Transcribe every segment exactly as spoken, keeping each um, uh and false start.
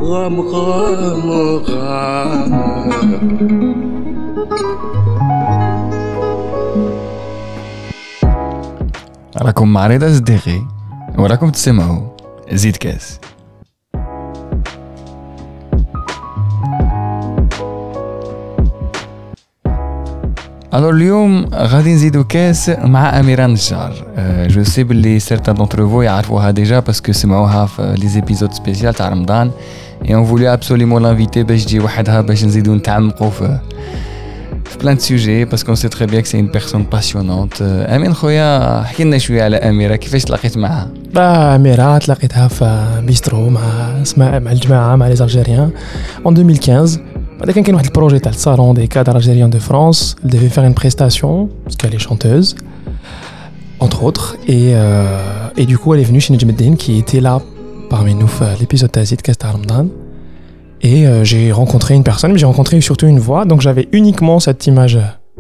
غام غام غام راكم مع رضا صديقي وراكم تسمعوا زيد كاس. Alors اليوم غادي نزيدو كاس مع أميرة نجار. جو سي بلي certains d'entre vous يعرفوها déjà parce que سمعوها في les épisodes spéciaux تاع رمضان et on voulait absolument l'inviter باش تجي وحدها باش نزيدو نتعمقوا في في plein de sujets parce qu'on sait très bien que c'est une personne passionnante. أمين خويا حكي لنا شويه على أميرة كيفاش تلاقيت معها. با أميرة تلاقيتها في بيسترو مع اسماء مع الجماعة مع les Algériens en deux mille quinze. بعد كان كاين واحد البروجي تاع الصالون دي كادر algériens de France. Elle devait faire une prestation parce qu'elle est chanteuse entre autres et euh, et du coup elle est venue chez Nejm Eddine qui était là parmi nous في l'épisode تاع زيد كاس تاع رمضان. Et euh, j'ai rencontré une personne, mais j'ai rencontré surtout une voix. Donc j'avais uniquement cette image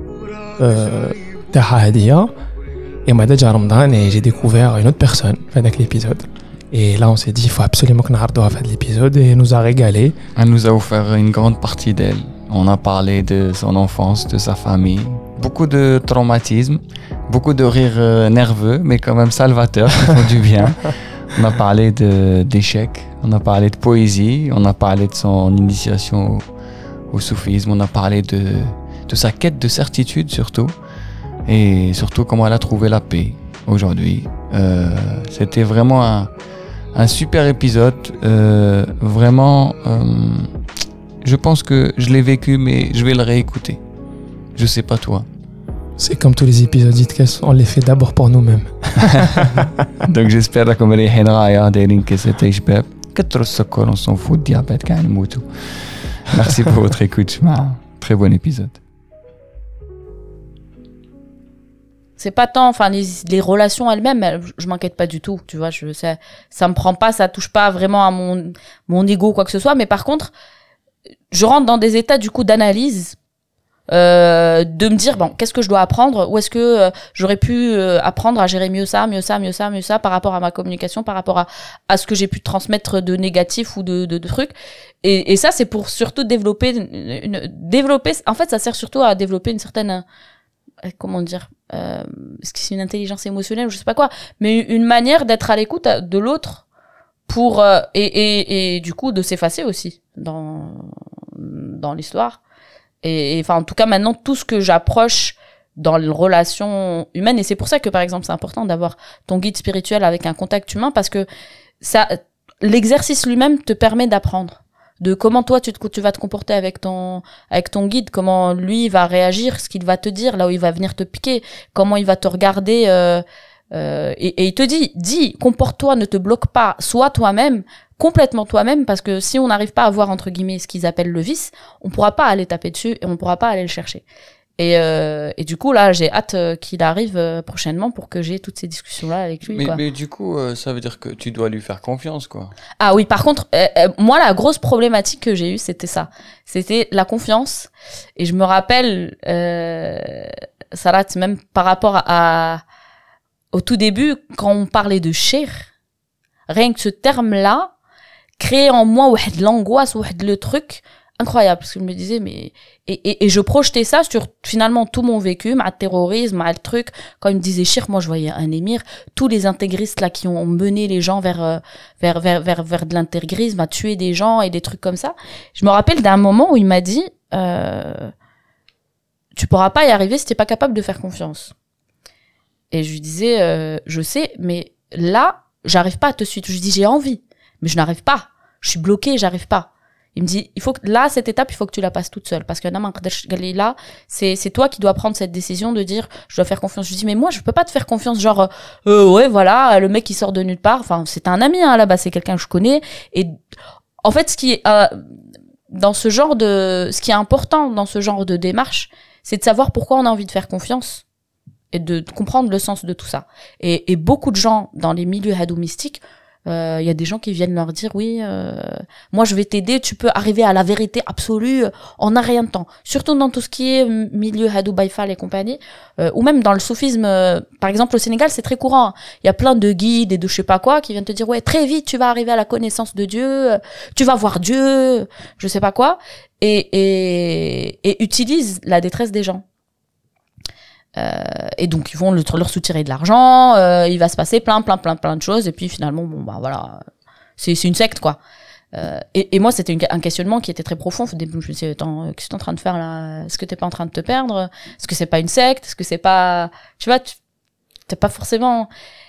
de Hadia. Et on m'a dit Ramadan et j'ai découvert une autre personne avec l'épisode. Et là on s'est dit il faut absolument qu'on arrête de faire l'épisode et elle nous a régalé. Elle nous a offert une grande partie d'elle. On a parlé de son enfance, de sa famille. Beaucoup de traumatisme, beaucoup de rires euh, nerveux, mais quand même salvateurs, qui font du bien. On a parlé de, d'échecs, on a parlé de poésie, on a parlé de son initiation au, au soufisme, on a parlé de, de sa quête de certitude surtout, et surtout comment elle a trouvé la paix aujourd'hui. Euh, c'était vraiment un, un super épisode, euh, vraiment, euh, je pense que je l'ai vécu, mais je vais le réécouter. Je sais pas toi. C'est comme tous les épisodes d'Itkas, on les fait d'abord pour nous-mêmes. Donc j'espère راكم مريحين رايا دايرين كاسات شباب كثروا السكر on s'en fout diabète كاع نموتوا. Merci pour votre écoute مع très bon épisode. C'est pas tant enfin les les relations elles-mêmes elles, je m'inquiète pas du tout, tu vois, je ça ça me prend pas, ça touche pas vraiment à mon mon ego quoi que ce soit, mais par contre je rentre dans des états du coup d'analyse. Euh, de me dire bon qu'est-ce que je dois apprendre, où est-ce que euh, j'aurais pu euh, apprendre à gérer mieux ça mieux ça mieux ça mieux ça par rapport à ma communication, par rapport à à ce que j'ai pu transmettre de négatif ou de de, de trucs et et ça c'est pour surtout développer une, une développer en fait ça sert surtout à développer une certaine euh, comment dire euh, est-ce que c'est une intelligence émotionnelle ou je sais pas quoi, mais une manière d'être à l'écoute de l'autre pour euh, et et et du coup de s'effacer aussi dans dans l'histoire. Et enfin, en tout cas, maintenant, tout ce que j'approche dans les relations humaines, et c'est pour ça que, par exemple, c'est important d'avoir ton guide spirituel avec un contact humain, parce que ça, l'exercice lui-même te permet d'apprendre de comment toi tu, te, tu vas te comporter avec ton, avec ton guide, comment lui va réagir, ce qu'il va te dire, là où il va venir te piquer, comment il va te regarder, euh, euh, et, et il te dit, dis, comporte-toi, ne te bloque pas, sois toi-même, complètement toi-même, parce que si on n'arrive pas à voir entre guillemets ce qu'ils appellent le vice, on pourra pas aller taper dessus et on pourra pas aller le chercher. Et, euh, et du coup là j'ai hâte euh, qu'il arrive euh, prochainement pour que j'ai toutes ces discussions là avec lui. Mais, quoi. mais du coup euh, ça veut dire que tu dois lui faire confiance quoi. Ah oui, par contre euh, euh, moi la grosse problématique que j'ai eue c'était ça, c'était la confiance. Et je me rappelle euh, Sarat, même par rapport à, à au tout début quand on parlait de cher, rien que ce terme là créer en moi ouhed l'angoisse, ouhed le truc incroyable, parce que je me disais mais et, et et je projetais ça sur finalement tout mon vécu, ma terrorisme, ma le truc. Quand il me disait Chir, moi je voyais un émir, tous les intégristes là qui ont mené les gens vers vers vers vers vers de l'intégrisme, à tuer des gens et des trucs comme ça. Je me rappelle d'un moment où il m'a dit euh, tu pourras pas y arriver si t'es pas capable de faire confiance. Et je lui disais euh, je sais, mais là j'arrive pas à te suivre. Je lui dis j'ai envie, mais je n'arrive pas, je suis bloquée, j'arrive pas. Il me dit il faut que là cette étape il faut que tu la passes toute seule, parce que là c'est c'est toi qui dois prendre cette décision de dire je dois faire confiance. Je lui dis mais moi je peux pas te faire confiance genre euh, ouais voilà le mec qui sort de nulle part, enfin c'est un ami hein, là-bas, c'est quelqu'un que je connais. Et en fait ce qui est euh, dans ce genre de ce qui est important dans ce genre de démarche, c'est de savoir pourquoi on a envie de faire confiance et de, de comprendre le sens de tout ça. Et, et beaucoup de gens dans les milieux hadou mystiques Il euh, y a des gens qui viennent leur dire oui, euh, moi je vais t'aider, tu peux arriver à la vérité absolue en un rien de temps. Surtout dans tout ce qui est milieu Hadou Baïfal et compagnie, euh, ou même dans le soufisme. Euh, par exemple au Sénégal, c'est très courant. Il y a plein de guides et de je sais pas quoi qui viennent te dire ouais, très vite tu vas arriver à la connaissance de Dieu, tu vas voir Dieu, je sais pas quoi, et et, et utilisent la détresse des gens. Euh, et donc ils vont le, leur soutirer de l'argent, euh, il va se passer plein plein plein plein de choses et puis finalement bon bah voilà, c'est c'est une secte quoi. Euh, et, et moi c'était une, un questionnement qui était très profond. Je me suis dit attends, qu'est-ce que t'es en train de faire là? Est-ce que t'es pas en train de te perdre? Est-ce que c'est pas une secte? Est-ce que c'est pas, tu vois, tu, t'es pas forcément.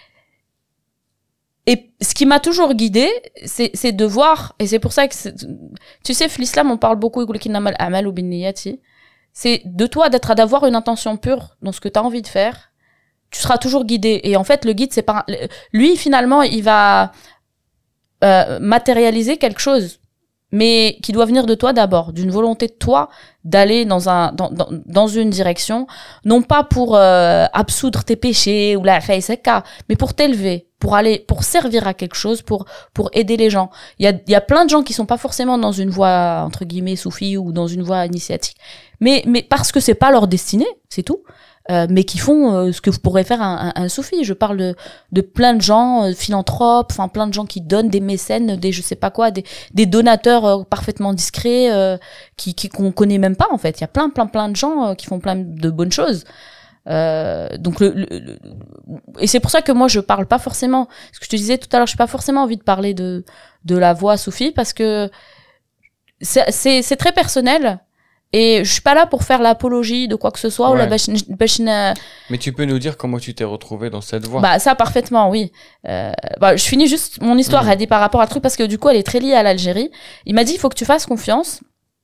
Et ce qui m'a toujours guidée, c'est c'est de voir, et c'est pour ça que tu sais l'islam on parle beaucoup amal ou bin niyati. C'est de toi d'être à d'avoir une intention pure dans ce que tu as envie de faire. Tu seras toujours guidé. Et en fait, le guide, c'est pas lui finalement, il va euh, matérialiser quelque chose, mais qui doit venir de toi d'abord, d'une volonté de toi d'aller dans un dans dans, dans une direction, non pas pour euh, absoudre tes péchés ou la faïsaka, mais pour t'élever, pour aller pour servir à quelque chose, pour pour aider les gens. Il y a il y a plein de gens qui sont pas forcément dans une voie entre guillemets soufie ou dans une voie initiatique. Mais, mais parce que c'est pas leur destinée, c'est tout. Euh, mais qui font euh, ce que pourrait faire un, un, un soufi. Je parle de, de plein de gens, euh, philanthropes, enfin plein de gens qui donnent des mécènes, des je sais pas quoi, des, des donateurs euh, parfaitement discrets, euh, qui, qui qu'on connaît même pas en fait. Il y a plein, plein, plein de gens euh, qui font plein de bonnes choses. Euh, donc le, le, le et c'est pour ça que moi je parle pas forcément. Ce que je te disais tout à l'heure, je n'ai pas forcément envie de parler de de la voie soufi parce que c'est c'est, c'est très personnel. Et je suis pas là pour faire l'apologie de quoi que ce soit. Ouais. Ou la bachine, bachine, Mais tu peux nous dire comment tu t'es retrouvé dans cette voie? Bah ça parfaitement, oui. Euh, bah, je finis juste mon histoire mmh. à dire par rapport à truc parce que du coup elle est très liée à l'Algérie. Il m'a dit il faut que tu fasses confiance.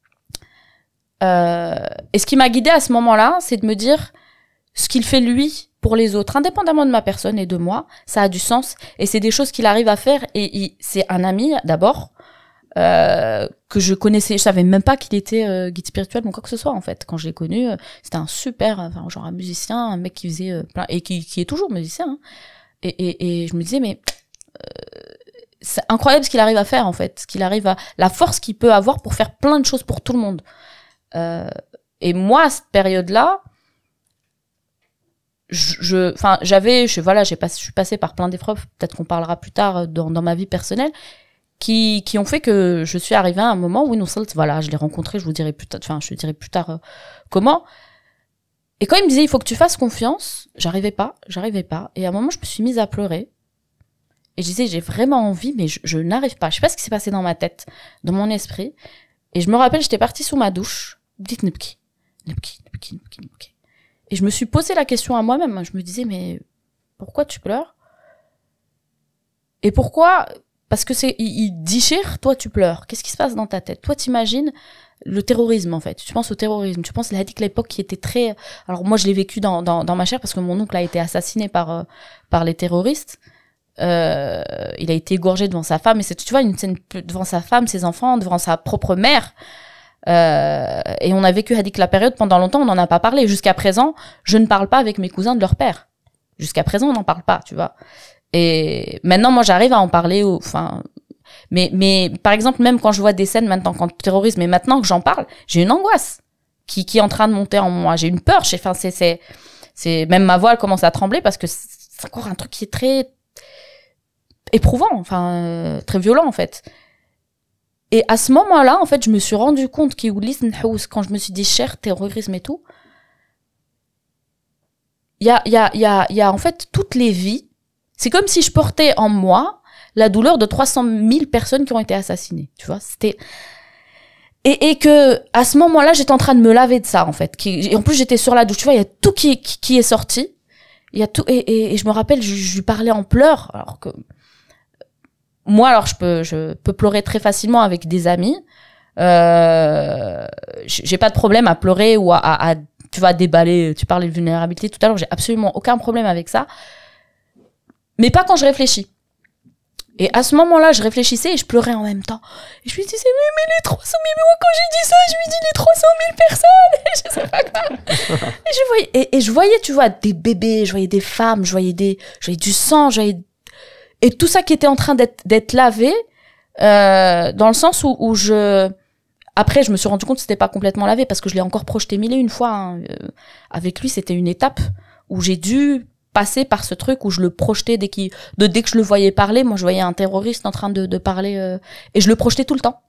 Euh, et ce qui m'a guidée à ce moment-là, c'est de me dire ce qu'il fait lui pour les autres, indépendamment de ma personne et de moi, ça a du sens. Et c'est des choses qu'il arrive à faire. Et il, c'est un ami d'abord. Euh, que je connaissais, je savais même pas qu'il était euh, guide spirituel ou quoi que ce soit en fait. Quand je l'ai connu, euh, c'était un super, enfin genre un musicien, un mec qui faisait euh, plein et qui, qui est toujours musicien. Hein. Et, et, et je me disais mais euh, c'est incroyable ce qu'il arrive à faire en fait, ce qu'il arrive à, la force qu'il peut avoir pour faire plein de choses pour tout le monde. Euh, et moi à cette période-là, je, enfin j'avais, je voilà, j'ai pas, je suis passée par plein d'épreuves. Peut-être qu'on parlera plus tard dans, dans ma vie personnelle. Qui, qui ont fait que je suis arrivée à un moment où Noussalt, voilà, je l'ai rencontré, je vous dirai plus tard, enfin, je te dirai plus tard euh, comment. Et quand il me disait, il faut que tu fasses confiance, j'arrivais pas, j'arrivais pas. Et à un moment, je me suis mise à pleurer. Et je disais, j'ai vraiment envie, mais je, je n'arrive pas. Je sais pas ce qui s'est passé dans ma tête, dans mon esprit. Et je me rappelle, j'étais partie sous ma douche, dites Nebki, Nebki, Nebki, Nebki, Nebki. Et je me suis posé la question à moi-même. Je me disais, mais pourquoi tu pleures? Et pourquoi? Parce que c'est, il, il déchire, toi tu pleures. Qu'est-ce qui se passe dans ta tête? Toi t'imagines le terrorisme en fait. Tu penses au terrorisme. Tu penses à l'époque qui était très. Alors moi je l'ai vécu dans dans, dans ma chair parce que mon oncle a été assassiné par euh, par les terroristes. Euh, il a été égorgé devant sa femme et c'est, tu vois, une scène devant sa femme, ses enfants, devant sa propre mère. Euh, et on a vécu Hadik la période pendant longtemps. On n'en a pas parlé. Jusqu'à présent, je ne parle pas avec mes cousins de leur père. Jusqu'à présent, on n'en parle pas. Tu vois. Et maintenant, moi, j'arrive à en parler, enfin, mais, mais, par exemple, même quand je vois des scènes maintenant, quand le terrorisme, mais maintenant que j'en parle, j'ai une angoisse qui, qui est en train de monter en moi. J'ai une peur, enfin, c'est, c'est, c'est, même ma voix, elle commence à trembler parce que c'est encore un truc qui est très éprouvant, enfin, euh, très violent, en fait. Et à ce moment-là, en fait, je me suis rendu compte qu'il quand je me suis dit cher, terrorisme et tout, il y a, il y a, il y a, il y a, en fait, toutes les vies. C'est comme si je portais en moi la douleur de trois cent mille personnes qui ont été assassinées, tu vois, c'était et et que à ce moment-là, j'étais en train de me laver de ça en fait. Qui... Et en plus, j'étais sur la douche, tu vois, il y a tout qui qui, qui est sorti. Il y a tout et, et et je me rappelle, je, je lui parlais en pleurs alors que moi alors je peux je peux pleurer très facilement avec des amis. Euh j'ai pas de problème à pleurer ou à, à, à tu vois déballer, tu parlais de vulnérabilité tout à l'heure, j'ai absolument aucun problème avec ça. Mais pas quand je réfléchis. Et à ce moment-là, je réfléchissais et je pleurais en même temps. Et je me disais, mais, mais les trois cent mille, mais moi quand j'ai dit ça, je me dis les trois cent mille personnes, je sais pas quoi. Et je voyais, et, et je voyais, tu vois, des bébés, je voyais des femmes, je voyais des, je voyais du sang, je voyais, et tout ça qui était en train d'être d'être lavé, euh, dans le sens où, où je après je me suis rendu compte que c'était pas complètement lavé parce que je l'ai encore projeté mille et une fois. Hein. Euh, avec lui, c'était une étape où j'ai dû passer par ce truc où je le projetais dès qu'il de dès que je le voyais parler. Moi, je voyais un terroriste en train de de parler euh, et je le projetais tout le temps.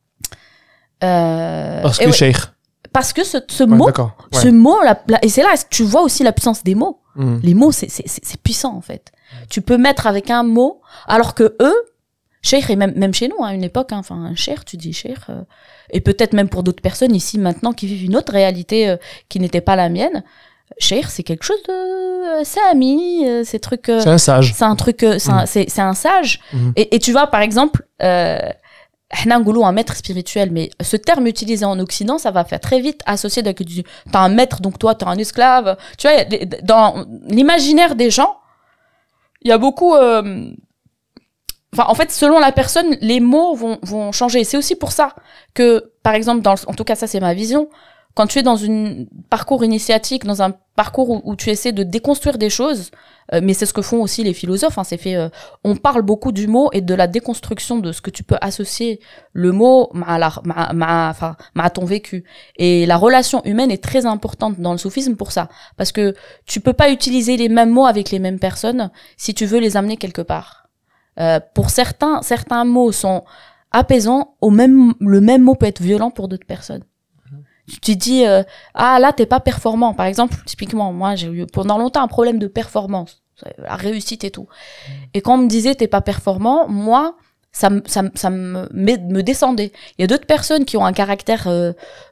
Euh, Parce et que ouais, Cheikh. parce que ce, ce Ouais, mot, d'accord. Ouais. ce mot, la, la- et c'est là tu vois aussi la puissance des mots. Mhm. Les mots, c'est, c'est, c'est, c'est puissant, en fait. Tu peux mettre avec un mot, alors que eux, cheikh, et même, même chez nous, à une époque, hein, enfin, un cheikh, tu dis cheikh, euh, et peut-être même pour d'autres personnes ici, maintenant, qui vivent une autre réalité euh, qui n'était pas la mienne, cheikh, c'est quelque chose de, euh, c'est ami, euh, c'est truc, euh, C'est un sage. c'est un truc, euh, c'est, un, Mhm. c'est, c'est un sage. Mhm. Et, et tu vois, par exemple, euh, حنا نقولوا un maître spirituel, mais ce terme utilisé en Occident, ça va faire très vite associer avec du, t'as un maître, donc toi, t'es un esclave. Tu vois, y a des- dans l'imaginaire des gens, il y a beaucoup, euh, enfin, en fait, selon la personne, les mots vont, vont changer. C'est aussi pour ça que, par exemple, dans le- en tout cas, ça, c'est ma vision. Quand tu es dans un parcours initiatique, dans un parcours où, où tu essaies de déconstruire des choses, euh, mais c'est ce que font aussi les philosophes, hein, c'est fait, euh, on parle beaucoup du mot et de la déconstruction de ce que tu peux associer le mot à, la, à, à, enfin, à ton vécu. Et la relation humaine est très importante dans le soufisme pour ça. Parce que tu peux pas utiliser les mêmes mots avec les mêmes personnes si tu veux les amener quelque part. Euh, pour certains, certains mots sont apaisants, au même, le même mot peut être violent pour d'autres personnes. Tu te dis, euh, ah là, t'es pas performant. Par exemple, typiquement, moi, j'ai eu pendant longtemps un problème de performance, la réussite et tout. Et quand on me disait, t'es pas performant, moi, ça, me- ça, me- ça me, me descendait. Il y a d'autres personnes qui ont un caractère euh,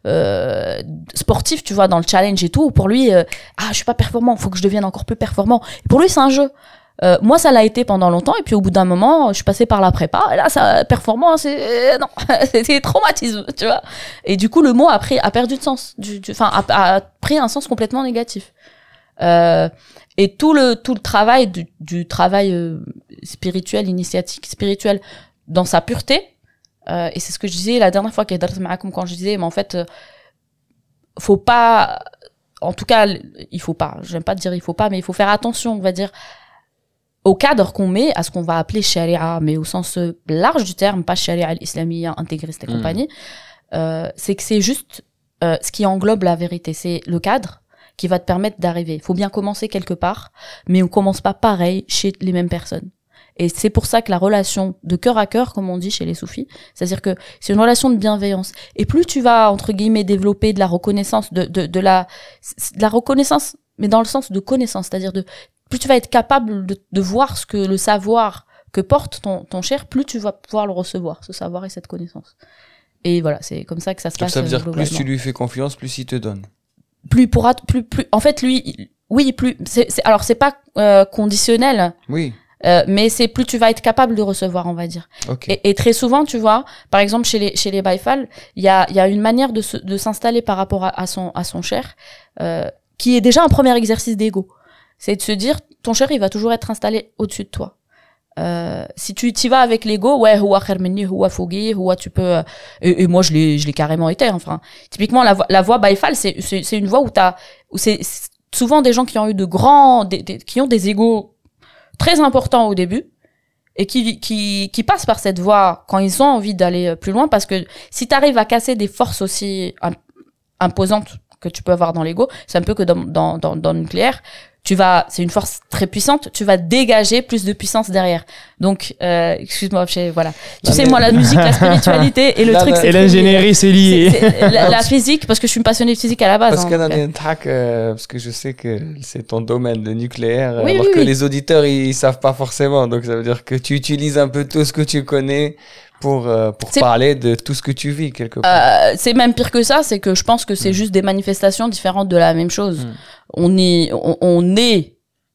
euh, sportif, tu vois, dans le challenge et tout. Pour lui, euh, ah, je suis pas performant, faut que je devienne encore plus performant. Et pour lui, c'est un jeu. Euh, moi, ça l'a été pendant longtemps, et puis au bout d'un moment, je suis passée par la prépa, et là, ça, performance, c'est, euh, non, c'est traumatisme, tu vois. Et du coup, le mot a pris, a perdu de sens, du, du- enfin, a, a pris un sens complètement négatif. Euh, et tout le, tout le travail du, du travail euh, spirituel, initiatique, spirituel, dans sa pureté, euh, et c'est ce que je disais la dernière fois qu'il y a comme quand je disais, mais en fait, euh, faut pas, en tout cas, il faut pas, j'aime pas dire il faut pas, mais il faut faire attention, on va dire, au cadre qu'on met à ce qu'on va appeler sharia, mais au sens large du terme, pas sharia al-islamiyya, intégriste et Mm. compagnie, euh, c'est que c'est juste euh, ce qui englobe la vérité, c'est le cadre qui va te permettre d'arriver. Il faut bien commencer quelque part, mais on commence pas pareil chez les mêmes personnes. Et c'est pour ça que la relation de cœur à cœur, comme on dit chez les soufis, c'est-à-dire que c'est une relation de bienveillance. Et plus tu vas, entre guillemets, développer de la reconnaissance, de, de, de la, de la reconnaissance, mais dans le sens de connaissance, c'est-à-dire de, plus tu vas être capable de, de voir ce que le savoir que porte ton, ton cher, plus tu vas pouvoir le recevoir, ce savoir et cette connaissance. Et voilà, c'est comme ça que ça se Donc passe. ça veut euh, dire que plus globalement. tu lui fais confiance, plus il te donne. Plus il pourra, plus, plus, en fait, lui, il- oui, plus, c'est, c'est, alors c'est pas euh, conditionnel, Oui, euh, mais c'est plus tu vas être capable de recevoir, on va dire. ok. Et, et très souvent, tu vois, par exemple, chez les, chez les Baïfal, il y a, il y a une manière de, se, de s'installer par rapport à, à son, à son cher, euh, qui est déjà un premier exercice d'ego. C'est de se dire, ton cher, il va toujours être installé au-dessus de toi. Euh, si tu t'y vas avec l'ego, ouais, huwa khair minni, huwa fougi, huwa tu peux, euh, et, et moi, je l'ai, je l'ai carrément été, enfin. Typiquement, la voix, la voix Baïfal, c'est, c'est, c'est une voix où t'as, où c'est, c'est souvent des gens qui ont eu de grands, des, des, qui ont des égos très importants au début, et qui, qui, qui passent par cette voie quand ils ont envie d'aller plus loin, parce que si t'arrives à casser des forces aussi im- imposantes que tu peux avoir dans l'ego, c'est un peu que dans, dans, dans, dans le nucléaire, tu vas, c'est une force très puissante, tu vas dégager plus de puissance derrière. Donc, euh, excuse-moi, je- voilà. Tu Non, sais, mais- moi, la musique, la spiritualité, et le Non, truc, non. c'est Et très l'ingénierie, c'est lié. c'est- c'est la, la physique, parce que je suis une passionnée de physique à la base. Parce hein, que dans donc, les tracks, euh, parce que je sais que c'est ton domaine, le nucléaire, Oui, alors oui, que oui. les auditeurs, ils, ils savent pas forcément. Donc ça veut dire que tu utilises un peu tout ce que tu connais pour, euh, pour C'est- parler de tout ce que tu vis quelque part. Euh, c'est même pire que ça, c'est que je pense que c'est Mm. juste des manifestations différentes de la même chose. Mm. On est, on, on est,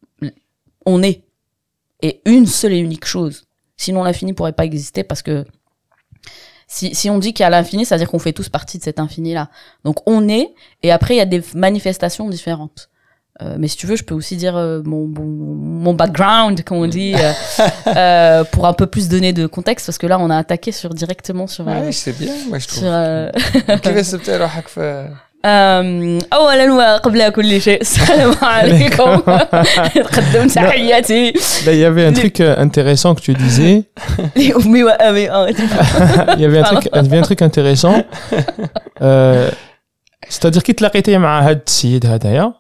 on est, et une seule et unique chose. Sinon, l'infini pourrait pas exister parce que si, si on dit qu'il y a l'infini, ça veut dire qu'on fait tous partie de cet infini-là. Donc, on est, et après, il y a des manifestations différentes. Euh, mais si tu veux, je peux aussi dire euh, mon, mon, mon background, comme on dit, euh, euh, pour un peu plus donner de contexte, parce que là, on a attaqué sur directement sur. Ouais, euh, je sais bien, moi je trouve. sur euh, كيفاش سبت روحك في اولا وقبل كل شيء السلام عليكم نقدم تحياتي. Là, il y avait un truc euh, intéressant que tu disais. لأمي وأبي. Il y avait un truc, il y avait un truc intéressant. Euh, c'est-à-dire كي تلاقيتي مع هاد السيد هذايا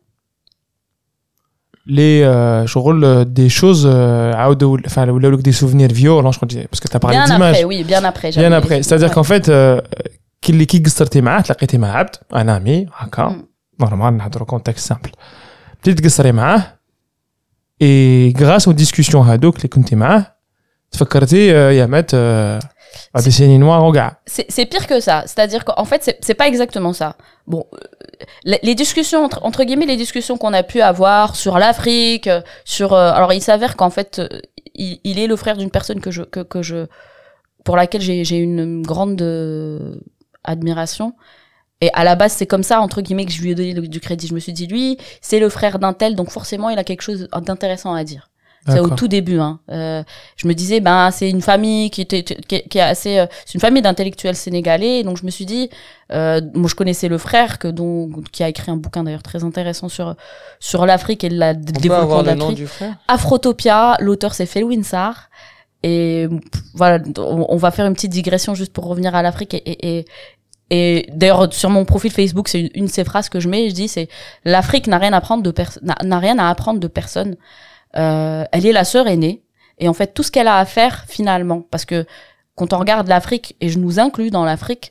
les euh, شغل des choses euh, عاودوا enfin ولاو لك des souvenirs violents je crois parce que tu as parlé bien d'images. Après, oui, bien après. Bien après, c'est-à-dire qu'en fait euh, كي اللي كي قصرتي معاه تلاقيتي مع عبد ان امي هكا نورمال نهضروا كونتكست سامبل بديتي تقصري معاه اي غراس او ديسكوسيون هادوك اللي كنتي معاه تفكرتي يا مات à des scènes noires au gars. C'est, c'est pire que ça. C'est-à-dire qu'en fait, c'est, c'est pas exactement ça. Bon, les, les discussions, entre, entre guillemets, les discussions qu'on a pu avoir sur l'Afrique, sur, euh, alors il s'avère qu'en fait, il, il est le frère d'une personne que je, que, que je, pour laquelle j'ai, j'ai une grande euh, admiration. Et à la base, c'est comme ça, entre guillemets, que je lui ai donné du crédit. Je me suis dit, lui, c'est le frère d'un tel, donc forcément, il a quelque chose d'intéressant à dire. C'est au tout début. Hein. Euh, je me disais, ben, c'est une famille qui, était, qui, qui est assez... Euh, c'est une famille d'intellectuels sénégalais. Donc, je me suis dit... Euh, moi, je connaissais le frère que, dont, qui a écrit un bouquin, d'ailleurs, très intéressant sur, sur l'Afrique et le développement de l'Afrique. Afrotopia. L'auteur, c'est Felwine Sarr. Et voilà, on, on va faire une petite digression juste pour revenir à l'Afrique. Et, et, et, et d'ailleurs, sur mon profil Facebook, c'est une, une de ces phrases que je mets. Je dis, c'est « L'Afrique n'a rien à apprendre de pers- n'a, n'a rien à apprendre de personne. » Euh, elle est la sœur aînée et en fait tout ce qu'elle a à faire finalement, parce que quand on regarde l'Afrique, et je nous inclus dans l'Afrique,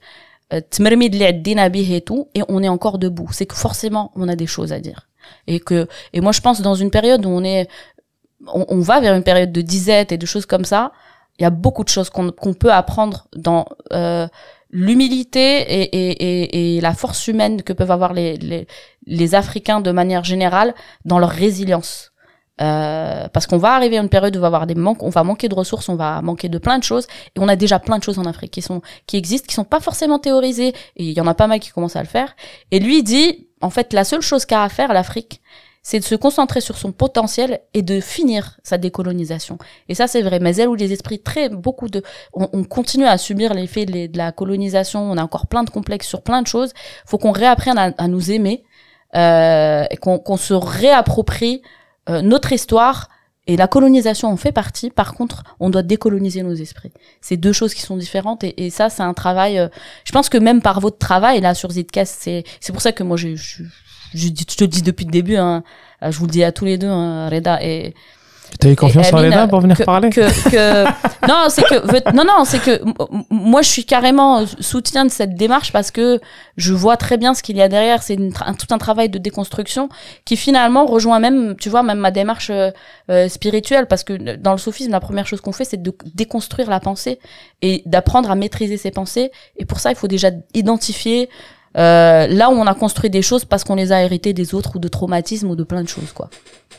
et tout, et on est encore debout, c'est que forcément on a des choses à dire, et que et moi je pense dans une période où on est on, on va vers une période de disette et de choses comme ça, il y a beaucoup de choses qu'on, qu'on peut apprendre dans euh, l'humilité et, et, et, et la force humaine que peuvent avoir les, les, les Africains de manière générale dans leur résilience. Euh, parce qu'on va arriver à une période où on va avoir des manques, on va manquer de ressources, on va manquer de plein de choses, et on a déjà plein de choses en Afrique qui sont, qui existent, qui sont pas forcément théorisées, et il y en a pas mal qui commencent à le faire. Et lui, il dit, en fait, la seule chose qu'a à faire l'Afrique, c'est de se concentrer sur son potentiel et de finir sa décolonisation. Et ça, c'est vrai. Mais elle ou les esprits, très, beaucoup de, on, on continue à subir l'effet de, les, de la colonisation, on a encore plein de complexes sur plein de choses. Faut qu'on réapprenne à, à nous aimer, euh, et qu'on, qu'on se réapproprie Euh, notre histoire, et la colonisation en fait partie. Par contre, on doit décoloniser nos esprits. C'est deux choses qui sont différentes, et, et ça, c'est un travail. Euh, je pense que même par votre travail là sur Zidcast, c'est c'est pour ça que moi, je je, je, je te le dis depuis le début. Hein, je vous le dis à tous les deux, hein, Reda et. T'as eu confiance en Reda pour venir que, parler que, que, non, c'est que non, non, c'est que moi je suis carrément soutien de cette démarche, parce que je vois très bien ce qu'il y a derrière. C'est une, un, tout un travail de déconstruction qui finalement rejoint même, tu vois, même ma démarche euh, spirituelle, parce que dans le soufisme, la première chose qu'on fait, c'est de déconstruire la pensée et d'apprendre à maîtriser ses pensées. Et pour ça, il faut déjà identifier euh, là où on a construit des choses parce qu'on les a héritées des autres, ou de traumatismes, ou de plein de choses, quoi.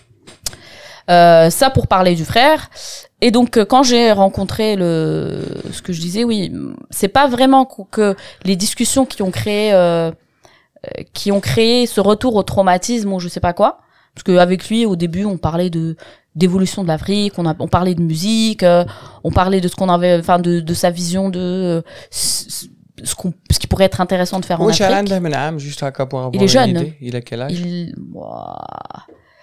Euh, ça pour parler du frère. Et donc quand j'ai rencontré le ce que je disais, oui, c'est pas vraiment que les discussions qui ont créé euh, qui ont créé ce retour au traumatisme ou je sais pas quoi, parce que avec lui au début on parlait de d'évolution de l'Afrique, on a on parlait de musique, euh, on parlait de ce qu'on avait, enfin de de sa vision de euh, ce qu'on ce qui pourrait être intéressant de faire en Afrique. Juste à pour avoir il est jeune. Idée. Il a quel âge? Il wow.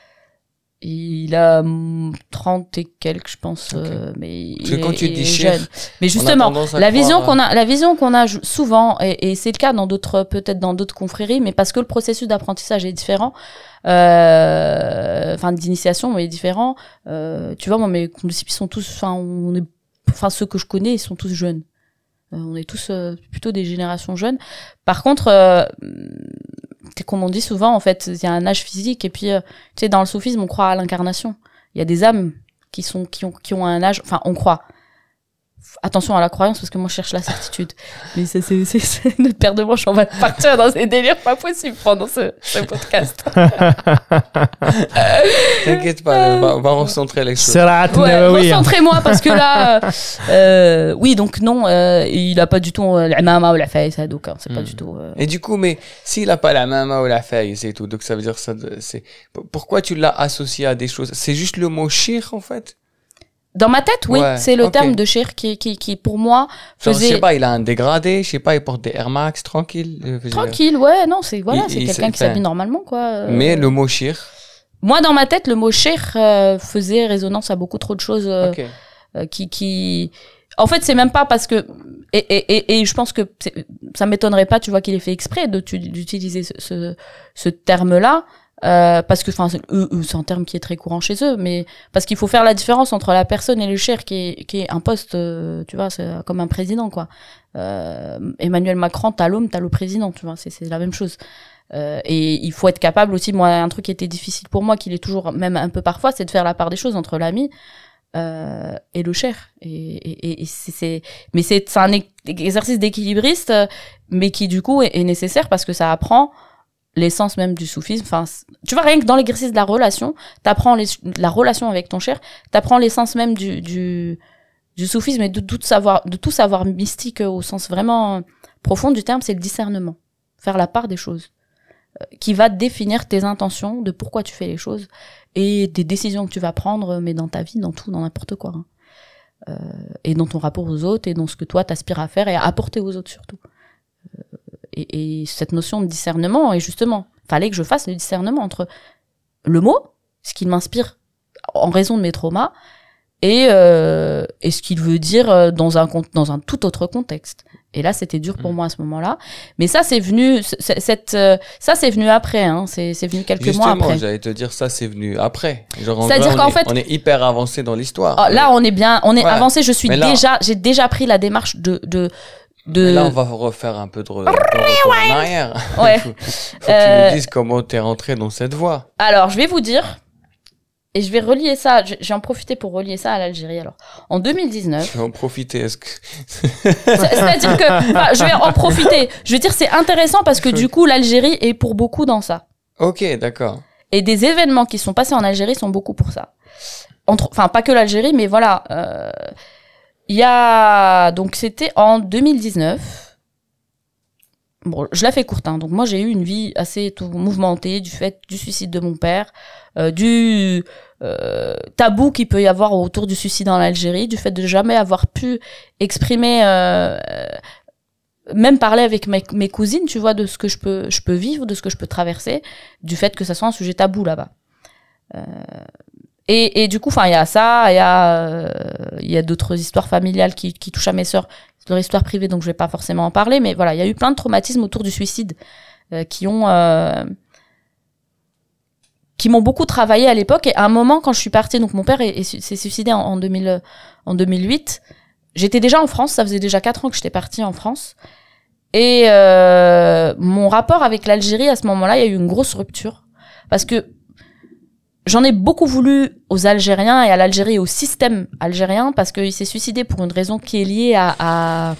Il a trente et quelques, je pense, okay. euh, mais il est, quand tu il dis est jeune. Mais justement, la vision qu'on a, la vision qu'on a souvent, et, et c'est le cas dans d'autres, peut-être dans d'autres confréries, mais parce que le processus d'apprentissage est différent, euh, enfin d'initiation est différent. Euh, tu vois, moi, mes condisciples sont tous, enfin, on est, enfin ceux que je connais, ils sont tous jeunes. Euh, on est tous euh, plutôt des générations jeunes. Par contre. Euh, comme on dit souvent, en fait, il y a un âge physique, et puis, euh, tu sais, dans le soufisme, on croit à l'incarnation. Il y a des âmes qui sont, qui ont, qui ont un âge, enfin, on croit. Attention à la croyance, parce que moi, je cherche la certitude. Mais c'est, c'est, c'est, c'est notre paire de manches, on va partir dans ces délires pas possibles pendant ce, ce podcast. T'inquiète pas, on va, on va recentrer les choses. Ouais, recentrez-moi, parce que là, euh, oui, donc non, euh, il a pas du tout l'amama ou la faïs, donc hein, c'est mm. pas du tout. Euh... Et du coup, mais s'il a pas l'amama ou la faïs et tout, donc ça veut dire ça, c'est pourquoi tu l'as associé à des choses? C'est juste le mot shir en fait? Dans ma tête, oui, Ouais, c'est le ok. terme de cher qui, qui, qui, pour moi, Genre, je faisait sais pas, il a un dégradé, je sais pas, il porte des Air Max, tranquille. euh, je veux dire. tranquille, ouais, non, c'est voilà, Il- c'est il- quelqu'un c'est- qui s'habille enfin, normalement, quoi. euh. Mais le mot shir, Moi, dans ma tête, le mot cher euh, faisait résonance à beaucoup trop de choses euh, ok. euh, qui, qui... En fait, c'est même pas parce que... Et, et, et, et je pense que c'est- ça m'étonnerait pas, tu vois, qu'il ait fait exprès de- d'utiliser ce, ce, ce terme-là. Euh, parce que, enfin, c'est eux, eux, c'est un terme qui est très courant chez eux, mais parce qu'il faut faire la différence entre la personne et le cher, qui est, qui est un poste, euh, tu vois, c'est comme un président, quoi. Euh, Emmanuel Macron, t'as l'homme, t'as le président, tu vois, c'est c'est la même chose. Euh, et il faut être capable aussi, moi, un truc qui était difficile pour moi, qu'il est toujours, même un peu parfois, c'est de faire la part des choses entre l'ami euh, et le cher. Et, et, et c'est, c'est, mais c'est, c'est un é- exercice d'équilibriste, euh, mais qui du coup est, est nécessaire parce que ça apprend l'essence même du soufisme. Enfin, c'est- tu vois, rien que dans l'exercice de la relation, t'apprends les, la relation avec ton cher, t'apprends l'essence même du, du, du soufisme et de tout savoir, de tout savoir mystique euh, au sens vraiment profond du terme, c'est le discernement. Faire la part des choses. Euh, qui va définir tes intentions, de pourquoi tu fais les choses et des décisions que tu vas prendre, mais dans ta vie, dans tout, dans n'importe quoi. Hein. Euh, et dans ton rapport aux autres et dans ce que toi t'aspires à faire et à apporter aux autres surtout. Euh, et, et cette notion de discernement, et justement, fallait que je fasse le discernement entre le mot, ce qui m'inspire en raison de mes traumas, et, euh, et ce qu'il veut dire dans un, dans un tout autre contexte. Et là, c'était dur pour Mmh. moi à ce moment-là. Mais ça, c'est venu, c- cette, euh, ça, c'est venu après, hein. C'est, c'est venu quelques Justement, mois après. j'allais te dire ça, c'est venu après. Genre, en C'est-à-dire vrai, qu'en on est- fait- on est hyper avancé dans l'histoire. Oh, là, on est bien, on est Ouais. avancé. Je suis Mais là- déjà, j'ai déjà pris la démarche de, de, de. Mais là, on va refaire un peu de, re- de retour en arrière. Ouais. faut, faut que Euh, tu nous dises comment t'es rentré dans cette voie. Alors, je vais vous dire, et je vais relier ça, je- j'ai en profité pour relier ça à l'Algérie. Alors, en deux mille dix-neuf, Tu vas en profiter. Est-ce que... c'est- c'est-à-dire que, enfin, je vais en profiter. Je veux dire, c'est intéressant parce que du coup, l'Algérie est pour beaucoup dans ça. Ok, d'accord. Et des événements qui sont passés en Algérie sont beaucoup pour ça. Entre, enfin, pas que l'Algérie, mais voilà. euh, Il y a, donc c'était en deux mille dix-neuf. Bon, je la fais courte, hein. Donc moi j'ai eu une vie assez tout mouvementée du fait du suicide de mon père, euh, du euh, tabou qu'il peut y avoir autour du suicide en Algérie, du fait de jamais avoir pu exprimer, euh, euh, même parler avec mes, mes cousines, tu vois, de ce que je peux, je peux vivre, de ce que je peux traverser, du fait que ça soit un sujet tabou là-bas. Euh, et, et du coup, enfin, il y a ça, il y a, euh, il y a d'autres histoires familiales qui, qui touchent à mes sœurs, c'est leur histoire privée, donc je vais pas forcément en parler, mais voilà, il y a eu plein de traumatismes autour du suicide euh, qui ont, euh, qui m'ont beaucoup travaillé à l'époque. Et à un moment, quand je suis partie, donc mon père est, est, s'est suicidé en, en, deux mille, en deux mille huit. J'étais déjà en France, ça faisait déjà quatre ans que j'étais partie en France. Et euh, mon rapport avec l'Algérie, à ce moment-là, il y a eu une grosse rupture. Parce que j'en ai beaucoup voulu aux Algériens et à l'Algérie et au système algérien, parce qu'il s'est suicidé pour une raison qui est liée à... à...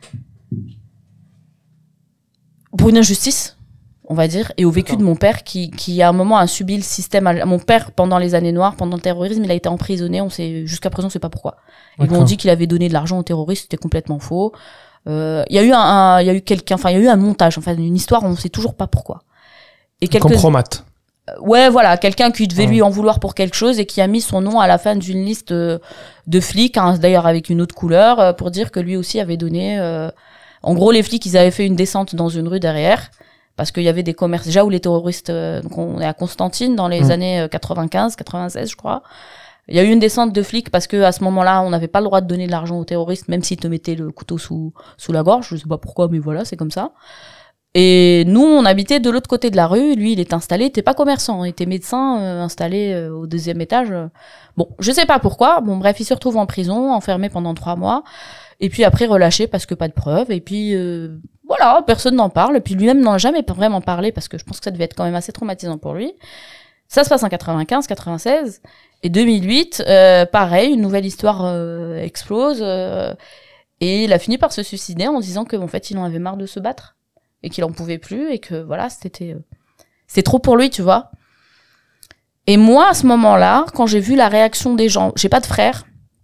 pour une injustice, on va dire, et au vécu D'accord. de mon père qui, qui à un moment a subi le système... al- Mon père, pendant les années noires, pendant le terrorisme, il a été emprisonné, on sait, jusqu'à présent, on sait pas pourquoi. Ils D'accord. m'ont dit qu'il avait donné de l'argent aux terroristes, c'était complètement faux. Euh, Il y a eu un, un- il y a eu quelqu'un, enfin, il y a eu un montage, enfin, une histoire, on sait toujours pas pourquoi. Et quelques... Compromat. Ouais, voilà, quelqu'un qui devait Ouais. lui en vouloir pour quelque chose et qui a mis son nom à la fin d'une liste de, de flics, hein, d'ailleurs avec une autre couleur, euh, pour dire que lui aussi avait donné... euh, En gros, les flics, ils avaient fait une descente dans une rue derrière, parce qu'il y avait des commerces, déjà où les terroristes... euh, donc on est à Constantine, dans les Mm. années euh, quatre-vingt-quinze, quatre-vingt-seize, je crois. Il y a eu une descente de flics parce que à ce moment-là, on n'avait pas le droit de donner de l'argent aux terroristes, même s'ils te mettaient le couteau sous, sous la gorge. Je sais pas pourquoi, mais voilà, c'est comme ça. Et nous, on habitait de l'autre côté de la rue. Lui, il était installé, il était pas commerçant, il était médecin, euh, installé euh, au deuxième étage. Bon, je sais pas pourquoi. Bon, bref, il se retrouve en prison, enfermé pendant trois mois. Et puis après, relâché parce que pas de preuves. Et puis, euh, voilà, personne n'en parle. Et puis lui-même n'en a jamais vraiment parlé parce que je pense que ça devait être quand même assez traumatisant pour lui. Ça se passe en quatre-vingt-quinze, quatre-vingt-seize. Et deux mille huit, euh, pareil, une nouvelle histoire euh, explose. Euh, et il a fini par se suicider en disant que, en fait, il en avait marre de se battre. Et qu'il en pouvait plus. Et que, voilà, c'était, euh, c'était trop pour lui, tu vois. Et moi, à ce moment-là, quand j'ai vu la réaction des gens, j'ai pas de frère.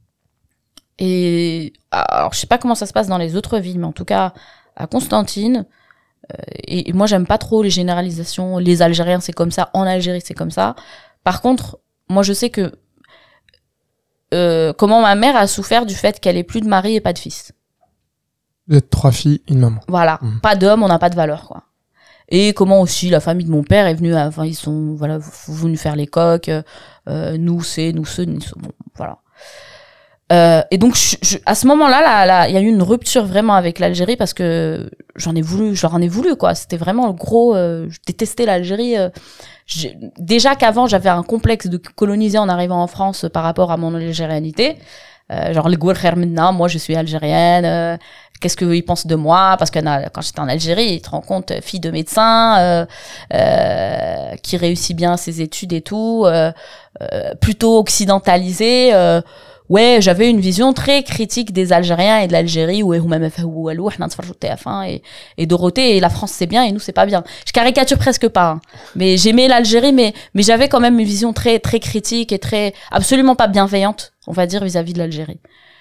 Et, alors, je sais pas comment ça se passe dans les autres villes, mais en tout cas, à Constantine, euh, et, et moi, j'aime pas trop les généralisations. Les Algériens, c'est comme ça. En Algérie, c'est comme ça. Par contre, moi, je sais que euh, comment ma mère a souffert du fait qu'elle ait plus de mari et pas de fils. Vous êtes trois filles, une maman. Voilà, mmh. Pas d'homme, on n'a pas de valeur, quoi. Et comment aussi la famille de mon père est venue, enfin ils sont voilà venus faire les coqs, euh, nous c'est nous ce, nous ce, bon, voilà. Euh, et donc je, je, à ce moment-là, là, là, il y a eu une rupture vraiment avec l'Algérie parce que j'en ai voulu, j'en ai voulu quoi. C'était vraiment le gros. Euh, je détestais l'Algérie. Euh, déjà qu'avant j'avais un complexe de coloniser en arrivant en France par rapport à mon algérianité. Euh, genre les Gouercher maintenant, moi je suis algérienne. Euh, Qu'est-ce qu'ils pensent de moi? Parce que quand j'étais en Algérie, tu te rends compte, fille de médecin, euh, euh, qui réussit bien ses études et tout, euh, euh, plutôt occidentalisée. Euh, ouais, j'avais une vision très critique des Algériens et de l'Algérie, où même T F un et, et Dorothée, et la France c'est bien et nous c'est pas bien. Je caricature presque pas, hein. Mais j'aimais l'Algérie, mais, mais j'avais quand même une vision très, très critique et très, absolument pas bienveillante, on va dire, vis-à-vis de l'Algérie.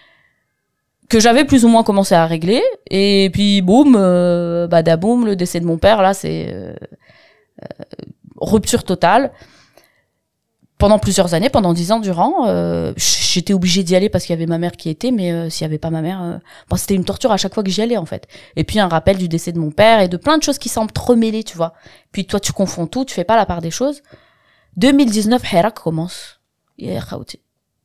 Que j'avais plus ou moins commencé à régler, et puis boum, euh, badaboum, le décès de mon père, là, c'est euh, euh, rupture totale. Pendant plusieurs années, pendant dix ans durant, euh, j'étais obligée d'y aller parce qu'il y avait ma mère qui était, mais euh, s'il y avait pas ma mère, euh, bon, c'était une torture à chaque fois que j'y allais, en fait. Et puis un rappel du décès de mon père, et de plein de choses qui semblent remêlées, tu vois. Puis toi, tu confonds tout, tu fais pas la part des choses. deux mille dix-neuf, Hirak commence. Yeah, khawti.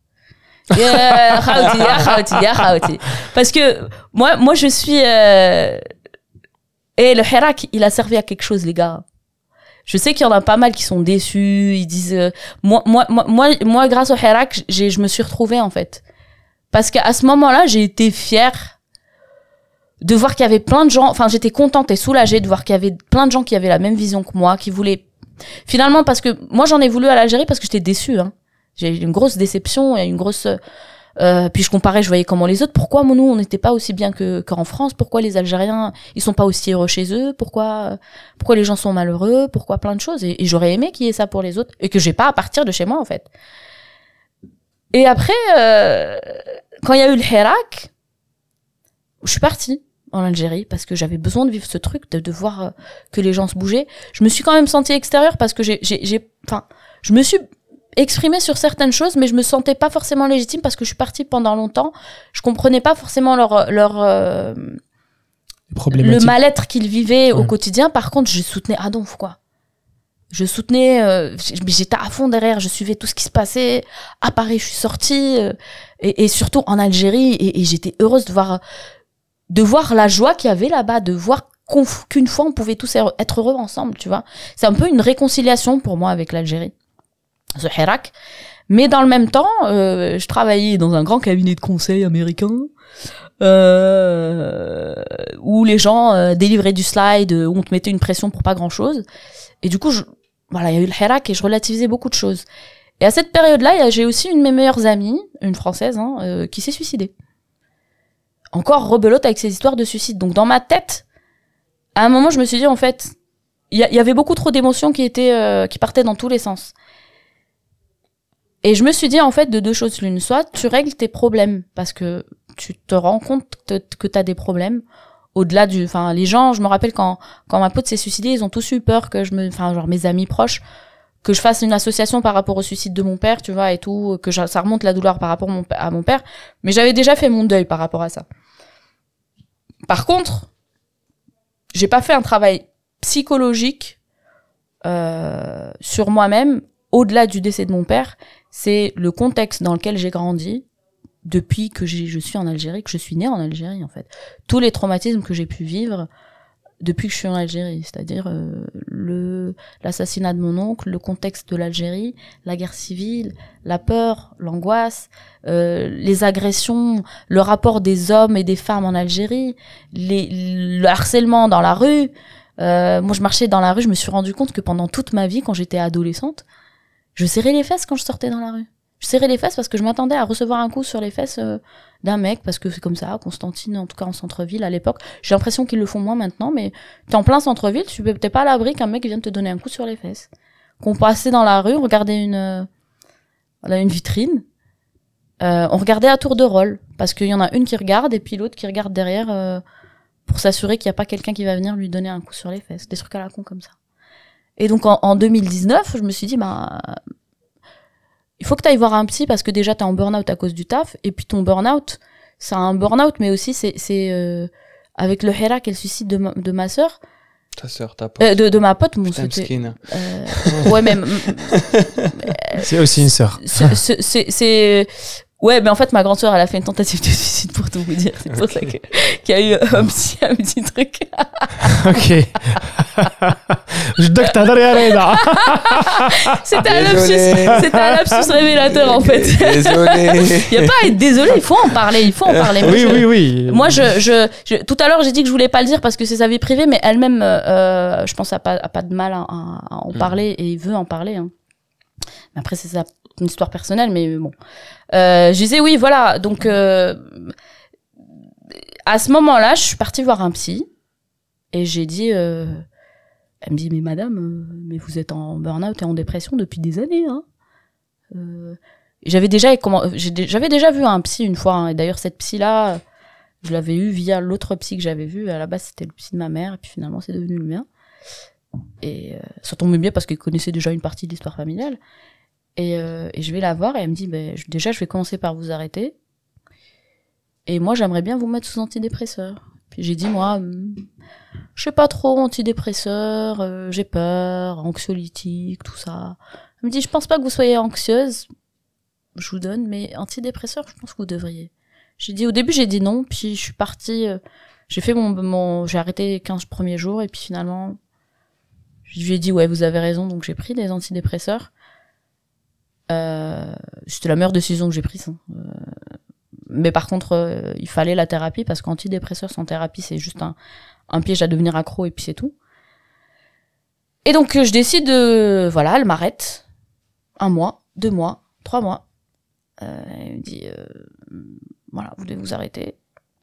Yeah, khawti, ya khawti, ya khawti. Parce que moi, moi, je suis. Euh... Et le Hirak, il a servi à quelque chose, les gars. Je sais qu'il y en a pas mal qui sont déçus. Ils disent. Euh... Moi, moi, moi, moi, moi, grâce au Hirak, j'ai, je me suis retrouvée en fait. Parce qu'à ce moment-là, j'ai été fière de voir qu'il y avait plein de gens. Enfin, j'étais contente et soulagée de voir qu'il y avait plein de gens qui avaient la même vision que moi, qui voulaient. Finalement, parce que moi, j'en ai voulu à l'Algérie parce que j'étais déçue, hein. J'ai eu une grosse déception et une grosse euh, puis je comparais, je voyais comment les autres, pourquoi nous on n'était pas aussi bien que qu'en France, pourquoi les Algériens ils sont pas aussi heureux chez eux, pourquoi pourquoi les gens sont malheureux, pourquoi plein de choses, et, et j'aurais aimé qu'il y ait ça pour les autres et que j'ai pas à partir de chez moi en fait. Et après euh, quand il y a eu le Hirak, je suis partie en Algérie parce que j'avais besoin de vivre ce truc, de, de voir euh, que les gens se bougeaient. Je me suis quand même sentie extérieure parce que j'ai j'ai j'ai enfin je me suis exprimée sur certaines choses, mais je me sentais pas forcément légitime parce que je suis partie pendant longtemps. Je comprenais pas forcément leur leur euh, le mal-être qu'ils vivaient ouais. au quotidien. Par contre, je soutenais Adonf, quoi. Je soutenais, euh, j'étais à fond derrière, je suivais tout ce qui se passait. À Paris, je suis sortie, euh, et, et surtout en Algérie, et, et j'étais heureuse de voir de voir la joie qu'il y avait là-bas, de voir qu'une fois on pouvait tous être heureux ensemble, tu vois. C'est un peu une réconciliation pour moi avec l'Algérie. Ce Hirak. Mais dans le même temps, euh, je travaillais dans un grand cabinet de conseil américain euh, où les gens euh, délivraient du slide, où on te mettait une pression pour pas grand-chose. Et du coup, je, voilà, il y a eu le Hirak et je relativisais beaucoup de choses. Et à cette période-là, j'ai aussi une de mes meilleures amies, une Française, hein, euh, qui s'est suicidée. Encore rebelote avec ses histoires de suicide. Donc dans ma tête, à un moment, je me suis dit, en fait, il y, y avait beaucoup trop d'émotions qui étaient, euh, qui partaient dans tous les sens. Et je me suis dit, en fait, de deux choses l'une. Soit tu règles tes problèmes parce que tu te rends compte que, que t'as des problèmes au-delà du, enfin, les gens, je me rappelle quand, quand ma pote s'est suicidée, ils ont tous eu peur que je me, enfin, genre mes amis proches, que je fasse une association par rapport au suicide de mon père, tu vois, et tout, que ça remonte la douleur par rapport à mon père. Mais j'avais déjà fait mon deuil par rapport à ça. Par contre, j'ai pas fait un travail psychologique, euh, sur moi-même, au-delà du décès de mon père. C'est le contexte dans lequel j'ai grandi depuis que j'ai, je suis en Algérie, que je suis née en Algérie, en fait. Tous les traumatismes que j'ai pu vivre depuis que je suis en Algérie, c'est-à-dire euh, le l'assassinat de mon oncle, le contexte de l'Algérie, la guerre civile, la peur, l'angoisse, euh, les agressions, le rapport des hommes et des femmes en Algérie, les, le harcèlement dans la rue. Euh, moi, je marchais dans la rue, je me suis rendu compte que pendant toute ma vie, quand j'étais adolescente, je serrais les fesses quand je sortais dans la rue. Je serrais les fesses parce que je m'attendais à recevoir un coup sur les fesses euh, d'un mec, parce que c'est comme ça, Constantine, en tout cas en centre-ville à l'époque. J'ai l'impression qu'ils le font moins maintenant, mais t'es en plein centre-ville, tu peux, t'es pas à l'abri qu'un mec vienne te donner un coup sur les fesses. Qu'on passait dans la rue, on regardait une, euh, une vitrine, euh, on regardait à tour de rôle, parce qu'il y en a une qui regarde et puis l'autre qui regarde derrière euh, pour s'assurer qu'il y a pas quelqu'un qui va venir lui donner un coup sur les fesses. Des trucs à la con comme ça. Et donc en, en deux mille dix-neuf, je me suis dit, bah, il faut que tu ailles voir un psy parce que déjà, tu es en burn-out à cause du taf. Et puis ton burn-out, c'est un burn-out, mais aussi, c'est, c'est euh, avec le hirak et le suicide de ma, de ma sœur. Ta sœur, ta pote. Euh, de, de ma pote, mon Putain, c'était. mskine. Euh, ouais, même. C'est aussi une sœur. C'est, c'est, c'est, c'est- Ouais, mais en fait, ma grande sœur, elle a fait une tentative de suicide pour tout vous dire. C'est pour ça que- qu'il y a eu un petit, un petit truc. Ok. Je dois que t'adores Reda. C'était un Désolé. lapsus, c'était un lapsus révélateur, en fait. Désolé. Il y a pas à être désolé, il faut en parler, il faut en parler. Moi, Oui, je- oui, oui. Moi, je, je, je- tout à l'heure, j'ai dit que je voulais pas le dire parce que c'est sa vie privée, mais elle-même, euh, je pense, a pas, a pas de mal à, à- à en Mhm. parler et veut en parler. Hein. Mais après, c'est sa une histoire personnelle, mais bon. Euh, je disais oui, voilà. Donc, euh, à ce moment-là, je suis partie voir un psy et j'ai dit. Euh, elle me dit, mais madame, euh, mais vous êtes en burn-out et en dépression depuis des années, hein. Euh, j'avais déjà comment, j'ai dé- j'avais déjà vu un psy une fois, hein, et d'ailleurs cette psy-là, je l'avais eu via l'autre psy que j'avais vu. À la base, c'était le psy de ma mère, et puis finalement, c'est devenu le mien. Et euh, ça tombait bien parce qu'il connaissait déjà une partie de l'histoire familiale. Et, euh, et je vais la voir et elle me dit, ben, je- déjà, je vais commencer par vous arrêter. Et moi, j'aimerais bien vous mettre sous antidépresseur. Puis j'ai dit, moi, hum, je sais pas trop, antidépresseur, euh, j'ai peur, anxiolytique, tout ça. Elle me dit, je pense pas que vous soyez anxieuse. Je vous donne, mais antidépresseur, je pense que vous devriez. J'ai dit, au début, j'ai dit non, puis je suis partie, euh, j'ai fait mon, mon, j'ai arrêté les quinze premiers jours, et puis finalement, je lui ai dit, ouais, vous avez raison, donc j'ai pris des antidépresseurs. Euh, c'était la meilleure décision que j'ai prise. Hein. Euh, mais par contre, euh, il fallait la thérapie, parce qu'antidépresseurs sans thérapie, c'est juste un, un piège à devenir accro, et puis c'est tout. Et donc, euh, je décide de, voilà, elle m'arrête. Un mois, deux mois, trois mois. Euh, elle me dit, euh, voilà, vous devez vous arrêter.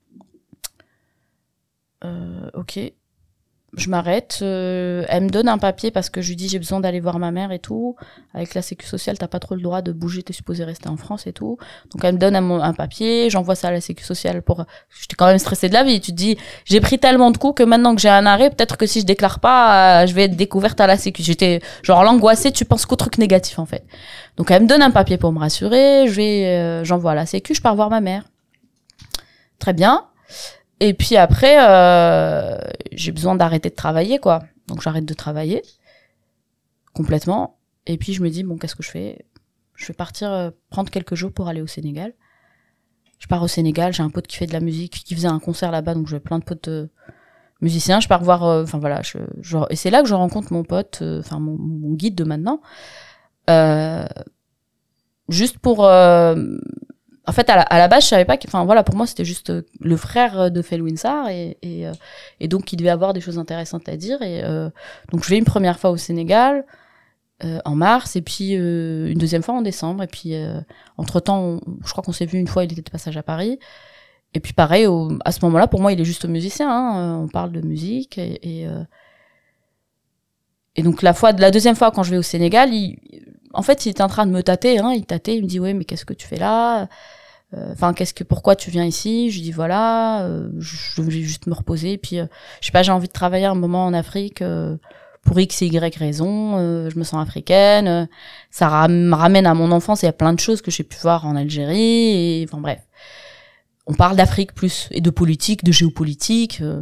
Euh, ok. Je m'arrête. Euh, elle me donne un papier parce que je lui dis j'ai besoin d'aller voir ma mère et tout. Avec la sécu sociale, t'as pas trop le droit de bouger, t'es supposé rester en France et tout. Donc elle me donne un, un papier, j'envoie ça à la sécu sociale pour. J'étais quand même stressée de la vie. Tu te dis j'ai pris tellement de coups que maintenant que j'ai un arrêt, peut-être que si je déclare pas, euh, je vais être découverte à la sécu. J'étais genre l'angoissée. Tu penses qu'au truc négatif en fait. Donc elle me donne un papier pour me rassurer. Je vais, euh, j'envoie à la sécu, je pars voir ma mère. Très bien. Et puis après, euh, j'ai besoin d'arrêter de travailler, quoi. Donc j'arrête de travailler complètement. Et puis je me dis, bon, qu'est-ce que je fais ? Je vais partir euh, prendre quelques jours pour aller au Sénégal. Je pars au Sénégal, j'ai un pote qui fait de la musique, qui faisait un concert là-bas, donc j'ai plein de potes euh, musiciens. Je pars voir, enfin euh, voilà, je, je, et c'est là que je rencontre mon pote, enfin euh, mon, mon guide de maintenant. Euh, juste pour... Euh, En fait, à la, à la base, je savais pas que, enfin voilà, pour moi, c'était juste le frère de Felwinsar et, et, et donc il devait avoir des choses intéressantes à dire. Et euh, donc je vais une première fois au Sénégal euh, en mars et puis euh, une deuxième fois en décembre. Et puis euh, entre temps, on, je crois qu'on s'est vu une fois, il était de passage à Paris. Et puis pareil, au, à ce moment-là, pour moi, il est juste musicien. Hein, on parle de musique et et, euh, et donc la fois, la deuxième fois quand je vais au Sénégal, il en fait, il était en train de me tâter, hein, il tâtait, il me dit ouais, mais qu'est-ce que tu fais là ? Enfin, euh, qu'est-ce que, pourquoi tu viens ici ? Je lui dis voilà, euh, je, je vais juste me reposer. Puis, euh, je sais pas, j'ai envie de travailler un moment en Afrique euh, pour X et Y raison. Euh, je me sens africaine. Euh, ça ram- me ramène à mon enfance. Il y a plein de choses que j'ai pu voir en Algérie. Et enfin bref, on parle d'Afrique plus et de politique, de géopolitique. Euh.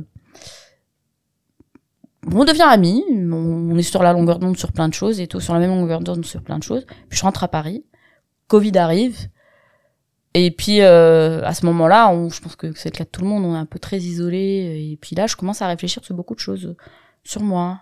On devient amis, on est sur la longueur d'onde sur plein de choses et tout, sur la même longueur d'onde sur plein de choses. Puis je rentre à Paris, Covid arrive, et puis euh, à ce moment-là, on, je pense que c'est le cas de tout le monde, on est un peu très isolé, et puis là, je commence à réfléchir sur beaucoup de choses, sur moi.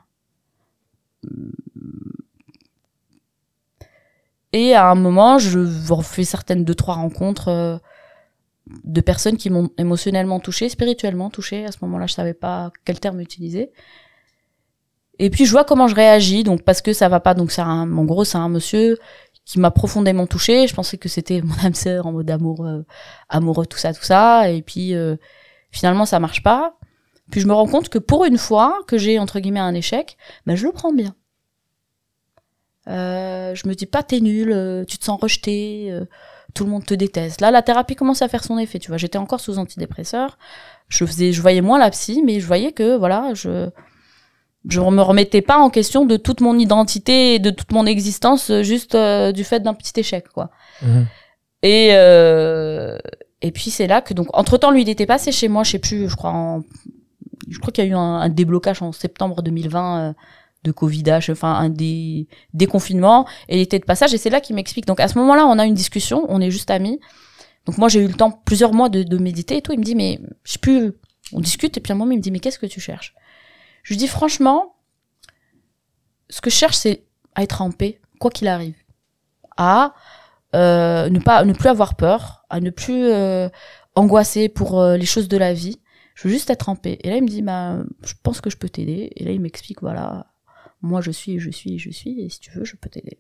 Et à un moment, je refais certaines deux, trois rencontres euh, de personnes qui m'ont émotionnellement touchée, spirituellement touchée. À ce moment-là, je savais pas quel terme utiliser. Et puis je vois comment je réagis, donc parce que ça va pas, donc c'est un, en gros c'est un monsieur qui m'a profondément touchée. Je pensais que c'était mon âme sœur en mode amour, euh, amoureux, tout ça, tout ça. Et puis euh, finalement ça marche pas. Puis je me rends compte que pour une fois que j'ai entre guillemets un échec, ben je le prends bien. Euh, je me dis pas t'es nul, euh, tu te sens rejeté, euh, tout le monde te déteste. Là la thérapie commence à faire son effet, tu vois. J'étais encore sous antidépresseur, je faisais, je voyais moins la psy, mais je voyais que voilà je je me remettais pas en question de toute mon identité et de toute mon existence euh, juste euh, du fait d'un petit échec, quoi. Mmh. Et euh, et puis c'est là que donc entre temps lui il était passé chez moi, je sais plus, je crois en, je crois qu'il y a eu un, un déblocage en septembre deux mille vingt euh, de Covidage, enfin un des déconfinements, et il était de passage et c'est là qu'il m'explique. Donc à ce moment-là on a une discussion, on est juste amis. Donc moi j'ai eu le temps plusieurs mois de, de méditer et tout. Il me dit mais je sais plus, on discute et puis à un moment il me dit mais qu'est-ce que tu cherches? Je lui dis franchement, ce que je cherche c'est à être en paix quoi qu'il arrive, à Euh, ne pas ne plus avoir peur, à ne plus euh, angoisser pour euh, les choses de la vie. Je veux juste être en paix. Et là il me dit bah je pense que je peux t'aider. Et là il m'explique voilà, moi je suis je suis je suis et si tu veux je peux t'aider.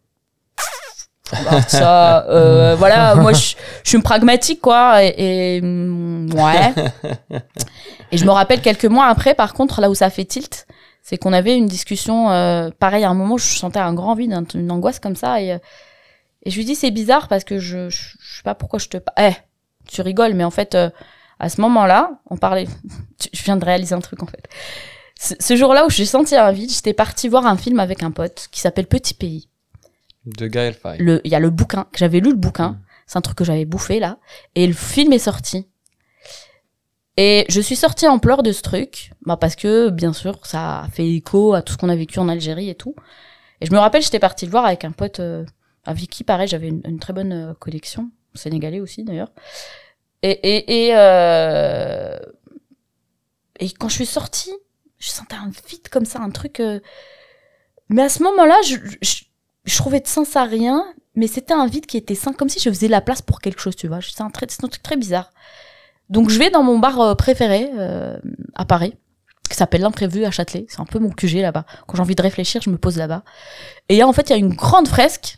Alors, ça euh, voilà, moi je, je suis une pragmatique quoi et, et ouais. Et je me rappelle quelques mois après par contre là où ça fait tilt, c'est qu'on avait une discussion euh, pareil à un moment où je sentais un grand vide, une angoisse comme ça et Et je lui dis, c'est bizarre parce que je, je, je sais pas pourquoi je te... Eh, tu rigoles, mais en fait, euh, à ce moment-là, on parlait... Je viens de réaliser un truc, en fait. Ce, ce jour-là où j'ai senti un vide, j'étais partie voir un film avec un pote qui s'appelle Petit Pays. De Gaël Faye. Le, il y a le bouquin, que j'avais lu le bouquin. Mmh. C'est un truc que j'avais bouffé, là. Et le film est sorti. Et je suis sortie en pleurs de ce truc. Bah, parce que, bien sûr, ça a fait écho à tout ce qu'on a vécu en Algérie et tout. Et je me rappelle, j'étais partie le voir avec un pote... Euh, avec qui, pareil, j'avais une, une très bonne euh, connexion, sénégalais aussi d'ailleurs. Et et et, euh... et quand je suis sortie, je sentais un vide comme ça, un truc. Euh... Mais à ce moment-là, je, je je trouvais de sens à rien, mais c'était un vide qui était sain, comme si je faisais la place pour quelque chose, tu vois. C'est un, très, c'est un truc très bizarre. Donc je vais dans mon bar euh, préféré euh, à Paris, qui s'appelle l'Imprévu à Châtelet. C'est un peu mon Q G là-bas. Quand j'ai envie de réfléchir, je me pose là-bas. Et là, en fait, il y a une grande fresque.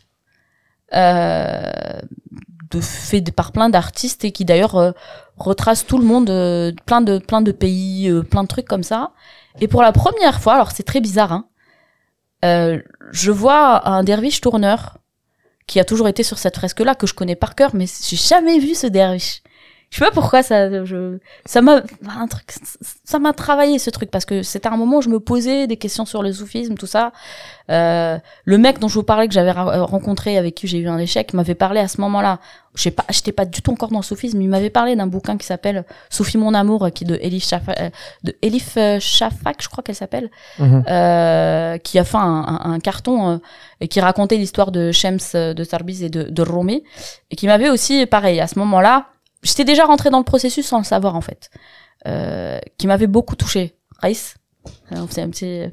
Euh, de fait de, par plein d'artistes et qui d'ailleurs euh, retrace tout le monde, euh, plein de plein de pays, euh, plein de trucs comme ça. Et pour la première fois, alors c'est très bizarre, hein, euh, je vois un derviche tourneur qui a toujours été sur cette fresque-là que je connais par cœur, mais j'ai jamais vu ce derviche. Je sais pas pourquoi ça, je, ça m'a, un truc, ça m'a travaillé ce truc parce que c'était un moment où je me posais des questions sur le soufisme, tout ça. Euh, le mec dont je vous parlais que j'avais ra- rencontré, avec qui j'ai eu un échec, m'avait parlé à ce moment-là. Je sais pas, j'étais pas du tout encore dans le soufisme. Il m'avait parlé d'un bouquin qui s'appelle Soufi mon amour, qui est de Elif Shafak, de Elif Shafak, je crois qu'elle s'appelle, mm-hmm. euh, qui a fait un, un, un carton euh, et qui racontait l'histoire de Shems de Tarbiz et de, de Romé, et qui m'avait aussi, pareil, à ce moment-là. J'étais déjà rentrée dans le processus sans le savoir, en fait. Euh, qui m'avait beaucoup touchée. Raïs. C'est un petit...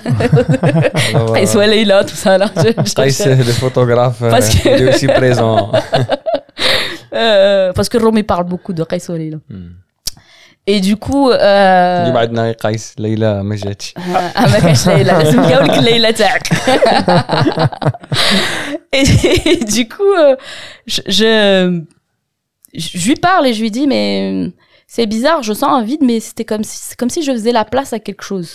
Raïs ou Leïla, tout ça, là. Raïs, le photographe, parce que... il est aussi présent. euh, parce que Romy parle beaucoup de Raïs ou Leïla. Hmm. Et du coup... اللي بعدنا قيس ليلى ما جاتش. Ah, ما كانش ليلى. لازم نقولك ليلى تاعك. Et du coup, je... je Je lui parle et je lui dis mais c'est bizarre, je sens un vide, mais c'était comme si c'est comme si je faisais la place à quelque chose.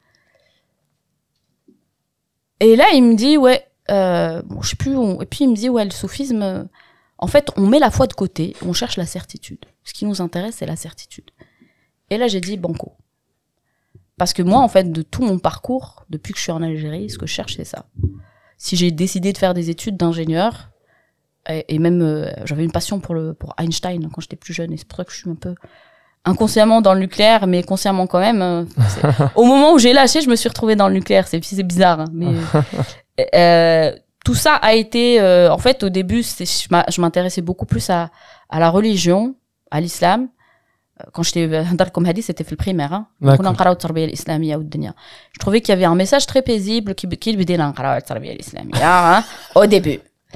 Et là il me dit ouais, euh, bon je sais plus, on, et puis il me dit ouais le soufisme, euh, en fait on met la foi de côté, on cherche la certitude. Ce qui nous intéresse c'est la certitude. Et là j'ai dit banco, parce que moi en fait de tout mon parcours depuis que je suis en Algérie, ce que je cherche c'est ça. Si j'ai décidé de faire des études d'ingénieur. Et, et même euh, j'avais une passion pour le pour Einstein quand j'étais plus jeune et c'est pour ça que je suis un peu inconsciemment dans le nucléaire mais consciemment quand même euh, au moment où j'ai lâché je me suis retrouvée dans le nucléaire, c'est c'est bizarre hein, mais euh, tout ça a été euh, en fait au début c'est, je m'intéressais beaucoup plus à à la religion, à l'islam quand j'étais comme Hadi c'était fait le primaire hein. Je trouvais qu'il y avait un message très paisible qui qui lui disait au début.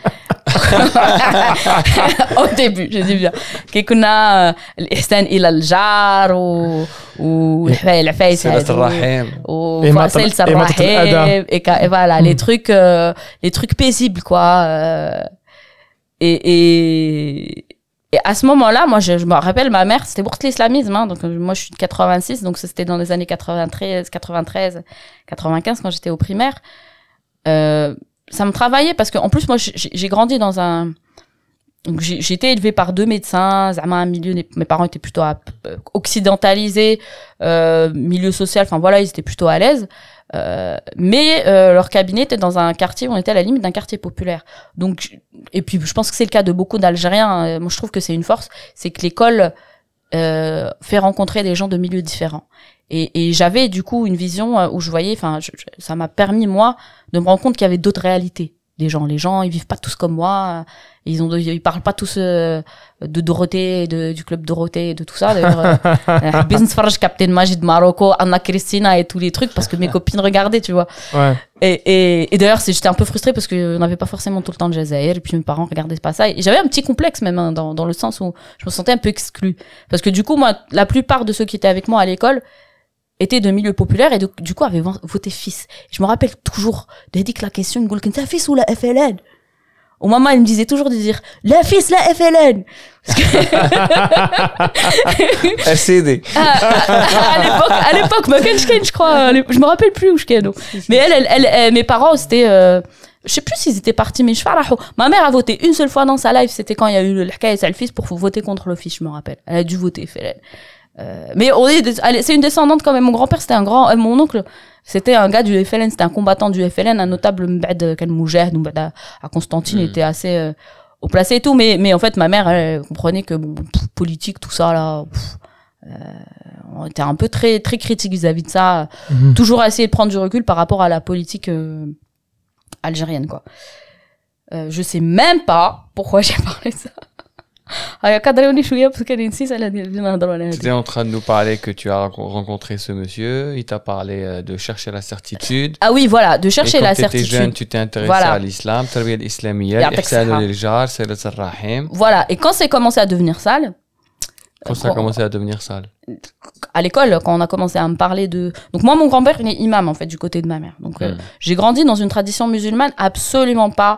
Au début, je dis bien. كنا الإحسان إلى الجار و والعفايس صلة الرحم وصلة الرحم et voilà les trucs euh, les trucs paisibles quoi euh, et et et à ce moment-là moi je, je me rappelle ma mère c'était pour l'islamisme hein, donc moi je suis de quatre-vingt-six donc c'était dans les années quatre-vingt-treize quatre-vingt-treize quatre-vingt-quinze quand j'étais au primaire euh, ça me travaillait parce que en plus moi j'ai, j'ai grandi dans un Donc j'ai, j'ai été élevée par deux médecins, zama un milieu, mes parents étaient plutôt à, euh, occidentalisés, euh, milieu social, enfin voilà, ils étaient plutôt à l'aise. Euh, mais euh, leur cabinet était dans un quartier où on était à la limite d'un quartier populaire. Donc, et puis je pense que c'est le cas de beaucoup d'Algériens. Moi, je trouve que c'est une force, c'est que l'école euh, fait rencontrer des gens de milieux différents. Et, et j'avais du coup une vision où je voyais, enfin, ça m'a permis moi de me rendre compte qu'il y avait d'autres réalités. Des gens, les gens, ils vivent pas tous comme moi. Ils ont, ils parlent pas tous euh, de Dorothée, de, du club Dorothée, de tout ça. D'ailleurs, euh, Business Farage, Captain Majid Marocco, Anna Cristina et tous les trucs parce que mes copines regardaient, tu vois. Ouais. Et, et, et d'ailleurs, c'est, j'étais un peu frustrée parce que on n'avait pas forcément tout le temps de Jazaïr et puis mes parents regardaient pas ça. Et j'avais un petit complexe même hein, dans, dans le sens où je me sentais un peu exclue parce que du coup, moi, la plupart de ceux qui étaient avec moi à l'école étaient de milieu populaire et de, du coup avaient voté fils. Je me rappelle toujours de dire que la question, il me disait, t'as fils ou la F L N? Au maman, elle me disait toujours de dire, la fils, la F L N. L C D. à, à, à l'époque, à l'époque, ma je je crois, je me rappelle plus où je kenne. Mais elle, elle, elle, elle, mes parents, c'était, euh, je sais plus s'ils étaient partis, mais je fais ma mère a voté une seule fois dans sa life, c'était quand il y a eu le Hkaya et le fils pour voter contre le fils, je me rappelle. Elle a dû voter F L N. Euh, mais on est, c'est une descendante quand même. Mon grand-père, c'était un grand, euh, mon oncle, c'était un gars du F L N, c'était un combattant du F L N, un notable m'bad kan moujahid, m'bad à Constantine, il était assez euh, au placé et tout. Mais, mais en fait, ma mère, elle, elle comprenait que bon, pff, politique, tout ça là, pff, euh, on était un peu très, très critique vis-à-vis de ça. Mm-hmm. Toujours essayer de prendre du recul par rapport à la politique euh, algérienne, quoi. Euh, je sais même pas pourquoi j'ai parlé de ça. Tu étais en train de nous parler que tu as rencontré ce monsieur, il t'a parlé de chercher la certitude. Ah oui, voilà, de chercher la certitude. Quand tu étais jeune, tu t'es intéressé voilà. à l'islam, tarbiya l'islamiyya, l'ihsan lil-jar, silat ar-rahim. Voilà, et quand c'est commencé à devenir sale. Quand ça a commencé à devenir sale? À l'école, quand on a commencé à me parler de... Donc moi, mon grand-père, il est imam, en fait, du côté de ma mère. Donc hmm. euh, j'ai grandi dans une tradition musulmane absolument pas...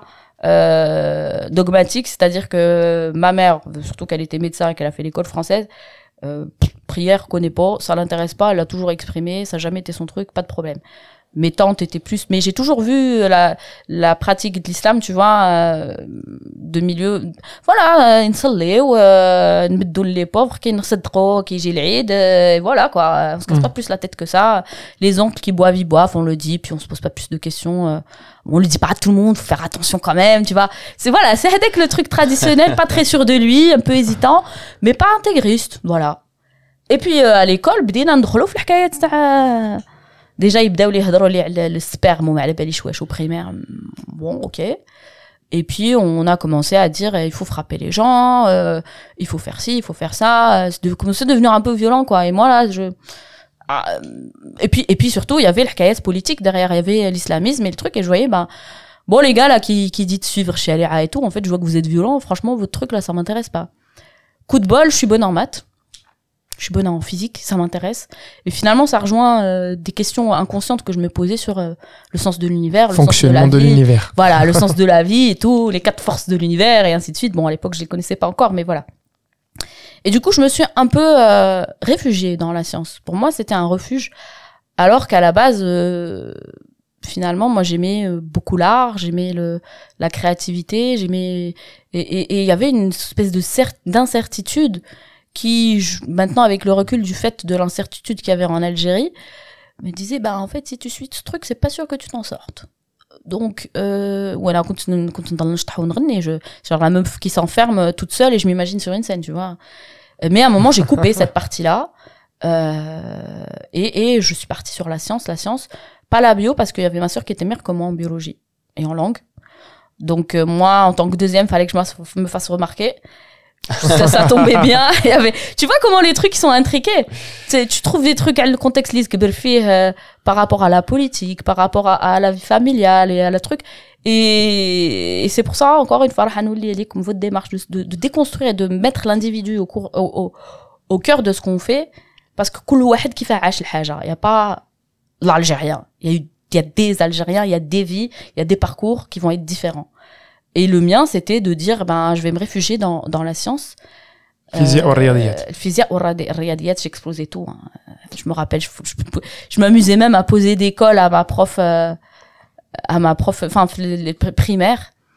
Euh, dogmatique, c'est-à-dire que ma mère, surtout qu'elle était médecin et qu'elle a fait l'école française, euh, prière, connaît pas, ça l'intéresse pas, elle l'a toujours exprimé, ça n'a jamais été son truc, pas de problème. Mes tantes étaient plus, mais j'ai toujours vu la, la pratique de l'islam, tu vois, euh, de milieu, voilà, nsalli ou nbedou les pauvres qui nsadqo, qui j'ai l'Eid, voilà quoi, on se casse mm. pas plus la tête que ça. Les oncles qui boivent, ils boivent, on le dit, puis on se pose pas plus de questions. Euh, on le dit pas à tout le monde, faut faire attention quand même, tu vois. C'est voilà, c'est avec le truc traditionnel, pas très sûr de lui, un peu hésitant, mais pas intégriste, voilà. Et puis euh, à l'école, بدينا ندخلوا في الحكايات تاع déjà يبداو لي يهضروا لي على السبرم وما على باليش واش au primaire. Bon, OK. Et puis on a commencé à dire il faut frapper les gens, euh, il faut faire ci, il faut faire ça, c'est de commencer à devenir un peu violent quoi. Et moi là, je Ah, et puis et puis surtout il y avait le hkayat politique derrière, il y avait l'islamisme et le truc, et je voyais ben bon les gars là qui qui dit de suivre chez Aléa et tout, en fait je vois que vous êtes violents, franchement votre truc là ça m'intéresse pas. Coup de bol, je suis bonne en maths, je suis bonne en physique, ça m'intéresse, et finalement ça rejoint euh, des questions inconscientes que je me posais sur euh, le sens de l'univers, le fonctionnement sens de, la de vie, l'univers, voilà, le sens de la vie et tout, les quatre forces de l'univers et ainsi de suite. Bon, à l'époque je les connaissais pas encore, mais voilà. Et du coup, je me suis un peu euh, réfugiée dans la science. Pour moi, c'était un refuge, alors qu'à la base, euh, finalement, moi, j'aimais euh, beaucoup l'art, j'aimais le, la créativité, j'aimais... Et il y avait une espèce de cer- d'incertitude qui, je, maintenant, avec le recul du fait de l'incertitude qu'il y avait en Algérie, me disait, bah, en fait, si tu suis ce truc, c'est pas sûr que tu t'en sortes. Donc, euh, voilà, quand je, genre la meuf qui s'enferme toute seule et je m'imagine sur une scène, tu vois. Mais à un moment, j'ai coupé cette partie-là, euh, et, et je suis partie sur la science, la science, pas la bio, parce qu'il y avait ma sœur qui était meilleure que moi en biologie et en langue. Donc, euh, moi, en tant que deuxième, fallait que je me fasse remarquer. ça, ça tombait bien. Il y avait, tu vois comment les trucs sont intriqués. C'est, tu trouves des trucs à le contexte euh, par rapport à la politique, par rapport à, à la vie familiale et à la truc. Et, et c'est pour ça, encore une fois, comme votre démarche de, de, de déconstruire et de mettre l'individu au, cours, au, au, au cœur de ce qu'on fait, parce que كل واحد كيف عاش الحاجة. Il y a pas l'Algérien. Il y a eu, il y a des Algériens, il y a des vies, il y a des parcours qui vont être différents. Et le mien, c'était de dire, ben, je vais me réfugier dans, dans la science. Physique ou riyadiyat. Physique ou riyadiyat, j'explosais tout. Hein. Je me rappelle, je, je, je m'amusais même à poser des cols à ma prof, euh, à ma prof, enfin, les primaires.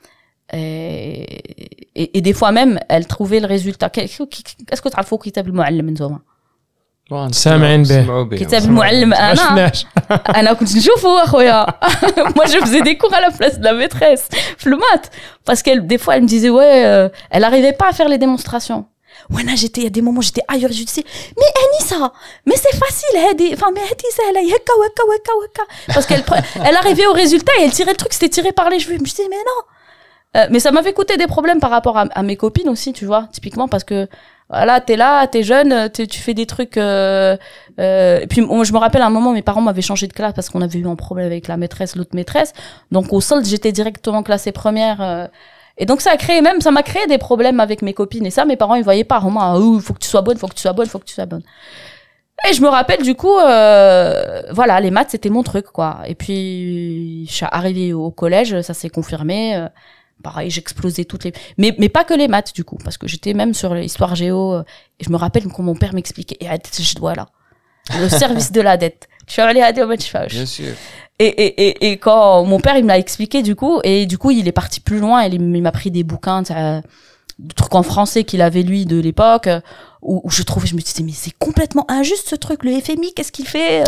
Et, et, et des fois même, elle trouvait le résultat. Qu'est-ce que tu as fait au kitab al-mu'allim nzouma? سامعين به كتاب المعلم انا انا كنت نشوفه اخويا. Moi je faisais des cours à la place de la maîtresse في المات parce qu'elle des fois elle me disait ouais euh, elle arrivait pas à faire les démonstrations. Ouais là j'étais il y a des moments j'étais ailleurs je disais mais Anissa mais c'est facile هادي enfin mais هادي سهله هكا وهكا وهكا وهكا parce qu'elle elle arrivait au résultat et elle tirait le truc c'était tiré par les cheveux. Je me disais mais non euh, mais ça m'avait coûté des problèmes par rapport à, à mes copines aussi tu vois typiquement parce que voilà, t'es là, t'es jeune, t'es, tu fais des trucs. Euh, euh, et puis moi, je me rappelle à un moment, mes parents m'avaient changé de classe parce qu'on avait eu un problème avec la maîtresse, l'autre maîtresse. Donc au solde, j'étais directement classée première. Euh, et donc ça a créé même, ça m'a créé des problèmes avec mes copines. Et ça, mes parents, ils voyaient pas. Vraiment, oh, faut que tu sois bonne, faut que tu sois bonne, faut que tu sois bonne. Et je me rappelle du coup, euh, voilà, les maths, c'était mon truc, quoi. Et puis je suis arrivée au collège, ça s'est confirmé. Euh, Pareil, j'explosais toutes les... Mais, mais pas que les maths, du coup, parce que j'étais même sur l'histoire géo, euh, et je me rappelle quand mon père m'expliquait, et je dois là, le service de la dette. Je suis allée à dire, bien sûr. Et, et, et, et quand mon père, il me l'a expliqué, du coup, et du coup, il est parti plus loin, il, il m'a pris des bouquins, euh, des trucs en français qu'il avait, lui, de l'époque, où, où je trouvais, je me disais, mais c'est complètement injuste, ce truc, le F M I, qu'est-ce qu'il fait?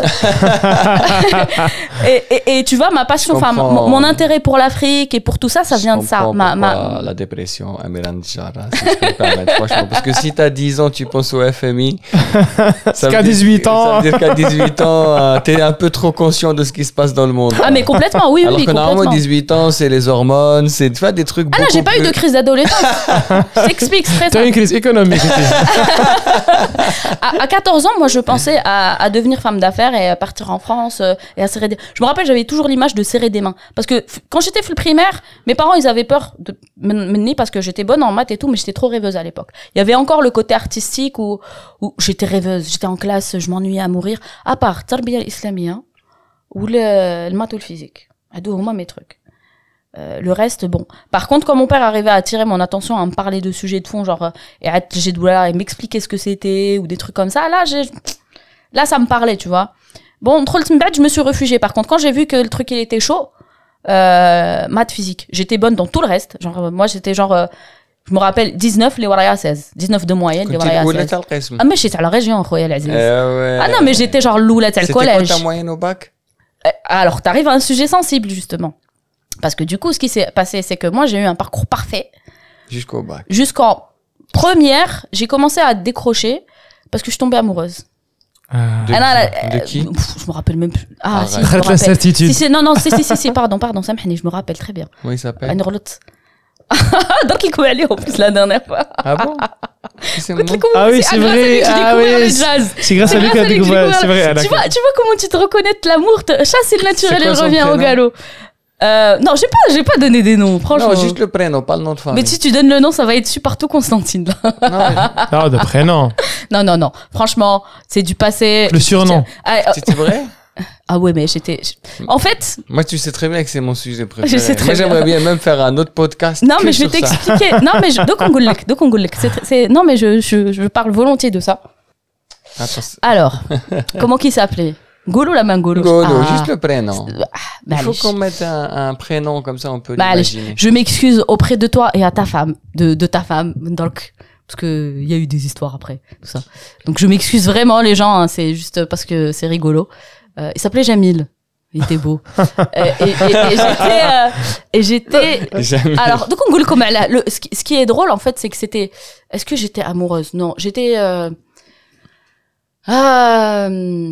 et, et, et tu vois, ma passion, enfin, mon, mon intérêt pour l'Afrique et pour tout ça, ça vient de ça. Ma, ma... La dépression, Amiran Djara, si je peux me permettre, franchement. Parce que si t'as dix ans, tu penses au F M I. Ça qu'à dix-huit ans. Ça veut dire qu'à dix-huit ans, euh, t'es un peu trop conscient de ce qui se passe dans le monde. Ah, mais complètement, oui, Alors oui, que complètement. normalement, dix-huit ans, c'est les hormones, c'est, tu vois, des trucs Ah non, j'ai pas plus... eu de crise d'adolescence. Je t'explique, c'est très T'as eu une crise économique. à, à quatorze ans, moi, je pensais à, à devenir femme d'affaires et à partir en France euh, et à serrer des... Je me rappelle, j'avais toujours l'image de serrer des mains. Parce que f- quand j'étais le primaire, mes parents, ils avaient peur de me mener parce que j'étais bonne en maths et tout, mais j'étais trop rêveuse à l'époque. Il y avait encore le côté artistique où, où j'étais rêveuse. J'étais en classe, je m'ennuyais à mourir. À part Tarbiya al-Islamiyya ou le, le maths ou le physique. À deux, au moins mes trucs. Euh, le reste, bon. Par contre, quand mon père arrivait à attirer mon attention, à me parler de sujets de fond, genre, et à j'ai voilà, et m'expliquer ce que c'était, ou des trucs comme ça, là, j'ai, là, ça me parlait, tu vois. Bon, trop le je me suis réfugiée. Par contre, quand j'ai vu que le truc, il était chaud, euh, maths, physique, j'étais bonne dans tout le reste. Genre, moi, j'étais genre, euh, je me rappelle, dix-neuf, les waraya seize. dix-neuf de moyenne, les waraya seize. Ah, mais j'étais à la région, Khoya Aziz. Euh, ouais. Ah non, mais j'étais genre l'oula, t'as le collège. C'était quoi ta moyenne au bac? Euh, alors, t'arrives à un sujet sensible, justement. Parce que du coup, ce qui s'est passé, c'est que moi, j'ai eu un parcours parfait. Jusqu'au bac. Jusqu'en première, j'ai commencé à décrocher parce que je suis tombée amoureuse. Euh, de, ah, non, là, de qui euh, pff, Je me rappelle même plus. Ah, Arrête. si, je me Arrête la certitude. Si, si, non, non, si, si, si, si, pardon, pardon, Samhani, je me rappelle très bien. Comment il s'appelle? Anne Roulot. Donc, il couvait aller en plus la dernière fois. Ah bon? C'est mon... Ah oui, c'est vrai. Ah oui, c'est grâce à lui que j'ai découvert. C'est vrai. Tu vois, tu vois comment tu te reconnais de l'amour. Chasse le naturel, il revient au galop. Euh, non, j'ai pas, j'ai pas donné des noms, franchement. Non, juste le prénom, pas le nom de famille. Mais si tu donnes le nom, ça va être dessus partout, Constantine. Non, de prénom. Non, non, non. Franchement, c'est du passé. Le surnom. Ah, euh... C'était vrai? Ah ouais, mais j'étais. En fait. Moi, tu sais très bien que c'est mon sujet préféré. Je sais très Moi, bien. j'aimerais bien même faire un autre podcast. Non, mais je vais t'expliquer. Non, mais je... donc on goulek, donc on goulek. C'est, c'est... Non, mais je, je, je parle volontiers de ça. Attends, alors, comment qu'il s'appelait? Golo la main Golo. Golo, ah. Juste le prénom. Ah, bah, il faut qu'on mette un, un prénom comme ça, on peut bah, l'imaginer. Je m'excuse auprès de toi et à ta femme, de, de ta femme, donc, parce que il y a eu des histoires après, tout ça. Donc je m'excuse vraiment les gens, hein, c'est juste parce que c'est rigolo. Euh, il s'appelait Jamil. Il était beau. euh, et, et, et j'étais, euh, et j'étais. Jamil. Alors donc on goule comme là. Le, ce, qui, ce qui est drôle en fait, c'est que c'était. Est-ce que j'étais amoureuse? Non, j'étais. Euh, Euh,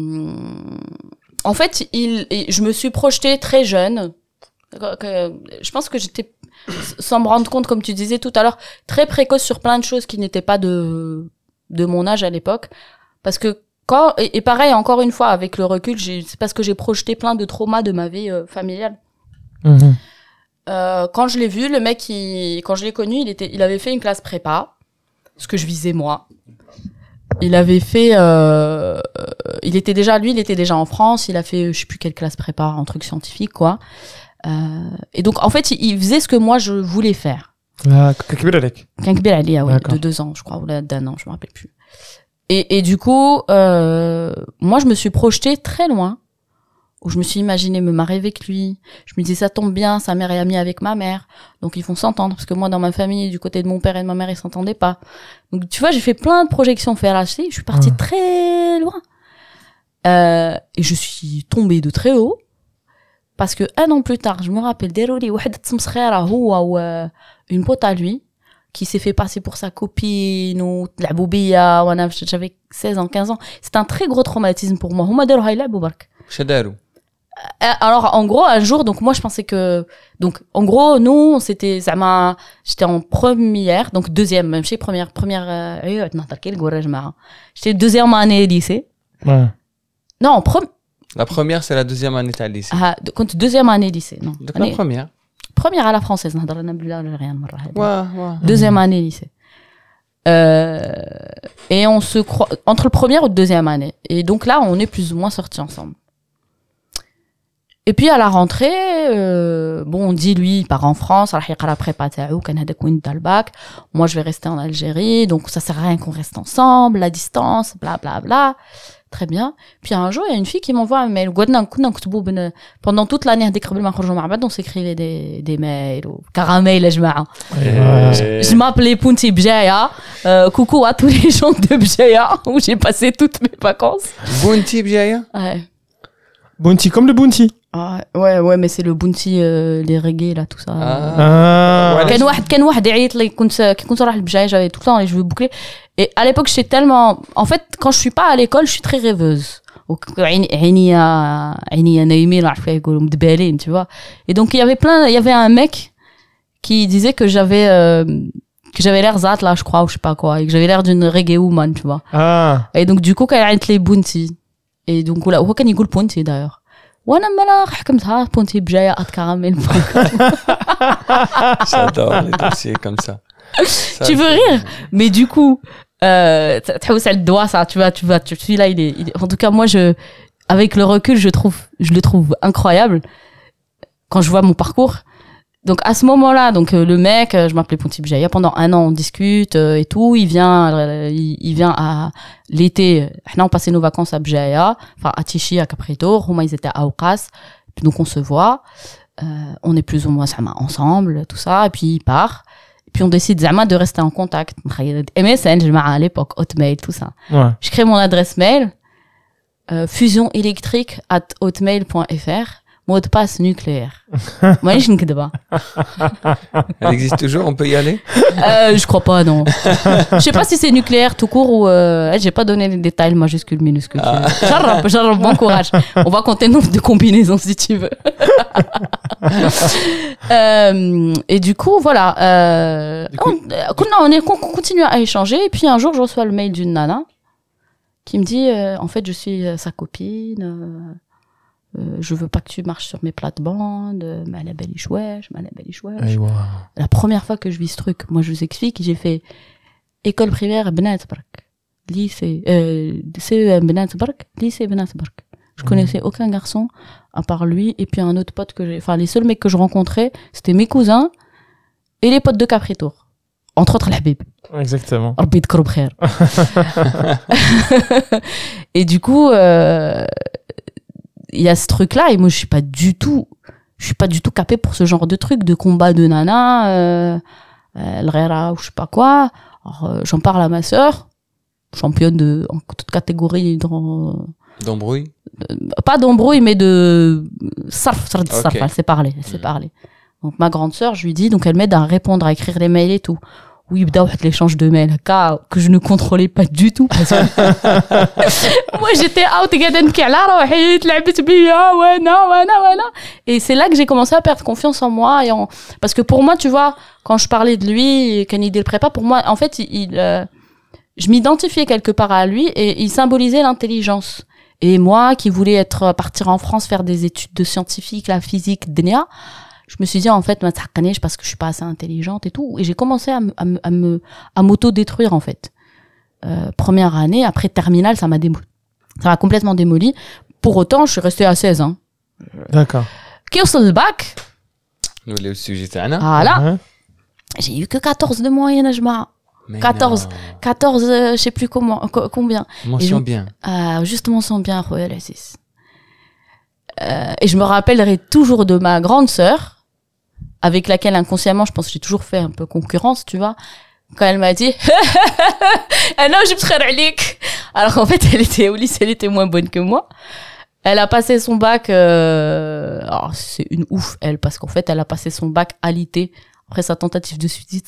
en fait, il, je me suis projetée très jeune. Je pense que j'étais, sans me rendre compte, comme tu disais tout à l'heure, très précoce sur plein de choses qui n'étaient pas de, de mon âge à l'époque. Parce que quand, et, et pareil, encore une fois, avec le recul, j'ai, c'est parce que j'ai projeté plein de traumas de ma vie euh, familiale. Mmh. Euh, quand je l'ai vu, le mec, il, quand je l'ai connu, il était, il avait fait une classe prépa, ce que je visais moi. Il avait fait, euh, il était déjà, lui, il était déjà en France. Il a fait, je sais plus quelle classe prépa, un truc scientifique, quoi. Euh, et donc, en fait, il, il faisait ce que moi je voulais faire. Ah, Kakbir Alek. Kakbir Ali, ah ouais, de deux ans, je crois, ou d'un an, je me rappelle plus. Et, et du coup, euh, moi, je me suis projetée très loin, où je me suis imaginé me marier avec lui. Je me disais, ça tombe bien, sa mère est amie avec ma mère, donc ils vont s'entendre, parce que moi, dans ma famille, du côté de mon père et de ma mère, ils s'entendaient pas. Donc, tu vois, j'ai fait plein de projections F R H C, je suis partie Mmh. très loin. Euh, et je suis tombée de très haut, parce que un an plus tard, je me rappelle, Deroli, ou une pote à lui, qui s'est fait passer pour sa copine, ou la boubia, j'avais seize ans, quinze ans. C'était un très gros traumatisme pour moi. Huma daru hayla boubark. Shadarou. Alors, en gros, un jour, donc moi, je pensais que, donc, en gros, nous, c'était, ça m'a, j'étais en première, donc deuxième, même chez première, première, euh, non, t'as quel gourage, ma. J'étais deuxième année lycée. Ouais. Non, en première, La première, c'est la deuxième année de lycée. ah, compte deuxième année lycée, non. Donc la Année- première. première à la française, نهضر أنا بلا algérien مرة هذه. Ouais, ouais. Deuxième année lycée. Euh, et on se croit, entre le première ou le deuxième année. Et donc là, on est plus ou moins sortis ensemble. Et puis à la rentrée, euh, bon, on dit lui, il part en France, راح يقرا prépa تاعو كان هذاك وين دا الباك. Moi, je vais rester en Algérie, donc ça sert à rien qu'on reste ensemble, la distance, bla bla bla. Très bien. Puis un jour, il y a une fille qui m'envoie un mail. قعدنا كنا نكتبوا بن- pendant toute l'année هذيك قبل ما نخرجوا مع بعض, on s'écrivait des des mails ou caramel يا جماعة. Je m'appelais Punti Bjaya. Euh, coucou à tous les gens de Bjaya où j'ai passé toutes mes vacances. Bounty Bjaya. Ouais. Bounty comme le Bounty. Ah, ouais, ouais, mais c'est le bounty, euh, les reggae, là, tout ça. Ah. Ouais, كان واحد كان واحد يعيط لي كنت كي كنت رايح لبجاية, j'avais tout le temps les cheveux bouclés. Et à l'époque, j'étais tellement, en fait, quand je suis pas à l'école, je suis très rêveuse. وعيني عينيا عينيا نايمين, عارف كيف يقولوا مدبالين, tu vois. Et donc il y avait plein, il y avait un mec qui disait que j'avais euh, que j'avais l'air zat là, je crois, ou je sais pas quoi, et que j'avais l'air d'une reggae woman, tu vois. Ah. Et donc du coup كان يعيط لي بونتي. Et donc là, هو كان يقول بونتي d'ailleurs. وانا مالا حكمتها بونتي بجايه ات كاراميل. J'adore les dossiers comme ça. Ça, Tu veux c'est- rire? Mais du coup, euh, تحوس على الدواء, ça, tu vois, tu vois, tu, celui-là, il est, il est- en tout cas, moi, je, avec le recul, je trouve, je le trouve incroyable quand je vois mon parcours. Donc, à ce moment-là, donc, euh, le mec, euh, je m'appelais Ponti Bjaya, pendant un an, on discute, euh, et tout, il vient, euh, il, il vient à l'été, on passait nos vacances à Bjaya, enfin, à Tichy, à Caprito, Romain, ils étaient à Oukas, donc on se voit, euh, on est plus ou moins sama, ensemble, tout ça, et puis il part. Et puis on décide zama de rester en contact. M S N, je à l'époque, Hotmail, tout ça. Ouais. Je crée mon adresse mail, euh, fusion électrique at hotmail.fr, mot de passe nucléaire. Moi, je ne sais pas. Elle existe toujours, on peut y aller. Euh, je crois pas, non. Je sais pas si c'est nucléaire tout court ou, euh, j'ai pas donné les détails majuscules, minuscules. J'arrête, j'arrête, bon courage. On va compter le nombre de combinaisons si tu veux. euh, et du coup, voilà, euh, Du coup- on, on, on, est, on continue à échanger. Et puis un jour, je reçois le mail d'une nana qui me dit, euh, en fait, je suis euh, sa copine, euh, euh, je veux pas que tu marches sur mes plates-bandes, euh, mais la belle chouèche, mais la belle chouèche. أيوة. La première fois que je vis ce truc, moi je vous explique, j'ai fait école primaire Benat Bark, lycée, euh, C E M Benat Bark, lycée Benat Bark. Je connaissais aucun garçon à part lui et puis un autre pote que j'ai, enfin les seuls mecs que je rencontrais, c'était mes cousins et les potes de Capritour. Entre autres l'Habib. Exactement. ربي يذكره بخير. Et du coup, euh, il y a ce truc-là et moi je suis pas du tout, je suis pas du tout capée pour ce genre de truc, de combat de nana, euh, euh, l'rera ou je sais pas quoi. Alors, euh, j'en parle à ma sœur, championne de en toute catégorie dans, D'embrouille. pas d'embrouille mais de sarf, sarf, sarf, Ok. elle sait parler, elle sait Mm. parler. Donc ma grande sœur, je lui dis, donc elle m'aide à répondre, à écrire les mails et tout. Oui, يبدا واحد l'échange de mails هكا que je ne contrôlais pas du tout parce que moi j'étais out قاعده نبكي على روحي تلعبت بيا وانا وانا وانا et c'est là que j'ai commencé à perdre confiance en moi et en parce que pour moi tu vois quand je parlais de lui quand il dès le prépa pour moi en fait il euh, je m'identifiais quelque part à lui et il symbolisait l'intelligence et moi qui voulais être partir en France faire des études de scientifique la physique dnia. Je me suis dit, en fait, ma t'aqqanèche parce que je suis pas assez intelligente et tout. Et j'ai commencé à me, à me, à me, à m'auto-détruire, en fait. Euh, première année, après terminale, ça m'a démoli. Ça m'a complètement démoli. Pour autant, je suis restée à seize, hein. D'accord. Qui au sol le bac? Nous, le sujet, c'est Anna. Voilà. Ouais. J'ai eu que quatorze de moyenne, je m'en, Mais quatorze. non. quatorze, euh, je sais plus comment, co- combien. Mention Et je- bien. Euh, juste mention bien, Royal Assis. Euh, et je me rappellerai toujours de ma grande sœur, avec laquelle inconsciemment, je pense que j'ai toujours fait un peu concurrence, tu vois, quand elle m'a dit « Ah non, je me serais alik !» Alors qu'en fait, elle était au lycée, elle était moins bonne que moi. Elle a passé son bac... Euh... Alors, c'est une ouf, elle, parce qu'en fait, elle a passé son bac à l'I T. Après sa tentative de suicide,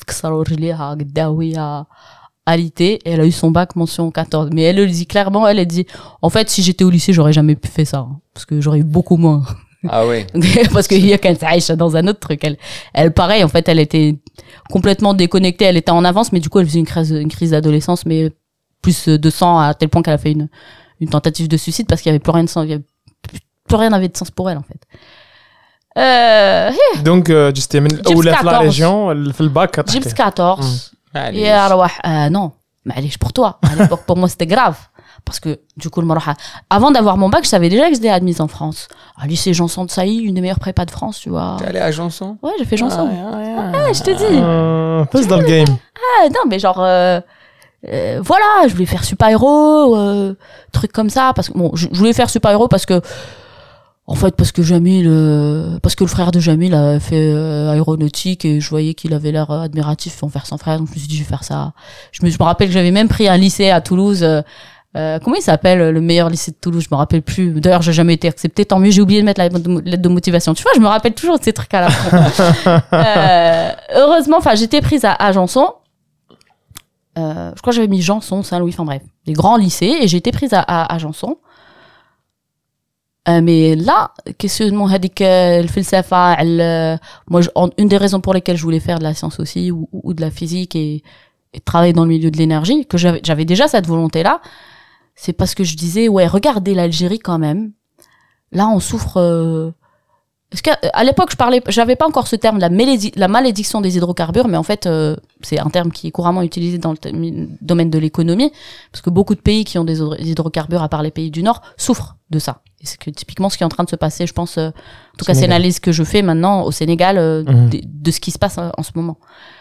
à l'I T, et elle a eu son bac mention quatorze. Mais elle le dit clairement, elle a dit « En fait, si j'étais au lycée, j'aurais jamais pu faire ça. Hein, parce que j'aurais eu beaucoup moins. » Ah oui. Parce qu'il y a qu'elle s'aïcha dans un autre truc. Elle, elle, pareil, en fait, elle était complètement déconnectée. Elle était en avance, mais du coup, elle faisait une crise, une crise d'adolescence, mais plus de sang à tel point qu'elle a fait une, une tentative de suicide parce qu'il y avait plus rien de sens, il y avait plus rien n'avait de sens pour elle, en fait. Euh, Donc, جبتي من الأولى في la région, في الباك جبت quatorze. يا رواح آه non, معليش pour toi. À l'époque, pour moi, c'était grave. Parce que, du coup, le Maroha, avant d'avoir mon bac, je savais déjà que j'étais admise en France. À lycée Janson de Sailly, une des meilleures prépas de France, tu vois. T'es allée à Janson? Ouais, j'ai fait Janson. Ah, ah, ah, ouais, je te dis. Euh, Passe dans le game. Ah, non, mais genre, euh, euh, voilà, je voulais faire super héros, euh, truc comme ça. Parce que, bon, je, je voulais faire super héros parce que, en fait, parce que Jamil, euh, parce que le frère de Jamil a fait euh, aéronautique et je voyais qu'il avait l'air admiratif envers son frère. Donc, je me suis dit, je vais faire ça. Je me, je me rappelle que j'avais même pris un lycée à Toulouse, euh, Euh, comment il s'appelle, le meilleur lycée de Toulouse? Je me rappelle plus. D'ailleurs, j'ai jamais été acceptée. Tant mieux, j'ai oublié de mettre la lettre de motivation. Tu vois, je me rappelle toujours de ces trucs à la fin. euh, heureusement, enfin, j'étais prise à, à Janson. Euh, je crois que j'avais mis Janson, Saint-Louis, enfin bref, des grands lycées, et j'ai été prise à, à, à Janson. Euh, mais là, question هذيك الفلسفة, moi, je, en, une des raisons pour lesquelles je voulais faire de la science aussi ou, ou de la physique et, et travailler dans le milieu de l'énergie, que j'avais, j'avais déjà cette volonté-là. C'est parce que je disais, ouais, regardez l'Algérie quand même. Là, on souffre... Euh... Parce qu'à à l'époque, je parlais, j'avais pas encore ce terme, la, malédi- la malédiction des hydrocarbures, mais en fait, euh, c'est un terme qui est couramment utilisé dans le t- domaine de l'économie, parce que beaucoup de pays qui ont des hydrocarbures, à part les pays du Nord, souffrent de ça. Et c'est que typiquement ce qui est en train de se passer, je pense, euh, en tout cas, c'est l'analyse que je fais maintenant au Sénégal euh, mmh. de, de ce qui se passe euh, en ce moment.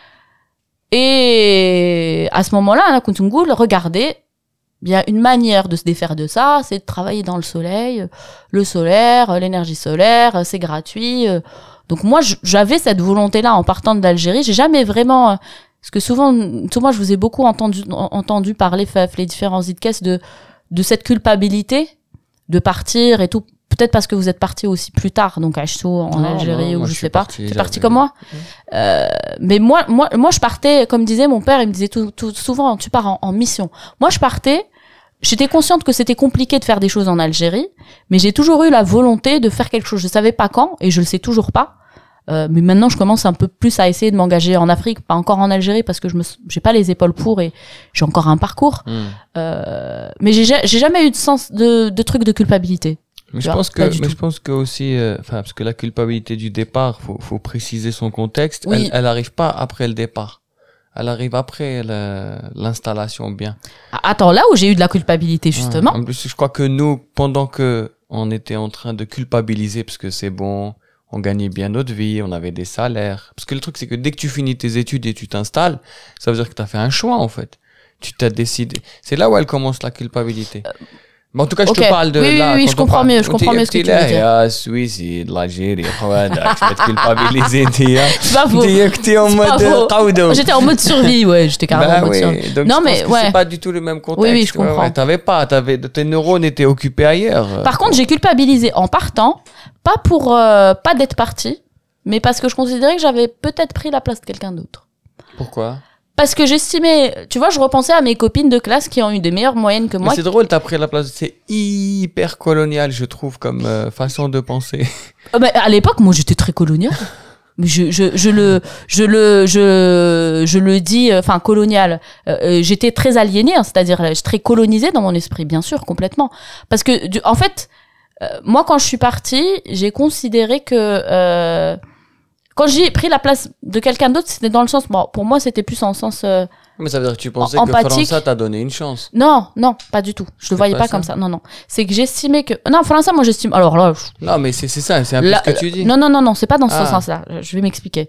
Et à ce moment-là, à Kuntungoul, regardez, il y a une manière de se défaire de ça, c'est de travailler dans le soleil, le solaire, l'énergie solaire, c'est gratuit. Donc moi, j'avais cette volonté-là en partant d'Algérie. J'ai jamais vraiment, parce que souvent, souvent je vous ai beaucoup entendu, entendu parler, les différents idcases de de cette culpabilité de partir et tout. Peut-être parce que vous êtes parti aussi plus tard, donc à Chou, en non, Algérie, non, ou je sais pas. Parti, c'est parti comme moi. Mmh. Euh, mais moi, moi, moi, je partais, comme disait mon père, il me disait tout, tout souvent, tu pars en, en mission. Moi, je partais. J'étais consciente que c'était compliqué de faire des choses en Algérie, mais j'ai toujours eu la volonté de faire quelque chose. Je savais pas quand, et je le sais toujours pas. Euh, mais maintenant, je commence un peu plus à essayer de m'engager en Afrique, pas encore en Algérie, parce que je me, j'ai pas les épaules pour et j'ai encore un parcours. Mmh. Euh, mais j'ai, j'ai jamais eu de sens de, de truc de culpabilité. Mais je, pense que, mais je pense que aussi, enfin, euh, parce que la culpabilité du départ, faut, faut préciser son contexte. Oui. Elle, elle arrive pas après le départ. Elle arrive après la, l'installation bien. Attends, là où j'ai eu de la culpabilité, justement. Ouais. En plus, je crois que nous, pendant que on était en train de culpabiliser, parce que c'est bon, on gagnait bien notre vie, on avait des salaires. Parce que le truc, c'est que dès que tu finis tes études et tu t'installes, ça veut dire que tu as fait un choix, en fait. Tu t'as décidé. C'est là où elle commence la culpabilité. Euh... Mais en tout cas, je okay. te parle de oui, là. Oui, oui, je comprends mieux, je comprends mieux ce que tu veux dire. Ah, Suisse, l'Algérie, tu vas te culpabiliser, c'est pas faux. T'es en mode qawdo. J'étais en mode survie, ouais, j'étais carrément bah en mode oui. survie. Donc, non, je mais pense que ouais. c'est pas du tout le même contexte. Oui, oui, je comprends. Ouais, ouais, t'avais pas, t'avais, tes neurones étaient occupés ailleurs. Par contre, j'ai culpabilisé en partant, pas pour, euh, pas d'être partie, mais parce que je considérais que j'avais peut-être pris la place de quelqu'un d'autre. Pourquoi? Parce que j'estimais, tu vois, je repensais à mes copines de classe qui ont eu des meilleures moyennes que moi. Mais c'est drôle, t'as pris la place, c'est hyper colonial, je trouve, comme euh, façon de penser. Euh, bah, à l'époque, moi, j'étais très colonial. Mais je, je, je le, je le, je, je le dis, enfin, colonial. Euh, j'étais très aliénée, hein, c'est-à-dire, j'étais très colonisée dans mon esprit, bien sûr, complètement. Parce que, du, en fait, euh, moi, quand je suis partie, j'ai considéré que, euh, quand j'ai pris la place de quelqu'un d'autre, c'était dans le sens, bon, pour moi, c'était plus en sens euh, mais ça veut dire que tu pensais empathique. Que François t'a donné une chance. Non, non, pas du tout. Je le voyais pas, pas comme ça. Non, non. C'est que j'estimais que... Non, François, moi, j'estime... Alors là... Je... Non, mais c'est, c'est ça, c'est un peu la... ce que tu dis. Non, non, non, non, c'est pas dans ce ah. sens-là. Je vais m'expliquer.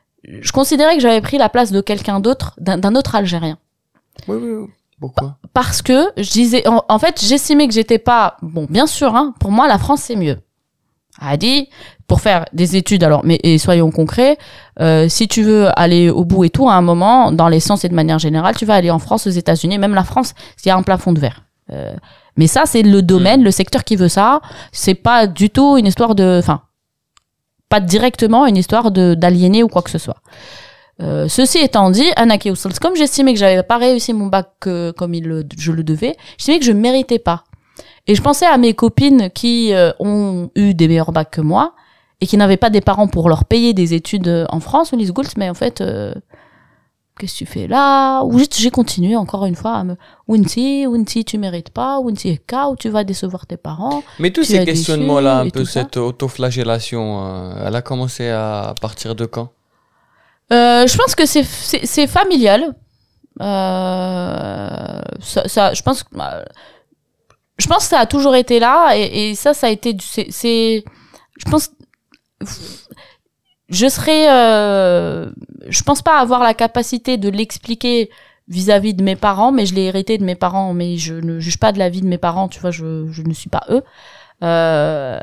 Je considérais que j'avais pris la place de quelqu'un d'autre, d'un, d'un autre Algérien. Oui, oui, oui. Pourquoi? Parce que, je disais... En, en fait, j'estimais que j'étais pas... Bon, bien sûr, hein, pour moi, la France, c'est mieux. a dit, pour faire des études, alors, mais et soyons concrets, euh, si tu veux aller au bout et tout, à un moment, dans les sciences et de manière générale, tu vas aller en France, aux États-Unis, même la France, il y a un plafond de verre. Euh, mais ça, c'est le domaine, le secteur qui veut ça. C'est pas du tout une histoire de, enfin, pas directement une histoire de d'aliéner ou quoi que ce soit. Euh, ceci étant dit, Anaki Oussels, comme j'estimais que j'avais pas réussi mon bac euh, comme il le, je le devais, j'estimais que je méritais pas. Et je pensais à mes copines qui euh, ont eu des meilleurs bacs que moi et qui n'avaient pas des parents pour leur payer des études en France. On dit Goult, mais en fait, euh, qu'est-ce que tu fais là? Ou juste, j'ai continué encore une fois à me Winti, Winti, tu mérites pas, Winti est cas, ou tu vas décevoir tes parents. Mais tous tu ces es questionnements-là, un déçu peu et tout ça. cette autoflagellation, euh, elle a commencé à partir de quand? Euh, je pense que c'est c'est, c'est familial. Euh, ça, ça, je pense que euh, je pense que ça a toujours été là et, et ça, ça a été du- c'est, c'est je pense je serais euh, je pense pas avoir la capacité de l'expliquer vis-à-vis de mes parents, mais je l'ai hérité de mes parents, mais je ne juge pas de la vie de mes parents, tu vois, je je ne suis pas eux. Euh,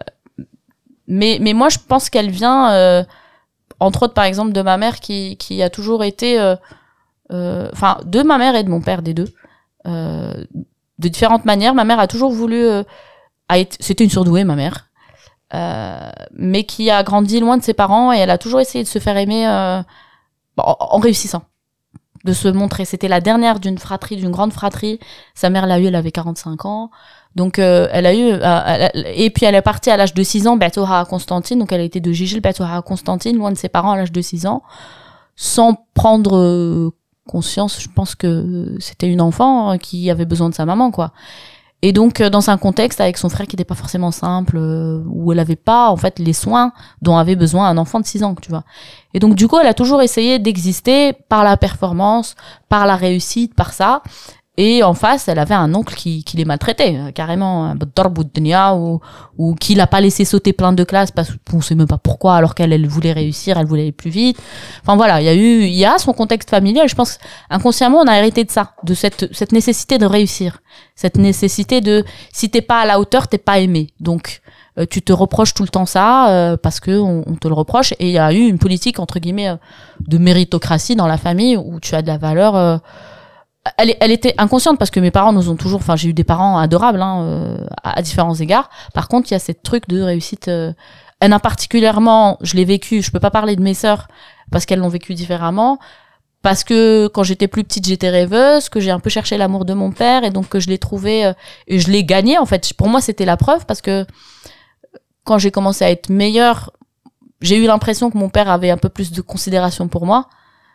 mais mais moi je pense qu'elle vient euh, entre autres par exemple de ma mère qui qui a toujours été euh, euh, enfin de ma mère et de mon père, des deux, euh, de différentes manières. Ma mère a toujours voulu euh, a été, c'était une surdouée, ma mère, euh, mais qui a grandi loin de ses parents et elle a toujours essayé de se faire aimer euh, en, en réussissant, de se montrer. C'était la dernière d'une fratrie, d'une grande fratrie. Sa mère l'a eu, elle avait quarante-cinq ans. Donc, euh, elle a eu... Euh, elle- et puis, elle est partie à l'âge de six ans, Batoha à Constantine. Donc, elle a été de Gigil, Batoha à Constantine, loin de ses parents à l'âge de six ans, sans prendre euh, conscience. Je pense que c'était une enfant euh, qui avait besoin de sa maman, quoi. Et donc, euh, dans un contexte avec son frère qui n'était pas forcément simple, euh, où elle avait pas, en fait, les soins dont avait besoin un enfant de six ans, tu vois. Et donc, du coup, elle a toujours essayé d'exister par la performance, par la réussite, par ça. Et en face, elle avait un oncle qui, qui les maltraitait, euh, carrément, un darb ou dunya, ou, ou qui l'a pas laissé sauter plein de classes parce qu'on sait même pas pourquoi, alors qu'elle, elle voulait réussir, elle voulait aller plus vite. Enfin voilà, il y a eu, il y a son contexte familial. Je pense, inconsciemment, on a hérité de ça, de cette, cette nécessité de réussir. Cette nécessité de, si t'es pas à la hauteur, t'es pas aimé. Donc, euh, tu te reproches tout le temps ça, euh, parce que on, on te le reproche. Et il y a eu une politique, entre guillemets, euh, de méritocratie dans la famille où tu as de la valeur, euh, elle, est- elle était inconsciente parce que mes parents nous ont toujours, enfin j'ai eu des parents adorables hein, euh, à, à différents égards. Par contre, il y a cette truc de réussite. Euh, Anna particulièrement, je l'ai vécu. Je peux pas parler de mes sœurs parce qu'elles l'ont vécu différemment. Parce que quand j'étais plus petite, j'étais rêveuse, que j'ai un peu cherché l'amour de mon père et donc que je l'ai trouvé euh, et je l'ai gagné. En fait, pour moi, c'était la preuve parce que quand j'ai commencé à être meilleure, j'ai eu l'impression que mon père avait un peu plus de considération pour moi.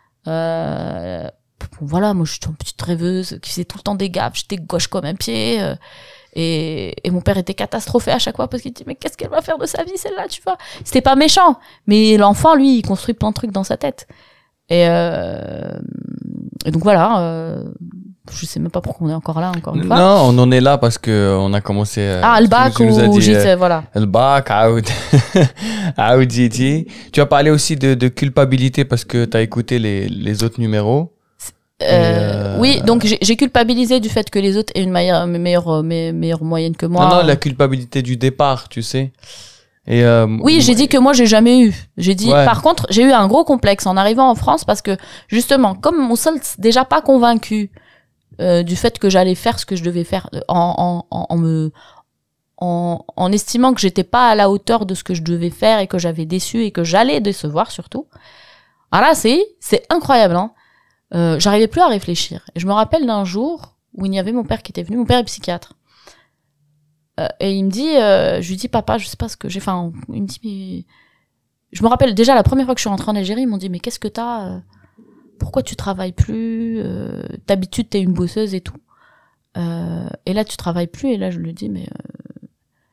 Euh, bon, voilà, moi, je suis une petite rêveuse qui faisait tout le temps des gaffes, j'étais gauche comme un pied. euh, et, et mon père était catastrophé à chaque fois parce qu'il dit mais qu'est-ce qu'elle va faire de sa vie celle-là, tu vois. C'était pas méchant, mais l'enfant, lui, il construit plein de trucs dans sa tête. Et, euh, et donc voilà, euh, je sais même pas pourquoi on est encore là, encore une fois. Non, on en est là parce que on a commencé. euh, Ah, le tu- bac tu nous as ou dit, j'y euh, sais, voilà. le bac, out, out, G T. Tu as parlé aussi de, de culpabilité parce que tu as écouté les, les autres numéros. Euh, euh, Oui, donc j'ai j'ai culpabilisé du fait que les autres aient une meilleure, meilleure, meilleure, meilleure moyenne que moi. Non, non, la culpabilité du départ, tu sais. Et euh, Oui, j'ai dit que moi j'ai jamais eu. J'ai dit, Ouais. par contre, j'ai eu un gros complexe en arrivant en France parce que justement, comme mon seul déjà pas convaincu euh, du fait que j'allais faire ce que je devais faire, euh, en, en, en, en me en, en estimant que j'étais pas à la hauteur de ce que je devais faire et que j'avais déçu et que j'allais décevoir surtout. Alors là, c'est c'est incroyable, hein. Euh, j'arrivais plus à réfléchir. Et je me rappelle d'un jour où il y avait mon père qui était venu. Mon père est psychiatre. Euh, et il me dit, euh, je lui dis, papa, je sais pas ce que j'ai. Enfin, il me dit, mais. Je me rappelle déjà la première fois que je suis rentrée en Algérie, ils m'ont dit, mais qu'est-ce que t'as euh, pourquoi tu travailles plus euh, d'habitude, t'es une bosseuse et tout. Euh, et là, tu travailles plus. Et là, je lui dis, mais. Euh...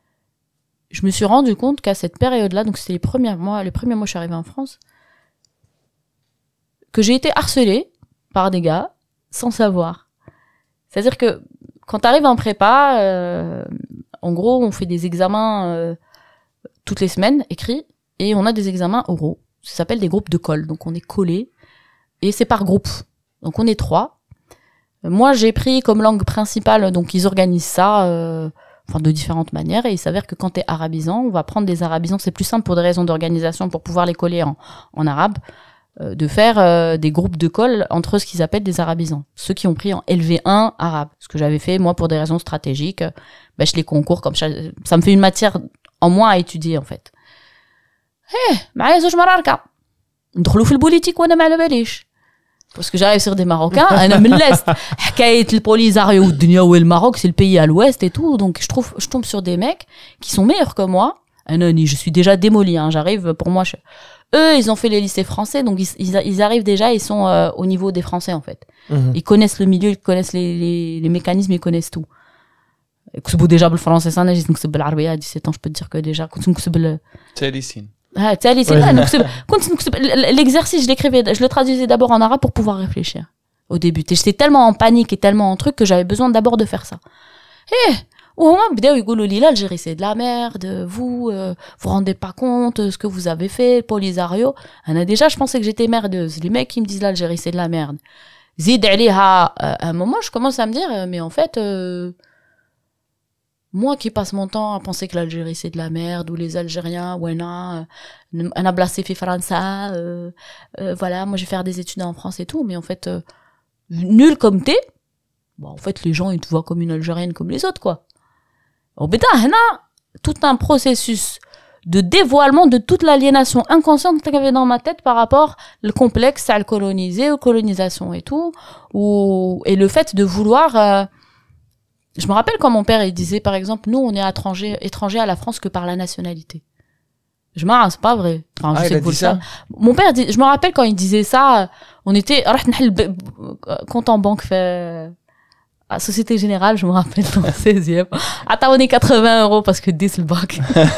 Je me suis rendu compte qu'à cette période-là, donc c'était les premiers mois, les premiers mois, je suis arrivée en France, que j'ai été harcelée par des gars sans savoir. C'est-à-dire que quand t'arrives en prépa, euh, en gros, on fait des examens euh, toutes les semaines, écrits, et on a des examens oraux. Ça s'appelle des groupes de colle. Donc on est collés, et c'est par groupe. Donc on est trois. Moi, j'ai pris comme langue principale, donc ils organisent ça. Euh, enfin de différentes manières, et il s'avère que quand t'es arabisant, on va prendre des arabisants, c'est plus simple pour des raisons d'organisation, pour pouvoir les coller en, en arabe, euh, de faire euh, des groupes de colle entre ce qu'ils appellent des arabisants. Ceux qui ont pris en L V un arabe, ce que j'avais fait moi pour des raisons stratégiques, euh, ben, je les concours comme ça, ça me fait une matière en moins à étudier en fait. Eh, معايا زوج مراركة ندخلوا في البوليتيك وانا ما على باليش. Parce que j'arrive sur des Marocains, انا من l'Est. حكاية البوليزاريو والدنيا والماroc, c'est le pays à l'ouest et tout, donc je trouve je tombe sur des mecs qui sont meilleurs que moi. انا je suis déjà démolie, hein, j'arrive pour moi je... eux ils ont fait les lycées français, donc ils ils, ils arrivent déjà, ils sont euh, au niveau des français en fait. Mm-hmm. Ils connaissent le milieu, ils connaissent les les, les mécanismes, ils connaissent tout. كتبوا déjà بالفرنسي ça, انا جيت نكتب بالعربية à dix-sept ans, je peux te dire que déjà كنت نكتب تاليسين. Ah, تالي سي نكتب كنت نكتب l'exercice, je l'écrivais, je le traduisais d'abord en arabe pour pouvoir réfléchir au début. J'étais tellement en panique et tellement en truc que j'avais besoin d'abord de faire ça. Eh, وهما بداو يقولوا لي l'Algérie c'est de la merde, vous euh, vous rendez pas compte ce que vous avez fait, Polisario. انا déjà je pensais que j'étais merdeuse. Les mecs qui me disent l'Algérie c'est de la merde. زيد عليها à un moment je commence à me dire mais en fait euh, moi qui passe mon temps à penser que l'Algérie c'est de la merde, ou les Algériens, ouena, on a blasé fait France, euh, euh, voilà, moi je vais faire des études en France et tout, mais en fait, euh, nul comme t'es, bon, en fait les gens ils te voient comme une Algérienne comme les autres, quoi. Au béda, hna, tout un processus de dévoilement de toute l'aliénation inconsciente qu'il y avait dans ma tête par rapport au complexe à le coloniser, aux colonisations et tout, ou, et le fait de vouloir... Euh, je me rappelle quand mon père il disait par exemple nous on est étranger étranger à la France que par la nationalité. Je m'arrête, c'est pas vrai. Enfin, je ah, sais il a que dit ça. ça. Mon père dit, je me rappelle quand il disait ça, on était رحت نحل compte en banque fait à Société Générale, je me rappelle dans le seizième. Attends, on est quatre-vingts euros parce que dix le bac.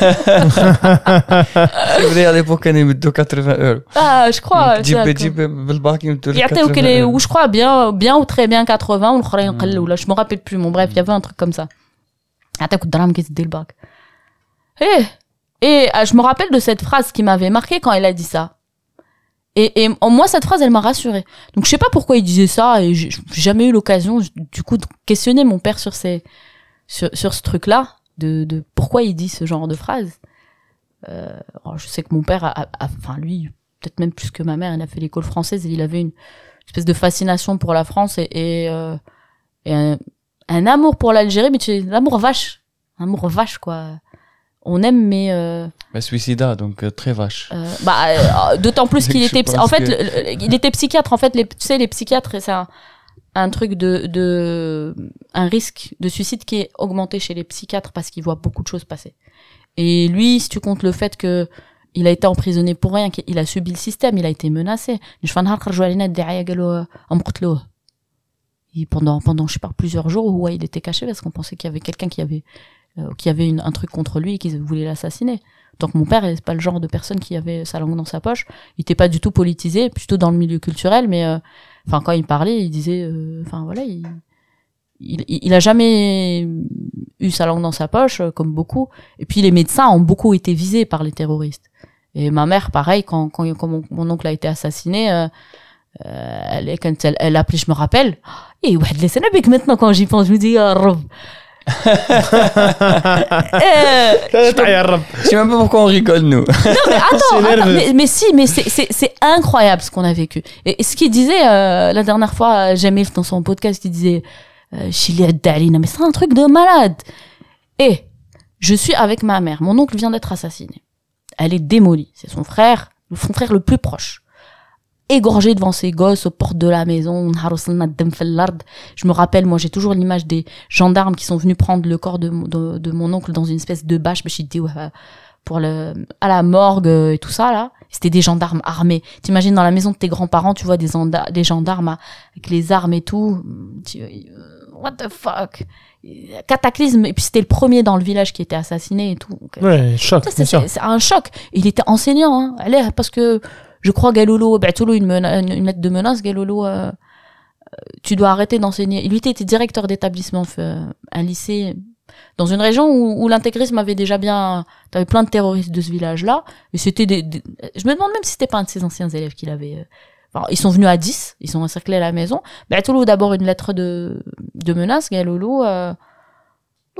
C'est vrai à l'époque on يمدوا quatre-vingts euros. Ah, je crois. تجيب تجيب بالباك يمدوا يعطيوك les ou je crois bien bien ou très bien quatre-vingts ou الاخرين قلوا là, je me rappelle plus. Bon bref, il y avait un truc comme ça. يعطيوك الدراهم كي تدي الباك. Eh, et je me rappelle de cette phrase qui m'avait marqué quand elle a dit ça. Et, et moi, cette phrase, elle m'a rassurée. Donc, je sais pas pourquoi il disait ça, et j'ai jamais eu l'occasion, du coup, de questionner mon père sur ces, sur, sur ce truc-là, de, de pourquoi il dit ce genre de phrase. Euh, alors je sais que mon père a, a, a, enfin, lui, peut-être même plus que ma mère, il a fait l'école française et il avait une espèce de fascination pour la France et, et, euh, et un, un amour pour l'Algérie, mais tu sais, l'amour vache. Un amour vache, quoi. On aime, mais... Euh, mais suicida, donc euh, très vache. Euh, bah, euh, d'autant plus qu'il était... En fait, que... le, le, il était psychiatre. En fait, les, tu sais, les psychiatres, c'est un, un truc de, de... Un risque de suicide qui est augmenté chez les psychiatres parce qu'ils voient beaucoup de choses passer. Et lui, si tu comptes le fait que il a été emprisonné pour rien, qu'il a subi le système, il a été menacé. Et pendant, pendant, je sais pas, plusieurs jours, ouais, il était caché parce qu'on pensait qu'il y avait quelqu'un qui avait... Euh, qui avait une, un truc contre lui et qui voulait l'assassiner. Donc mon père, c'est pas le genre de personne qui avait sa langue dans sa poche. Il était pas du tout politisé, plutôt dans le milieu culturel, mais enfin euh, quand il parlait, il disait, enfin euh, voilà, il, il, il a jamais eu sa langue dans sa poche, euh, comme beaucoup. Et puis les médecins ont beaucoup été visés par les terroristes. Et ma mère, pareil, quand, quand, quand mon, mon oncle a été assassiné, euh, euh, elle, quand elle, elle appelait, je me rappelle, et ouais, laissez-la bec maintenant quand j'y pense, je me dis, oh, Rob. euh, je sais même pas pourquoi on rigole nous. Non mais attends, attends mais, mais si, mais c'est c'est c'est incroyable ce qu'on a vécu. Et, et ce qu'il disait euh, la dernière fois, Jamil dans son podcast, il disait Chili Dalina, mais c'est un truc de malade. Et je suis avec ma mère, mon oncle vient d'être assassiné. Elle est démolie, c'est son frère, son frère le plus proche. Égorgé devant ses gosses aux portes de la maison. Je me rappelle, moi, j'ai toujours l'image des gendarmes qui sont venus prendre le corps de, de, de mon oncle dans une espèce de bâche, pour le, à la morgue et tout ça, là. C'était des gendarmes armés. T'imagines, dans la maison de tes grands-parents, tu vois des, anda- des gendarmes avec les armes et tout. Tu, what the fuck? Cataclysme. Et puis c'était le premier dans le village qui était assassiné et tout. Donc, ouais, choc, ça, c'est, c'est, c'est un choc. Il était enseignant, hein. Allez, parce que, je crois Galolo, بعتوا une, mena- une lettre de menace, Galolo, euh, tu dois arrêter d'enseigner. Il était directeur d'établissement, euh, un lycée, dans une région où, où l'intégrisme avait déjà bien, t'avais plein de terroristes de ce village-là, et c'était des, des, je me demande même si c'était pas un de ses anciens élèves qu'il avait, enfin, ils sont venus à dix, ils ont encerclé la maison, بعتوا d'abord une lettre de, de menace, Galolo, euh,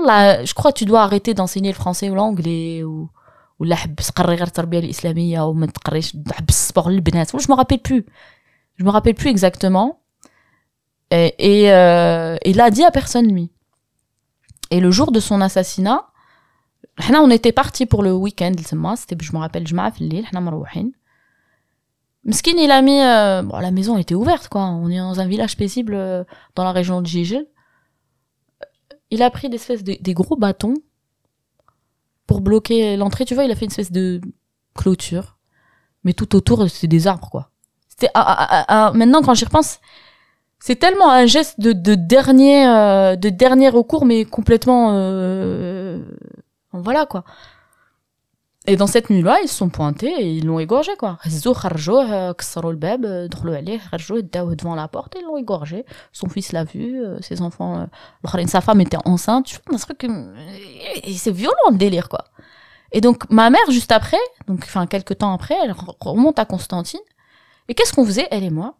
والله je crois que tu dois arrêter d'enseigner le français ou l'anglais ou ولا حبس قري غير التربيه الاسلاميه وما تقريش حبس السبور للبنات. Je me rappelle plus. Je me rappelle plus exactement. Et et, euh, il a dit à personne lui. Et le jour de son assassinat, on était partis pour le week-end, c'était, je me rappelle, جمعة في الليل, حنا مروحين. Meskin, il a mis, euh, bon, la maison était ouverte, quoi. On est dans un village paisible euh, dans la région de Gigel. Il a pris des espèces de, des gros bâtons pour bloquer l'entrée. Tu vois, il a fait une espèce de clôture. Mais tout autour, c'était des arbres, quoi. C'était, ah, ah, ah, maintenant, quand j'y repense, c'est tellement un geste de, de dernier, euh, de dernier recours, mais complètement, euh, voilà, quoi. Et dans cette nuit-là, ils se sont pointés et ils l'ont égorgé, quoi. Ils خرجوه كسروا الباب دخلوا عليه خرجوه داوه devant la porte et ils l'ont égorgé. Son fils l'a vu, ses enfants, sa femme était enceinte. Tu vois, un truc, c'est violent le délire, quoi. Et donc ma mère, juste après, donc enfin quelques temps après, elle remonte à Constantine. Et qu'est-ce qu'on faisait, elle et moi?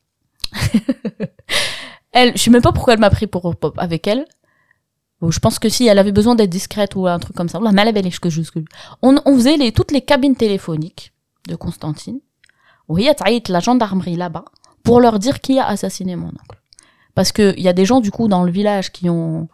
Elle, je sais même pas pourquoi elle m'a pris pour avec elle. Bon, je pense que si elle avait besoin d'être discrète ou un truc comme ça, on, on faisait les, toutes les cabines téléphoniques de Constantine. Oui, il y a la gendarmerie là-bas pour leur dire qui a assassiné mon oncle. Parce que il y a des gens du coup dans le village qui ont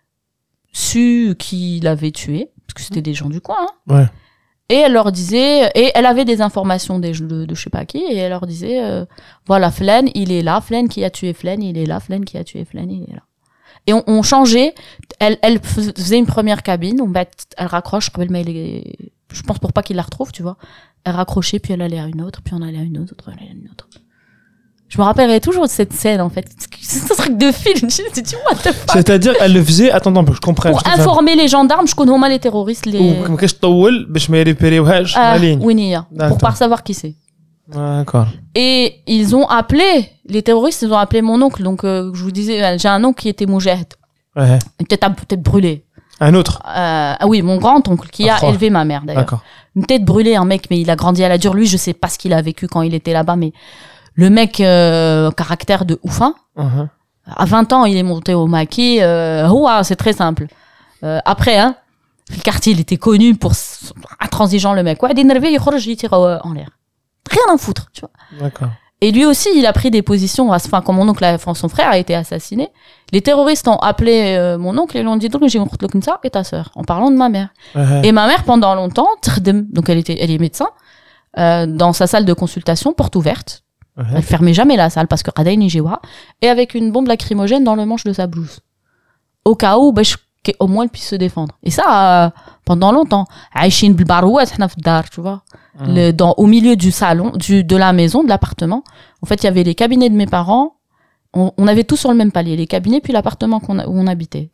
su qui l'avait tué, parce que c'était des gens du coin. Hein. Ouais. Et elle leur disait, et elle avait des informations de, de, de je sais pas qui, et elle leur disait, euh, voilà, Flen, il est là, Flen qui a tué Flen, il est là, Flen qui a tué Flen, il est là. Et on, on changeait, elle, elle faisait une première cabine, on, bah, elle raccroche, je pense pour pas qu'il la retrouve, tu vois. Elle raccrochait, puis elle allait à une autre, puis on allait à une autre, puis on allait à une autre. Je me rappellerai toujours de cette scène, en fait. C'est un truc de film, je me dis, what the fuck. C'est-à-dire, elle le faisait, attends, attends, je comprends. Pour informer les gendarmes, je connais mal les terroristes, les... Ou, كاش طول باش ما يريبيريوهاش la ligne. Oui, pour pas savoir qui c'est. D'accord. Et ils ont appelé, les terroristes, ils ont appelé mon oncle. Donc, euh, je vous disais, j'ai un oncle qui était moujahid. Ouais. Peut-être, peut-être brûlé. Un autre? Euh, ah oui, mon grand-oncle qui a élevé ma mère, d'ailleurs. D'accord. Une tête brûlée, un mec, mais il a grandi à la dure. Lui, je sais pas ce qu'il a vécu quand il était là-bas, mais le mec, euh, caractère de ouf, hein. Uh-huh. À vingt ans, il est monté au maquis. Euh, ouah, c'est très simple. Euh, après, hein, le quartier, il était connu pour intransigeant, le mec. Ouais, d'énervé, il range, il tire en l'air. Rien à foutre, tu vois. D'accord. Et lui aussi, il a pris des positions, enfin, quand mon oncle, son frère a été assassiné, les terroristes ont appelé euh, mon oncle et lui ont dit, donc j'ai mon ça et ta sœur, en parlant de ma mère. Uh-huh. Et ma mère, pendant longtemps, donc elle était, elle est médecin, euh, dans sa salle de consultation, porte ouverte. Uh-huh. Elle fermait jamais la salle parce que Qadaini Jewa, et avec une bombe lacrymogène dans le manche de sa blouse. Au cas où, bah, je, au moins, elle puisse se défendre. Et ça, euh, pendant longtemps. Aïchine Bilbarouat, tu vois. Le, dans, au milieu du salon, du, de la maison, de l'appartement. En fait, il y avait les cabinets de mes parents. On, on avait tous sur le même palier, les cabinets, puis l'appartement qu'on a, où on habitait.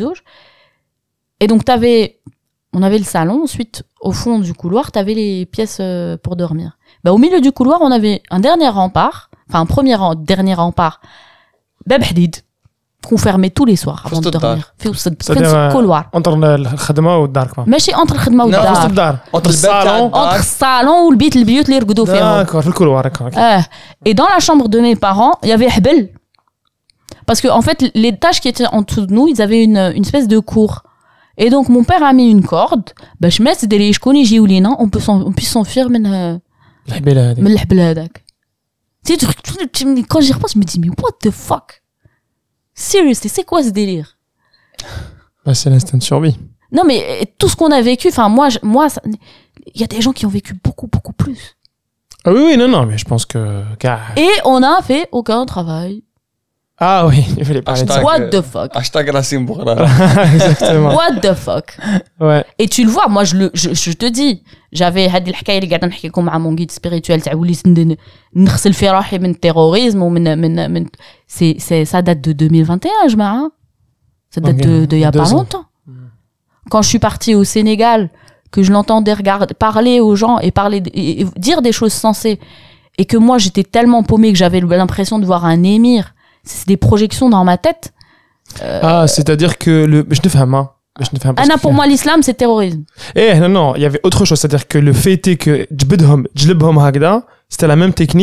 Et donc, t'avais, on avait le salon. Ensuite, au fond du couloir, t'avais les pièces euh, pour dormir. Bah, au milieu du couloir, on avait un dernier rempart. Enfin, un premier, dernier rempart. Bab Hadid. Qu'on fermait tous les soirs avant de dormir. في وسط couloir. Entre الخدمة والدار quoi. ماشي entre الخدمة والدار. وسط الدار. Entre le salon, entre الصالون والبيت البيوت اللي يرقدوا فيهم. D'accord, في الكولوار هكا. آه. Et dans la chambre de mes parents, il y avait Hbel. Parce que en fait, les étages qui étaient en dessous de nous, ils avaient une une espèce de cour. Et donc mon père a mis une corde باش ما تدري شكون يجيو لينا, on peut on puisse s'enfuir من الحبل هذاك. من الحبل هذاك. Tu quand j'y repense, je me dis mais what the fuck? Seriously, c'est quoi ce délire? Bah, c'est l'instinct de survie. Non, mais tout ce qu'on a vécu, enfin, moi, je, moi, il y a des gens qui ont vécu beaucoup, beaucoup plus. Ah oui, oui, non, non, mais je pense que... Et on n'a fait aucun travail. Ah oui, il fallait parler de ça. What the fuck? Hashtag Racine Bourra. Exactement. What the fuck? Ouais. Et tu le vois, moi, je, le, je, je te dis, j'avais هذه الحكايه اللي قاعده نحكي لكم مع mon guide spirituel تاع وليت نغسل في روحي من التيروريزم ومن من من c'est c'est ça date de deux mille vingt et un جماعه. Ça date de de il y a pas longtemps. Quand je suis partie au Sénégal, que je l'entendais regarder parler aux gens et parler et, et dire des choses sensées, et que moi j'étais tellement paumée que j'avais l'impression de voir un émir. C'est des projections dans ma tête. Euh, ah, c'est-à-dire que le je ne fais pas. Anna, pour moi, l'islam, c'est terrorisme. Eh, non, non, il y avait autre chose. C'est-à-dire que le fait est que c'était la même technique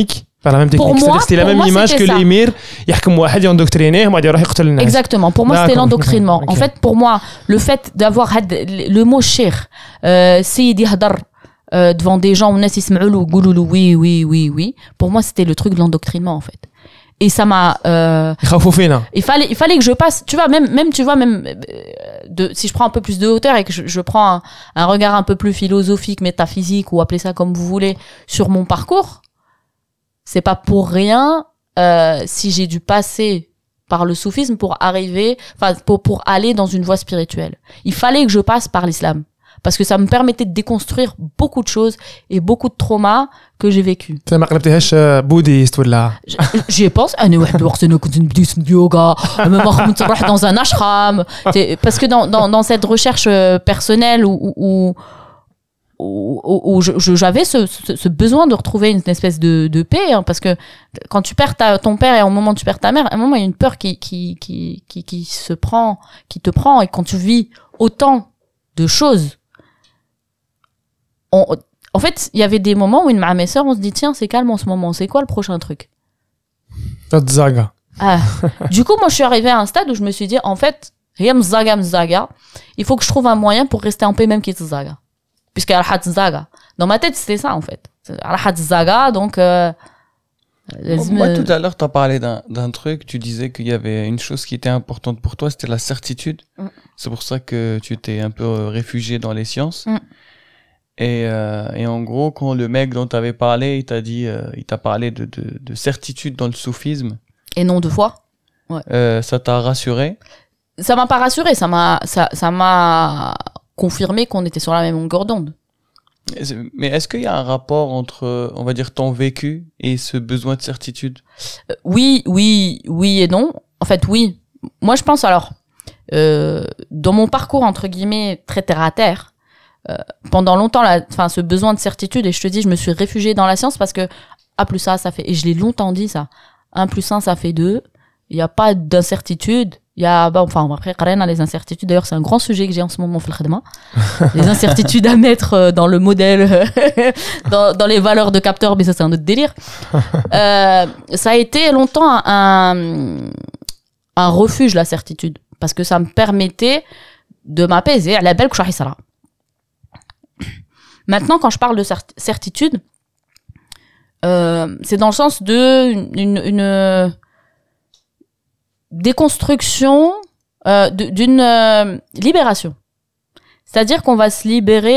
Par la même technique. Pour moi, c'était la pour même moi, image c'était que ça. l'émir يحكم واحد يندوكترينيه وما يروح يقتل الناس. Exactement. Pour moi, c'était D'accord. l'endoctrinement. Ok. En fait, pour moi, le fait d'avoir had- le mot cheikh, euh, Seydi Yahdar, euh, devant des gens, الناس يسمعوا له ويقولوا له oui, oui, oui, oui. Pour moi, c'était le truc de l'endoctrinement, en fait. Et ça m'a, euh, يخافوا فينا. il fallait, il fallait que je passe, tu vois, même, même, tu vois, même, euh, de, si je prends un peu plus de hauteur et que je, je prends un, un regard un peu plus philosophique, métaphysique, ou appelez ça comme vous voulez, sur mon parcours, c'est pas pour rien, euh, si j'ai dû passer par le soufisme pour arriver, enfin, pour, pour aller dans une voie spirituelle. Il fallait que je passe par l'islam. Parce que ça me permettait de déconstruire beaucoup de choses et beaucoup de traumas que j'ai vécu. انت ما قلبتيهاش بوديست ولا J'y pense, انا واحد الوقت انا كنت ندير يوغا ما كنت نروح dans un ashram. C'est- parce que dans dans dans cette recherche euh, personnelle où où où, où, où je- je- j'avais ce, ce ce besoin de retrouver une espèce de de paix, hein, parce que quand tu perds ta, ton père et au moment où tu perds ta mère, à un moment il y a une peur qui qui qui qui qui se prend, qui te prend, et quand tu vis autant de choses, on, en fait, il y avait des moments où une ma mes sœurs, on se dit tiens, c'est calme en ce moment, c'est quoi le prochain truc? تتزاقا. Ah. Du coup, moi, je suis arrivée à un stade où je me suis dit, en fait, هي مزاقة مزاقة, il faut que je trouve un moyen pour rester en paix même qu'il تزاقة. Puisqu'elle a تزاقة. Dans ma tête, c'était ça, en fait. Elle a تزاقة, donc, euh, لازم- Moi, tout à l'heure, tu as parlé d'un d'un truc. Tu disais qu'il y avait une chose qui était importante pour toi, c'était la certitude. Mm. C'est pour ça que tu t'es un peu réfugié dans les sciences. Mm. Et, euh, et en gros, quand le mec dont tu avais parlé, il t'a dit, euh, il t'a parlé de, de, de certitude dans le soufisme, Et non deux fois. euh, ça t'a rassuré. Ça m'a pas rassuré, ça m'a, ça, ça m'a confirmé qu'on était sur la même longueur d'onde. Est-ce- Mais est-ce qu'il y a un rapport entre, on va dire, ton vécu et ce besoin de certitude? Euh, Oui, oui, oui et non. En fait, oui. Moi, je pense alors, euh, dans mon parcours entre guillemets très terre à terre, euh, pendant longtemps, la, enfin, ce besoin de certitude, et je te dis, je me suis réfugiée dans la science parce que un plus un, ça fait, et je l'ai longtemps dit ça, un plus un, ça fait deux. Il n'y a pas d'incertitude. Il y a, bah, enfin, après, rien à les incertitudes. D'ailleurs, c'est un grand sujet que j'ai en ce moment, Khadma. Les incertitudes à mettre euh, dans le modèle, dans, dans les valeurs de capteur, mais ça, c'est un autre délire. Euh, ça a été longtemps un, un, un refuge, la certitude. Parce que ça me permettait de m'apaiser. À la belle Kouchahissara. Maintenant, quand je parle de cer- certitude, euh, c'est dans le sens de une, une, une déconstruction, euh, de- d'une euh, libération. C'est-à-dire qu'on va se libérer.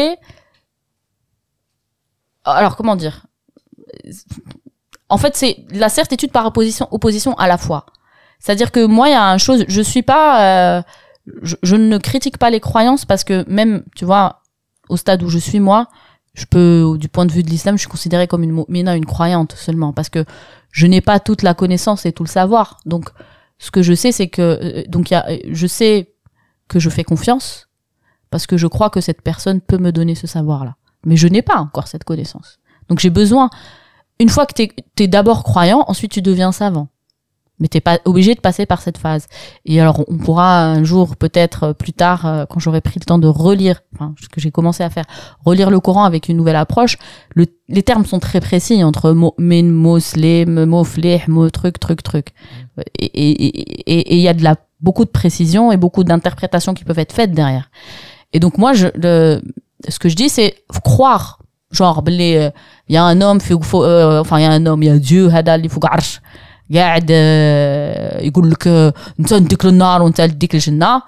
Alors, comment dire? En fait, c'est la certitude par opposition, opposition à la foi. C'est-à-dire que moi, il y a une chose, je suis pas, euh, je, je ne critique pas les croyances parce que même, tu vois, au stade où je suis moi, je peux, du point de vue de l'islam, je suis considérée comme une mu'mina, une croyante seulement, parce que je n'ai pas toute la connaissance et tout le savoir. Donc, ce que je sais, c'est que, euh, donc, il y a, je sais que je fais confiance parce que je crois que cette personne peut me donner ce savoir-là. Mais je n'ai pas encore cette connaissance. Donc, j'ai besoin, une fois que t'es, t'es d'abord croyant, ensuite tu deviens savant. Mais t'es pas obligé de passer par cette phase. Et alors, on pourra un jour, peut-être plus tard, euh, quand j'aurai pris le temps de relire, enfin, ce que j'ai commencé à faire, relire le Coran avec une nouvelle approche. Le, les termes sont très précis entre mu'min, muslim, muflih, mot truc, truc, truc. Et et et et il y a de la beaucoup de précision et beaucoup d'interprétations qui peuvent être faites derrière. Et donc moi, je, le, ce que je dis, c'est croire. Genre, il y a un homme, faut, faut, euh, enfin, il y a un homme, il y a Dieu, هذا اللي فوق عرش. قاعد يقول لك انت نديك للنار وانت نديك للجنة.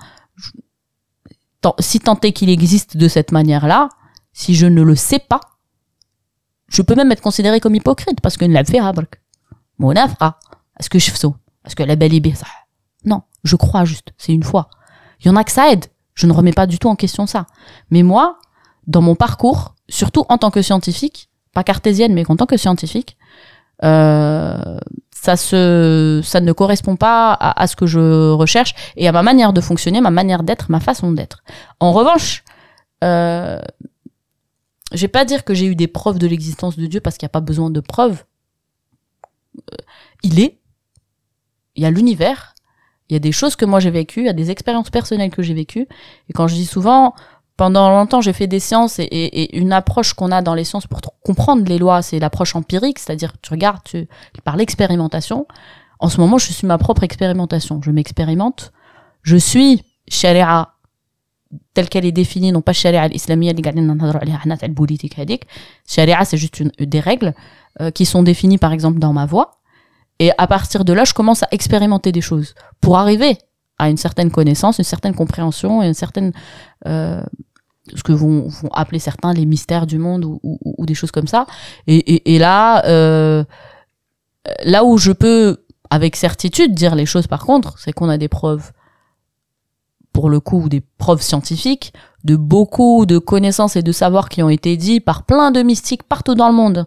Si tant est qu'il existe de cette manière-là, si je ne le sais pas, je peux même être considéré comme hypocrite parce que نلعب فيها برك. منافقة. Est-ce que je fais ça? Est-ce que la belle est bien ça? Non, je crois juste, c'est une foi. Il y en a que ça aide. Je ne remets pas du tout en question ça. Mais moi, dans mon parcours, surtout en tant que scientifique, pas cartésienne, mais en tant que scientifique, euh, ça se, ça ne correspond pas à, à ce que je recherche et à ma manière de fonctionner, ma manière d'être, ma façon d'être. En revanche, euh, je vais pas dire que j'ai eu des preuves de l'existence de Dieu parce qu'il n'y a pas besoin de preuves. Euh, il est, il y a l'univers, il y a des choses que moi j'ai vécues, il y a des expériences personnelles que j'ai vécues. Et quand je dis souvent, pendant longtemps, j'ai fait des sciences et, et, et une approche qu'on a dans les sciences pour t- comprendre les lois, c'est l'approche empirique, c'est-à-dire tu regardes tu, par l'expérimentation. En ce moment, je suis ma propre expérimentation. Je m'expérimente. Je suis sharia telle qu'elle est définie, non pas sharia l'islamia, les politique. Sharia, c'est juste une, des règles euh, qui sont définies, par exemple, dans ma voix. Et à partir de là, je commence à expérimenter des choses pour arriver à une certaine connaissance, une certaine compréhension et une certaine... Euh, ce que vont, vont appeler certains les mystères du monde ou, ou, ou des choses comme ça. Et, et, et là, euh, là où je peux, avec certitude, dire les choses par contre, c'est qu'on a des preuves, pour le coup, des preuves scientifiques, de beaucoup de connaissances et de savoirs qui ont été dits par plein de mystiques partout dans le monde.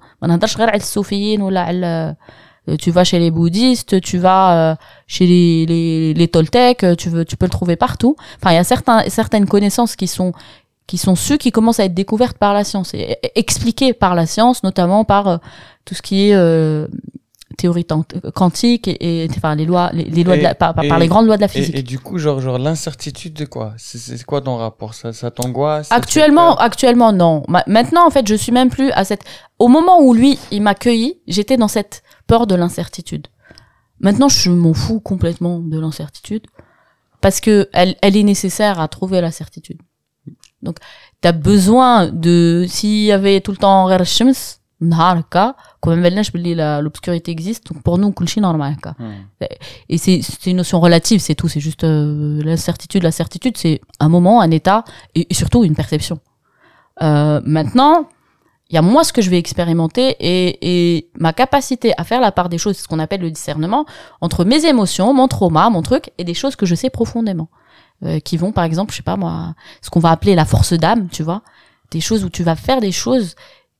Tu vas chez les bouddhistes, tu vas euh, chez les, les, les Toltecs, tu, veux, tu peux le trouver partout. Enfin, il y a certains, certaines connaissances qui sont, qui sont sues, qui commencent à être découvertes par la science, et expliquées par la science, notamment par euh, tout ce qui est euh, théorie tant- quantique et, et enfin les lois, les, les lois Et- de la, par, par et- par les grandes lois de la physique. Et, et du coup, genre, genre l'incertitude de quoi? C'est, c'est quoi ton rapport? Ça, ça t'angoisse? Ça te fait Actuellement, peur? actuellement, non. Ma- Maintenant, en fait, je suis même plus à cette. Au moment où lui, il m'a cueilli, j'étais dans cette peur de l'incertitude. Maintenant, je m'en fous complètement de l'incertitude parce que elle, elle est nécessaire à trouver la certitude. Donc, t'as besoin de. S'il y avait tout le temps غير الشمس نهار هكا quand même بالله باللي la- l'obscurité existe, donc pour nous كل شيء normal هكا. Hmm. Et c'est, c'est une notion relative, c'est tout. C'est juste euh, l'incertitude. La certitude, c'est un moment, un état, et, et surtout une perception. Euh, maintenant, il y a moi ce que je vais expérimenter et, et ma capacité à faire la part des choses, c'est ce qu'on appelle le discernement, entre mes émotions, mon trauma, mon truc, et des choses que je sais profondément. Euh, qui vont, par exemple, je sais pas moi, ce qu'on va appeler la force d'âme, tu vois. Des choses où tu vas faire des choses,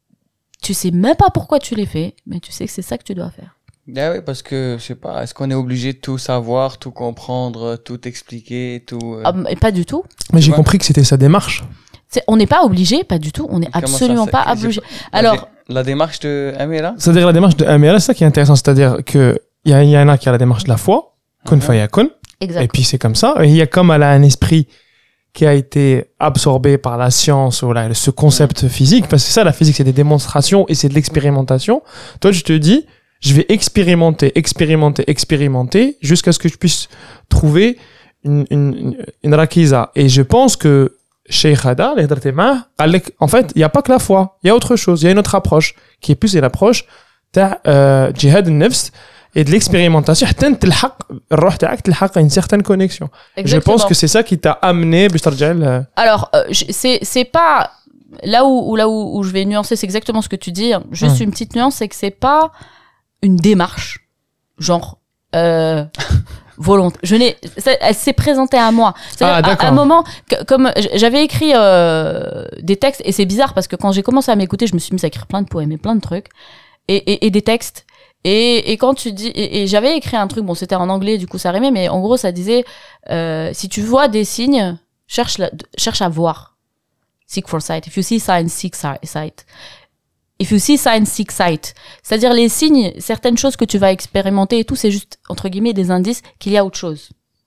tu sais même pas pourquoi tu les fais, mais tu sais que c'est ça que tu dois faire. Ah oui, parce que, je sais pas, est-ce qu'on est obligé de tout savoir, tout comprendre, tout expliquer, tout... euh, Ah, mais pas du tout. Mais j'ai vois. compris que c'était sa démarche. C'est- on n'est pas obligé, pas du tout. On n'est comment ça, absolument ça- pas j'ai obligé. pas- La Alors, dé- La démarche de Amira? C'est-à-dire la démarche de Amira, c'est ça qui est intéressant. C'est-à-dire qu'il y, a- il y en a qui a la démarche de la foi, kun Mhm. fayakun, et exact. puis c'est comme ça. Et il y a comme elle a un esprit qui a été absorbé par la science ou là, ce concept physique, parce que c'est ça, la physique, c'est des démonstrations et c'est de l'expérimentation. Toi, je te dis, je vais expérimenter, expérimenter, expérimenter jusqu'à ce que je puisse trouver une, une, une, une rakiza. Et je pense que Cheikh Hada, les Hadraté Ma'ah, en fait, il n'y a pas que la foi, il y a autre chose, il y a une autre approche qui est plus l'approche de euh, jihad al-nafs et de l'expérimentation حتى تلحق الروح تاعك تلحق une certaine connexion. Je pense que c'est ça qui t'a amené باش ترجع ل- Alors, euh, je- c'est c'est pas là où, où là où, où je vais nuancer, c'est exactement ce que tu dis. hein. Juste Hum. une petite nuance, c'est que c'est pas une démarche, genre euh, volonté. Je n'ai, ça- elle s'est présentée à moi. C'est-à-dire, Ah, à- d'accord. à un moment, que- comme j- j'avais écrit euh, des textes, et c'est bizarre parce que quand j'ai commencé à m'écouter, je me suis mise à écrire plein de poèmes et plein de trucs et, et, et des textes. Et, et quand tu dis, et, et j'avais écrit un truc, bon, c'était en anglais, du coup ça rimait, mais en gros ça disait, euh, si tu vois des signes, cherche, la, cherche à voir. Seek for sight. If you see signs, seek si- sight. If you see signs, seek sight. C'est-à-dire les signes, certaines choses que tu vas expérimenter et tout, c'est juste, entre guillemets, des indices qu'il y a autre chose.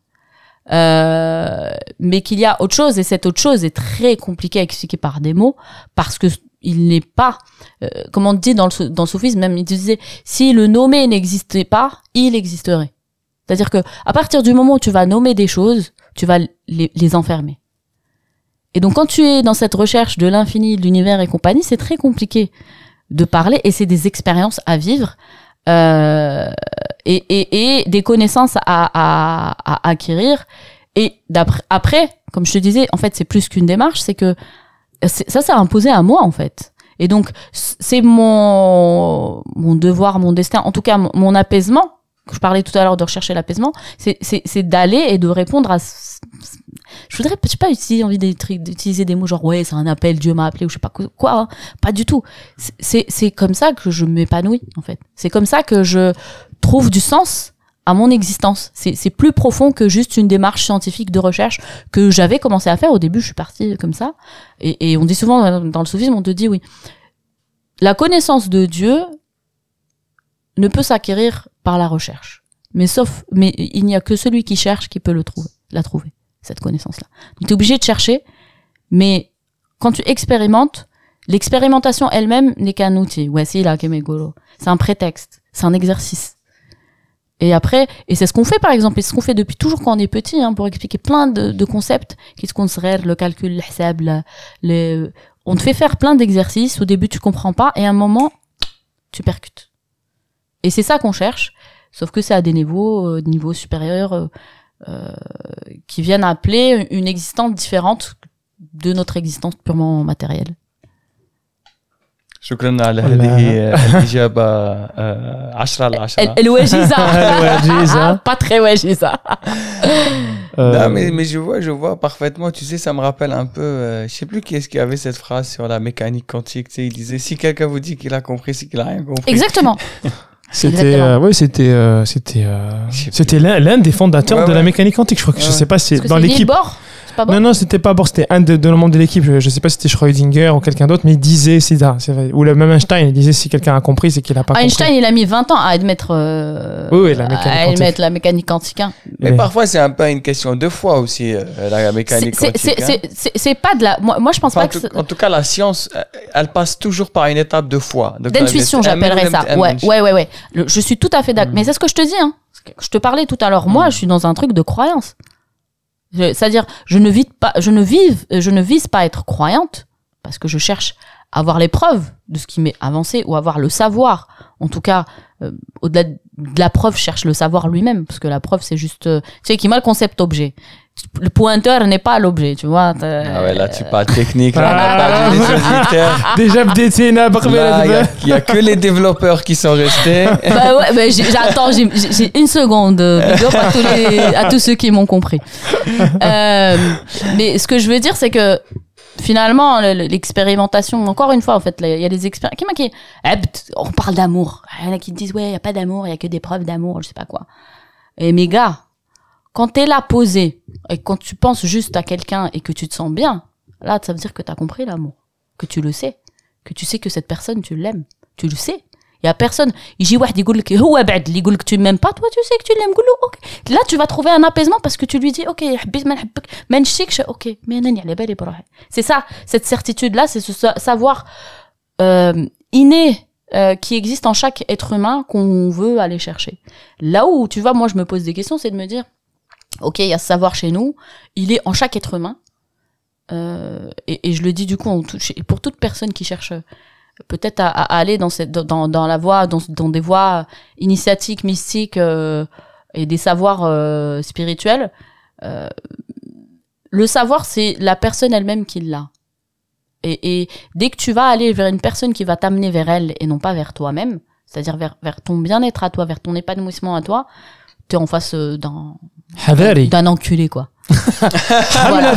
Euh, mais qu'il y a autre chose, et cette autre chose est très compliquée à expliquer par des mots, parce que il n'est pas, euh, comme on dit dans le, sou- dans le soufisme, même il disait, si le nommé n'existait pas, il existerait. C'est-à-dire que à partir du moment où tu vas nommer des choses, tu vas les, les enfermer. Et donc quand tu es dans cette recherche de l'infini, de l'univers et compagnie, c'est très compliqué de parler, et c'est des expériences à vivre, euh, et, et, et des connaissances à, à, à acquérir. Et d'après, après, comme je te disais, en fait, c'est plus qu'une démarche, c'est que c'est- ça, ça a imposé à moi, en fait. Et donc, c'est mon, mon devoir, mon destin, en tout cas, mon, mon apaisement. Je parlais tout à l'heure de rechercher l'apaisement. C'est, c'est, c'est d'aller et de répondre à. ce- Je voudrais, je sais pas, utiliser envie des trucs- d'utiliser des mots genre ouais, c'est un appel, Dieu m'a appelé ou je sais pas quoi. quoi hein. Pas du tout. C'est, c'est, c'est comme ça que je m'épanouis, en fait. C'est comme ça que je trouve du sens à mon existence. C'est, c'est plus profond que juste une démarche scientifique de recherche que j'avais commencé à faire. Au début, je suis partie comme ça. Et, et on dit souvent dans- dans le soufisme, on te dit oui. La connaissance de Dieu ne peut s'acquérir par la recherche. Mais sauf, mais il n'y a que celui qui cherche qui peut le trouver, la trouver, cette connaissance-là. Donc t'es obligé de chercher, mais quand tu expérimentes, l'expérimentation elle-même n'est qu'un outil. Ouais, c'est là, c'est un prétexte, c'est un exercice. Et après, et c'est ce qu'on fait par exemple, et c'est ce qu'on fait depuis toujours quand on est petit, hein, pour expliquer plein de, de concepts, qu'est-ce qu'on serait, le calcul, le hsab, le, le, on te fait faire plein d'exercices, au début tu comprends pas, et à un moment, tu percutes. Et c'est ça qu'on cherche, sauf que c'est à des niveaux, euh, niveaux supérieurs, euh, euh, qui viennent appeler une existence différente de notre existence purement matérielle. شكرا على هذه الإجابة عشرة على عشرة. الوجيزة. الوجيزة. Pas très وجيزة. Non, mais, mais je vois, je vois parfaitement. Tu sais, ça me rappelle un peu, euh, je sais plus qui est-ce qui avait cette phrase sur la mécanique quantique. Tu sais, il disait, si quelqu'un vous dit qu'il a compris, c'est qu'il a rien compris. Exactement. C'était, euh, ouais, c'était, euh, c'était, euh, c'était l'un, l'un des fondateurs ouais, de ouais. la mécanique quantique. Je crois que ouais. je sais pas si c'est dans l'équipe. Pas bon. Non, non, c'était pas Bohr, c'était un de, de nos membres de l'équipe. Je, je sais pas si c'était Schrödinger ou quelqu'un d'autre, mais il disait, c'est ça, c'est vrai. Ou le même Einstein, il disait si quelqu'un a compris, c'est qu'il a pas Einstein, compris. Einstein, il a mis vingt ans à admettre, euh, oui, oui, la mécanique à admettre la mécanique quantique. Hein. Mais oui. Parfois, c'est un peu une question de foi aussi, euh, la mécanique c'est, quantique. C'est, c'est, hein. c'est, c'est pas de la. Moi, moi je pense enfin, pas en que. Tout, en tout cas, la science, elle passe toujours par une étape de foi. Donc, d'intuition, j'appellerais ça. Ouais, ouais, ouais, ouais. Le, je suis tout à fait d'accord. Mm. Mais c'est ce que je te dis, hein. Je te parlais tout à l'heure. Moi, mm. je suis dans un truc de croyance. C'est-à-dire, je ne vise pas, je ne vive, je ne vise pas à être croyante parce que je cherche à avoir les preuves de ce qui m'est avancé ou avoir le savoir. En tout cas, euh, au-delà de la preuve, je cherche le savoir lui-même parce que la preuve, c'est juste, euh, tu sais, qui m'a le concept objet. Le pointeur n'est pas l'objet, tu vois. Ah ouais, là, tu parles technique, là, on n'a pas dit les auditeurs. Déjà, il n'y a que les développeurs qui sont restés. Bah ouais, bah j'attends, j'ai, j'ai une seconde. Big up à tous, les, à tous ceux qui m'ont compris. Euh, mais ce que je veux dire, c'est que finalement, l'expérimentation, encore une fois, en fait, il y a des expériences. Qui, on parle d'amour. Il y en a qui disent, ouais, il n'y a pas d'amour, il n'y a que des preuves d'amour, je sais pas quoi. Et mes gars, quand t'es là posé, et quand tu penses juste à quelqu'un et que tu te sens bien, là, ça veut dire que t'as compris l'amour. Que tu le sais. Que tu sais que cette personne, tu l'aimes. Tu le sais. Il y a personne. Il dit, il dit que tu m'aimes pas, toi, tu sais que tu l'aimes. Okay. Là, tu vas trouver un apaisement parce que tu lui dis, ok, ok, c'est ça, cette certitude-là, c'est ce savoir euh, inné euh, qui existe en chaque être humain qu'on veut aller chercher. Là où, tu vois, moi, je me pose des questions, c'est de me dire, ok, il y a ce savoir chez nous, il est en chaque être humain. Euh, et, et je le dis du coup, pour toute personne qui cherche peut-être à, à aller dans, cette, dans, dans la voie, dans, dans des voies initiatiques, mystiques euh, et des savoirs euh, spirituels, euh, le savoir, c'est la personne elle-même qui l'a. Et, et dès que tu vas aller vers une personne qui va t'amener vers elle et non pas vers toi-même, c'est-à-dire vers, vers ton bien-être à toi, vers ton épanouissement à toi, t'es en face euh, d'un, d'un enculé, quoi. Voilà.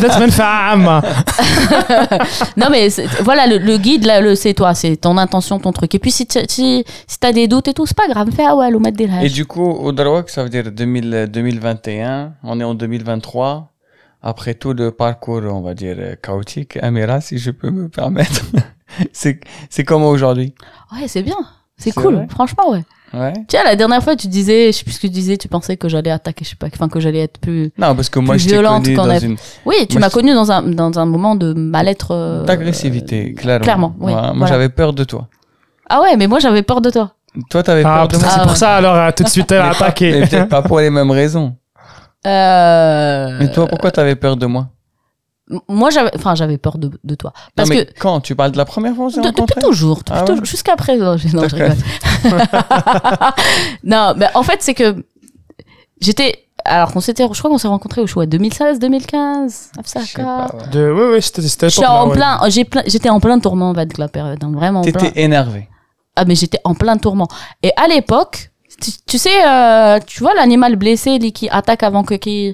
Non mais voilà, le, le guide là, le, c'est toi, c'est ton intention, ton truc. Et puis si tu si, si t'as des doutes et tout, c'est pas grave, fais awal ou mettre des Et du coup, au Darawak, ça veut dire deux mille, deux mille vingt et un, on est en deux mille vingt-trois. Après tout le parcours, on va dire chaotique, Amira, si je peux me permettre, c'est c'est comment aujourd'hui? Ouais, c'est bien, c'est, c'est cool, vrai? Franchement, ouais. Ouais. Tiens, la dernière fois, tu disais, je sais plus ce que tu disais, tu pensais que j'allais attaquer, je sais pas, enfin que j'allais être plus. Non, parce que moi, je t'ai connu dans a... une. Oui, tu moi, m'as connu dans un dans un moment de mal-être. Euh... D'agressivité, clairement. Clairement, oui. Ouais, moi, voilà. J'avais peur de toi. Ah ouais, mais moi, j'avais peur de toi. Toi, t'avais ah, peur de moi. C'est ah, pour ouais. ça, alors, tout de suite, elle a attaqué. Mais peut-être pas pour les mêmes raisons. Euh... Mais toi, pourquoi t'avais peur de moi? Moi, j'avais, enfin, j'avais peur de, de toi. Parce non, mais que quand tu parles de la première fois, on s'est rencontrés ? Depuis toujours, depuis ah toujours ouais jusqu'à présent. Non, je rigole. Non, mais en fait, c'est que j'étais. Alors qu'on s'était, je crois qu'on s'est rencontrés au choix deux mille seize, deux mille quinze. Je sais pas, ouais. De, oui, oui, c'était, c'était J'étais en plein, j'ai plein, j'étais en plein tourment avec la période, hein, vraiment. T'étais plein... énervé. Ah, mais j'étais en plein tourment. Et à l'époque, tu, tu sais, euh, tu vois l'animal blessé qui attaque avant que qui.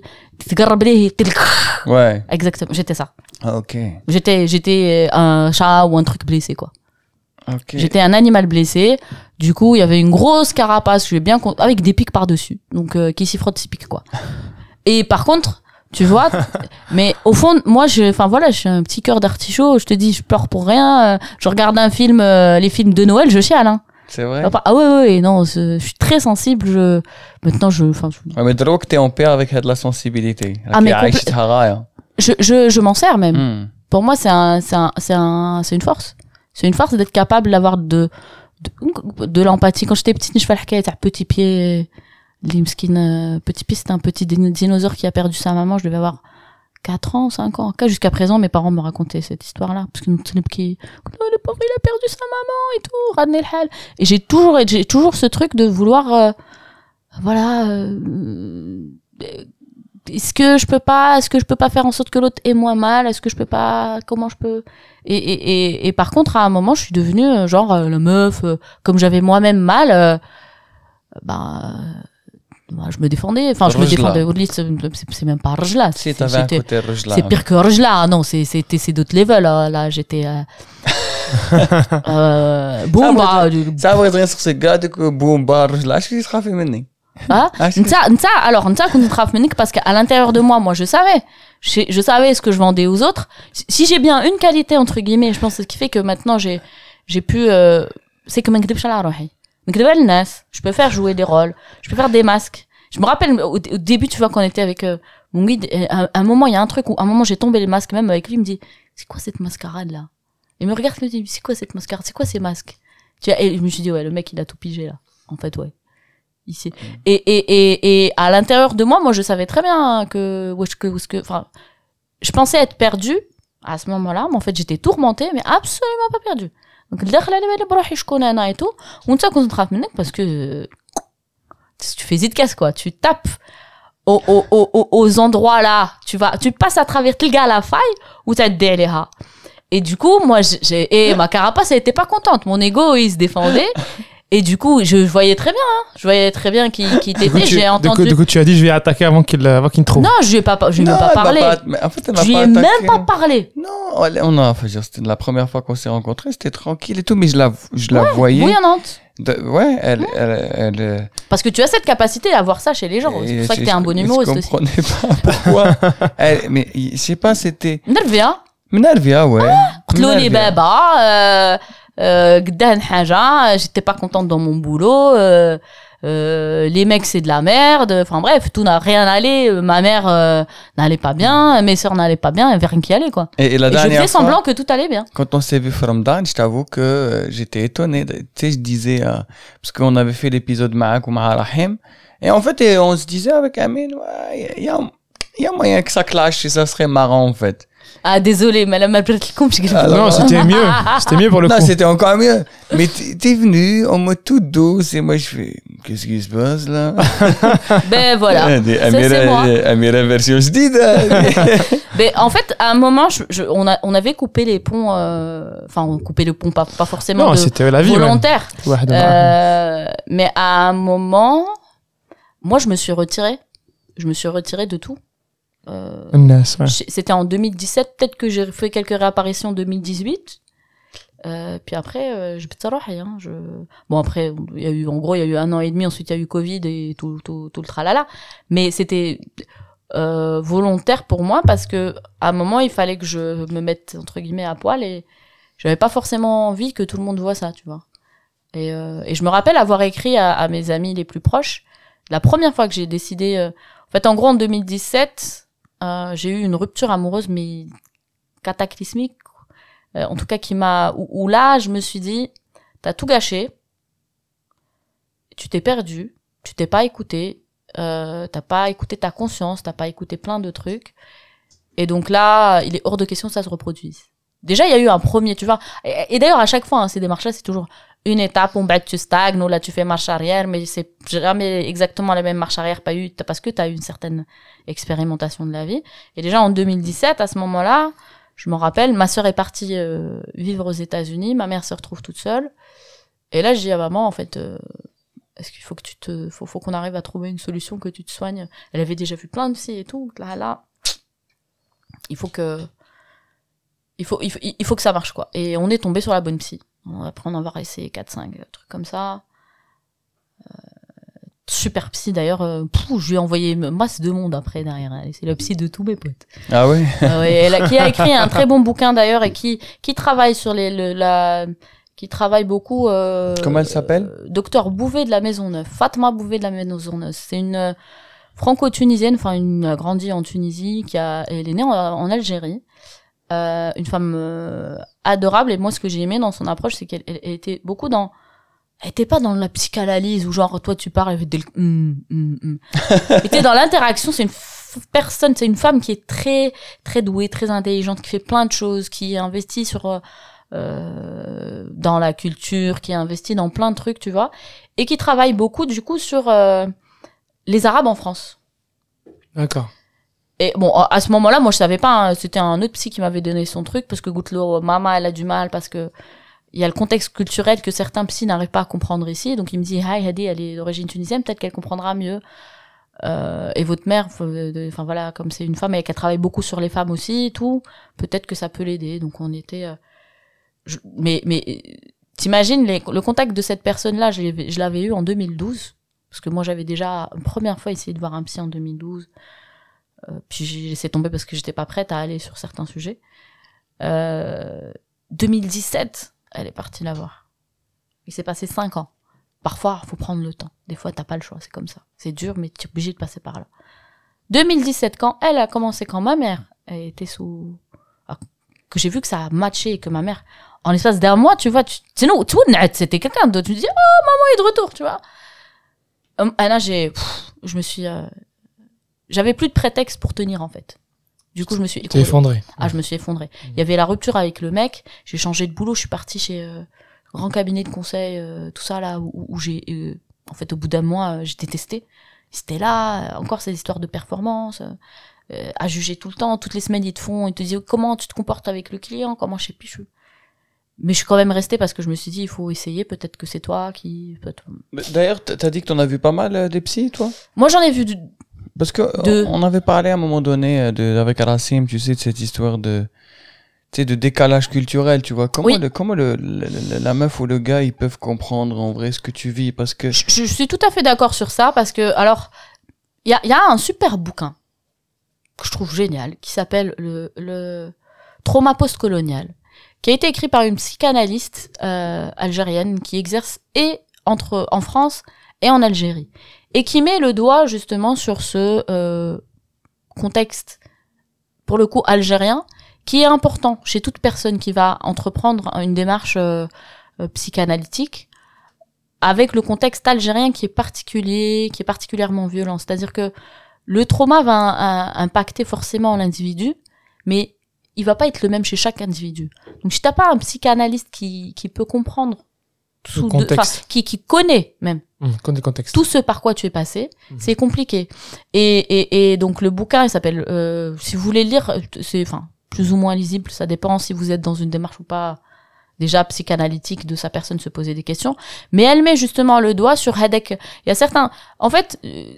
Ouais. Exactement, j'étais ça. Ah, ok. J'étais, j'étais un chat ou un truc blessé, quoi. Okay. J'étais un animal blessé. Du coup, il y avait une grosse carapace, je vais bien con... avec des pics par-dessus. Donc, euh, qui s'y frotte, s'y pique, quoi. Et par contre, tu vois, mais au fond, moi, je, enfin voilà, je suis un petit cœur d'artichaut. Je te dis, je pleure pour rien. Je regarde un film, euh, les films de Noël, je chiale, hein. C'est vrai? Ah ouais, ouais, ouais, non, je suis très sensible. Je... Maintenant, je... Enfin, je... Ouais, mais Darawak, t'es en paix avec de la sensibilité. Ah, mais compl... je, je, je m'en sers même. Mm. pour moi, c'est un, c'est un, c'est un, c'est une force. C'est une force d'être capable d'avoir de, de, de l'empathie. Quand j'étais petite, je faisais le cas, petit pied, Limskin, petit pied, c'était un petit dinosaure qui a perdu sa maman. Je devais avoir quatre ans, cinq ans. Jusqu'à présent, mes parents me racontaient cette histoire-là. Parce que nous, qui, oh, le pauvre, il a perdu sa maman et tout, radné le hal. Et j'ai toujours, j'ai toujours ce truc de vouloir, euh, voilà, euh, est-ce que je peux pas, est-ce que je peux pas faire en sorte que l'autre ait moins mal? Est-ce que je peux pas, comment je peux? Et, et, et, et par contre, à un moment, je suis devenue, euh, genre, euh, la meuf, euh, comme j'avais moi-même mal, euh, bah, bah, je me défendais. Enfin, je me défendais. C'est, c'est, c'est même pas Rajla. Si, t'avais un côté Rajla. C'est pire que Rajla. Non, c'est, c'était, c'est d'autres levels, là. Là, j'étais, euh, euh, boum, bah, ça va être sur ce gars de que boum, bah, Rajla, je suis frappé maintenant. Ah, nta, nta, alors, nta, qu'on traf menik, parce qu'à l'intérieur de moi, moi, je savais. Je, je savais ce que je vendais aux autres. Si j'ai bien une qualité, entre guillemets, je pense que c'est ce qui fait que maintenant, j'ai, j'ai pu, euh, c'est que je peux faire jouer des rôles, je peux faire des masques. Je me rappelle, au, au début, tu vois, quand on était avec, euh, mon guide, à un moment, il y a un truc où, à un moment, j'ai tombé les masques, même avec lui, il me dit, c'est quoi cette mascarade, là? Il me regarde, il me dit, c'est quoi cette mascarade? C'est quoi ces masques? Tu vois, et je me suis dit, ouais, le mec, il a tout pigé, là. En fait, ouais. Ici. Et, et, et, et à l'intérieur de moi, moi, je savais très bien que, que, que, enfin, je pensais être perdue à ce moment-là, mais en fait, j'étais tourmentée, mais absolument pas perdue. Donc, le dakhla li bali brouhi shkona ana et tout, on t'a qu'on trappe menek parce que tu fais zit-casse, quoi. Tu tapes aux, aux, aux, aux endroits là, tu vas, tu passes à travers le gars la faille ou t'as des et du coup, moi, j'ai, et ma carapace, elle était pas contente. Mon ego, il se défendait. Et du coup, je voyais très bien, hein. Je voyais très bien qui, qui t'était. J'ai entendu. Du coup, du coup, tu as dit, je vais attaquer avant qu'il, avant qu'il me trouve. Non, je lui ai pas, je lui ai même pas parlé. Pas, mais en fait, elle m'a je lui ai même pas parlé. Non, on a, enfin, c'était la première fois qu'on s'est rencontrés, c'était tranquille et tout, mais je la, je la ouais, voyais. Bouillonnante. De, ouais, elle, ouais. Elle, elle, elle, parce que tu as cette capacité à voir ça chez les gens. C'est pour ça que t'es un bon humoriste aussi. Je comprenais pas pourquoi. elle, mais je sais pas, c'était. Nervia. Nervia, ouais. Qtloli baba. Euh, j'étais pas contente dans mon boulot, euh, euh, les mecs c'est de la merde, enfin bref, tout n'a rien allé, ma mère euh, n'allait pas bien, mes sœurs n'allaient pas bien, il y avait rien qui allait, quoi. Et, et, la et dernière je fais semblant fois, que tout allait bien. Quand on s'est vu from Dan, je t'avoue que euh, j'étais étonné, tu sais, je disais, euh, parce qu'on avait fait l'épisode Ma'ak ou Ma'a Rahim, et en fait, et on se disait avec Amin, il ouais, y, y, y a moyen que ça clash et ça serait marrant en fait. Ah, désolé, mais la malperte le compte. Non, c'était mieux. C'était mieux pour le non, coup. Non, c'était encore mieux. Mais t'es venu en mode toute douce et moi je fais, qu'est-ce qui se passe là? Ben voilà. Amira, c'est moi. Amira version jdid. Ben en fait, à un moment, je, je, on, a, on avait coupé les ponts, enfin, euh, on coupait le pont, pas, pas forcément non, de c'était la vie, volontaire. Ouais, euh, mais à un moment, moi, je me suis retirée. Je me suis retirée de tout. Euh, nice, ouais. C'était en deux mille dix-sept, peut-être que j'ai fait quelques réapparitions en deux mille dix-huit. Euh, puis après, euh, je hein, je bon après, il y a eu en gros, il y a eu un an et demi. Ensuite, il y a eu Covid et tout, tout, tout le tralala. Mais c'était euh, volontaire pour moi parce que à un moment, il fallait que je me mette entre guillemets à poil et j'avais pas forcément envie que tout le monde voit ça, tu vois. Et, euh, et je me rappelle avoir écrit à, à mes amis les plus proches la première fois que j'ai décidé. Euh, en fait, en gros, en deux mille dix-sept. Euh, j'ai eu une rupture amoureuse mais cataclysmique, euh, en tout cas qui m'a où, où là je me suis dit t'as tout gâché, tu t'es perdu, tu t'es pas écouté, euh, t'as pas écouté ta conscience, t'as pas écouté plein de trucs et donc là il est hors de question que ça se reproduise. Déjà il y a eu un premier, tu vois, et, et d'ailleurs à chaque fois hein, ces démarches là c'est toujours une étape, on bat, tu stagnes, ou là tu fais marche arrière, mais c'est jamais exactement la même marche arrière, pas eu, parce que tu as eu une certaine expérimentation de la vie. Et déjà en deux mille dix-sept, à ce moment-là, je me rappelle, ma sœur est partie euh, vivre aux États-Unis, ma mère se retrouve toute seule. Et là, je dis à maman, en fait, euh, est-ce qu'il faut que tu te, faut, faut qu'on arrive à trouver une solution, que tu te soignes. Elle avait déjà vu plein de psy et tout. Là, là, il faut que, il faut, il faut, il faut que ça marche, quoi. Et on est tombé sur la bonne psy. Après, on en va essayer quatre cinq trucs comme ça. Euh, super psy, d'ailleurs. Euh, pouf, je lui ai envoyé masse de monde après, derrière. C'est la psy de tous mes potes. Ah oui euh, ouais, elle a, qui a écrit un très bon bouquin, d'ailleurs, et qui, qui travaille sur les, le, la... qui travaille beaucoup... Euh, Comment elle s'appelle euh, Docteur Bouvet de la Maisonneuve. Fatma Bouvet de la Maisonneuve. C'est une euh, franco-tunisienne, enfin, une a grandi en Tunisie, qui a, elle est née en, en Algérie. euh, une femme euh, adorable. Et moi, ce que j'ai aimé dans son approche, c'est qu'elle elle, elle était beaucoup dans... Elle était pas dans la psychanalyse où genre, toi, tu parles, elle fait des... Mm, mm, mm. Elle était dans l'interaction. C'est une f- personne, c'est une femme qui est très, très douée, très intelligente, qui fait plein de choses, qui investit sur... Euh, Euh, dans la culture, qui investit dans plein de trucs, tu vois, et qui travaille beaucoup, du coup, sur euh, les Arabes en France. D'accord. Et bon, à ce moment-là, moi, je savais pas, hein, c'était un autre psy qui m'avait donné son truc, parce que Goutlo, maman, elle a du mal, parce que il y a le contexte culturel que certains psys n'arrivent pas à comprendre ici, donc il me dit, Hi, Hadi, elle est d'origine tunisienne, peut-être qu'elle comprendra mieux. Euh, et votre mère, enfin voilà, comme c'est une femme et qu'elle travaille beaucoup sur les femmes aussi, et tout, peut-être que ça peut l'aider. Donc on était... Euh, Je, mais, mais t'imagines les, le contact de cette personne-là, je, l'ai, je l'avais eu en deux mille douze, parce que moi j'avais déjà une première fois essayé de voir un psy en deux mille douze, euh, puis j'ai laissé tomber parce que j'étais pas prête à aller sur certains sujets. Euh, deux mille dix-sept, elle est partie la voir. Il s'est passé cinq ans. Parfois, faut prendre le temps. Des fois, t'as pas le choix, c'est comme ça. C'est dur, mais t'es obligé de passer par là. deux mille dix-sept, quand elle a commencé, quand ma mère elle était sous... Ah, que j'ai vu que ça a matché et que ma mère... En l'espace d'un mois, tu vois, tu, sinon, tout c'était quelqu'un d'autre. Tu te dis, oh, maman est de retour, tu vois. Et là, j'ai, pff, je me suis, euh, j'avais plus de prétexte pour tenir, en fait. Du coup, je me suis T'es effondré. Ah, je me suis effondrée. Mmh. Il y avait la rupture avec le mec. J'ai changé de boulot. Je suis partie chez, euh, grand cabinet de conseil, euh, tout ça, là, où, où j'ai, euh, en fait, au bout d'un mois, euh, j'ai détesté. C'était là, encore ces histoires de performance, euh, à juger tout le temps. Toutes les semaines, ils te font, ils te disent comment tu te comportes avec le client, comment je sais plus, je... Mais je suis quand même restée parce que je me suis dit, il faut essayer, peut-être que c'est toi qui... D'ailleurs, t'as dit que t'en as vu pas mal euh, des psys, toi? Moi, j'en ai vu du... Parce que de... on avait parlé à un moment donné de, avec Rassim, tu sais, de cette histoire de, tu sais, de décalage culturel, tu vois. Comment, oui. le, comment le, le, la meuf ou le gars, ils peuvent comprendre en vrai ce que tu vis, parce que... Je, je suis tout à fait d'accord sur ça, parce que, alors, il y a, y a un super bouquin que je trouve génial, qui s'appelle le, le Trauma postcolonial, qui a été écrit par une psychanalyste euh, algérienne qui exerce et entre en France et en Algérie, et qui met le doigt justement sur ce euh, contexte, pour le coup algérien, qui est important chez toute personne qui va entreprendre une démarche euh, euh, psychanalytique, avec le contexte algérien qui est particulier, qui est particulièrement violent. C'est-à-dire que le trauma va un, un, impacter forcément l'individu, mais il va pas être le même chez chaque individu. Donc si t'as pas un psychanalyste qui qui peut comprendre sous de, qui qui connaît même mmh, connaît le contexte, tout ce par quoi tu es passé, mmh. c'est compliqué. Et et et donc le bouquin il s'appelle euh, si vous voulez le lire, c'est enfin plus ou moins lisible, ça dépend si vous êtes dans une démarche ou pas déjà psychanalytique de sa personne, se poser des questions, mais elle met justement le doigt sur Hadek. Il y a certains en fait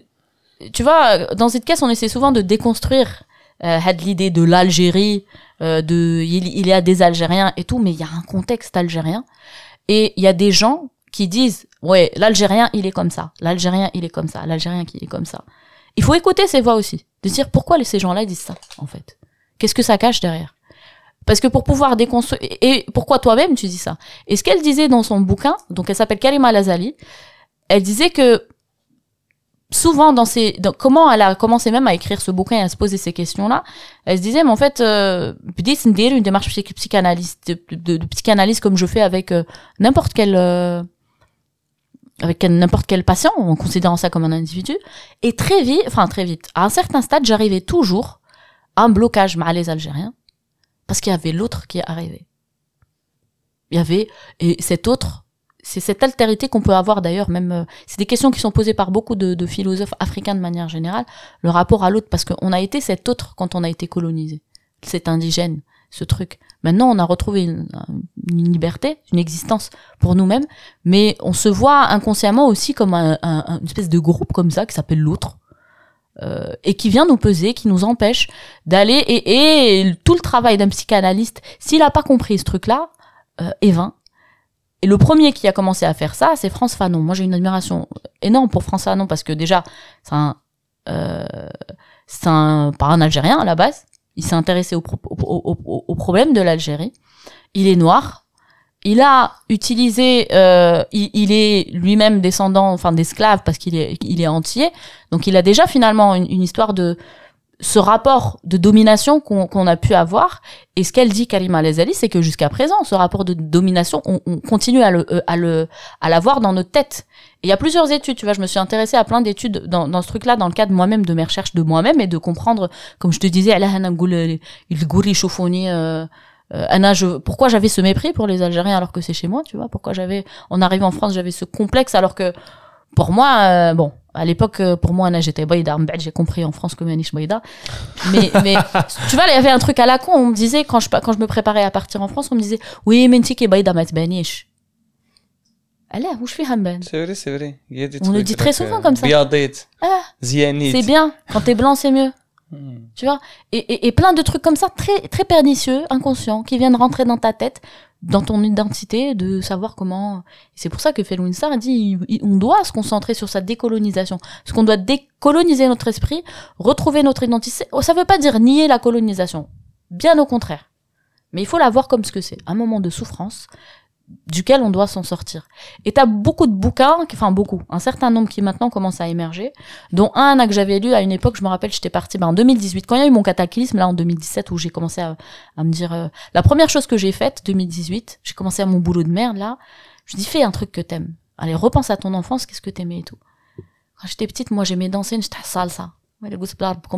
tu vois dans cette caisse on essaie souvent de déconstruire euh, l'idée de l'Algérie, euh, de il, il y a des Algériens et tout, mais il y a un contexte algérien et il y a des gens qui disent ouais l'Algérien il est comme ça, l'Algérien il est comme ça, l'Algérien qui est comme ça. Il faut écouter ces voix aussi, de dire pourquoi ces gens-là disent ça en fait. Qu'est-ce que ça cache derrière? Parce que pour pouvoir déconstruire et pourquoi toi-même tu dis ça. Et ce qu'elle disait dans son bouquin, donc elle s'appelle Karima Lazali, elle disait que souvent dans ses dans, comment elle a commencé même à écrire ce bouquin et à se poser ces questions-là, elle se disait mais en fait euh, une démarche psychanalyste de, de, de psychanalyse comme je fais avec euh, n'importe quel euh, avec n'importe quel patient en considérant ça comme un individu, et très vite enfin très vite à un certain stade j'arrivais toujours à un blocage avec les Algériens parce qu'il y avait l'autre qui est arrivé. Il y avait et cet autre, c'est cette altérité qu'on peut avoir d'ailleurs, même, euh, c'est des questions qui sont posées par beaucoup de, de philosophes africains de manière générale, le rapport à l'autre, parce qu'on a été cet autre quand on a été colonisé, cet indigène, ce truc. Maintenant, on a retrouvé une, une liberté, une existence pour nous-mêmes, mais on se voit inconsciemment aussi comme un, un, une espèce de groupe comme ça qui s'appelle l'autre, euh, et qui vient nous peser, qui nous empêche d'aller, et, et tout le travail d'un psychanalyste, s'il a pas compris ce truc-là, euh, est vain. Et le premier qui a commencé à faire ça, c'est Frantz Fanon. Moi, j'ai une admiration énorme pour Frantz Fanon parce que déjà, c'est un, euh, c'est un, pas un Algérien à la base. Il s'est intéressé au, pro, au, au, au problème de l'Algérie. Il est noir. Il a utilisé, euh, il, il est lui-même descendant, enfin d'esclaves parce qu'il est, il est entier. Donc, il a déjà finalement une, une histoire de ce rapport de domination qu'on, qu'on a pu avoir. Et ce qu'elle dit, Karima Al-Ghazali, c'est que jusqu'à présent, ce rapport de domination, on, on continue à le, à le, à l'avoir dans notre tête. Et il y a plusieurs études, tu vois, je me suis intéressée à plein d'études dans, dans ce truc-là, dans le cadre moi-même de mes recherches de moi-même et de comprendre, comme je te disais, Anna, je, pourquoi j'avais ce mépris pour les Algériens alors que c'est chez moi, tu vois, pourquoi j'avais, en arrivant en France, j'avais ce complexe alors que, pour moi, euh, bon, à l'époque, pour moi, Anna, j'étais baïda. J'ai compris en France que manish baïda. Mais, mais, tu vois, il y avait un truc à la con. On me disait, quand je, quand je me préparais à partir en France, on me disait, oui, mais tu es baïda, ma t'banish. Allez, où je fais hamban. C'est vrai, c'est vrai. Il y a des on le dit très souvent comme ça. Biadit. Ah, Zianit. c'est bien. Quand t'es blanc, c'est mieux. Hmm. Tu vois, et, et, et plein de trucs comme ça, très, très pernicieux, inconscients, qui viennent rentrer dans ta tête, dans ton identité, de savoir comment. Et c'est pour ça que Felwine Sarr dit on doit se concentrer sur sa décolonisation, parce qu'on doit décoloniser notre esprit, retrouver notre identité. Ça veut pas dire nier la colonisation, bien au contraire, mais il faut la voir comme ce que c'est, un moment de souffrance duquel on doit s'en sortir. Et t'as beaucoup de bouquins, enfin beaucoup, un certain nombre qui maintenant commencent à émerger, dont un que j'avais lu à une époque, je me rappelle, j'étais partie ben, en deux mille dix-huit, quand il y a eu mon cataclysme, là en deux mille dix-sept, où j'ai commencé à, à me dire, euh, la première chose que j'ai faite, deux mille dix-huit, j'ai commencé à mon boulot de merde, là, je dis, fais un truc que t'aimes. Allez, repense à ton enfance, qu'est-ce que t'aimais et tout. Quand j'étais petite, moi j'aimais danser, j'étais salsa. Mon rêve,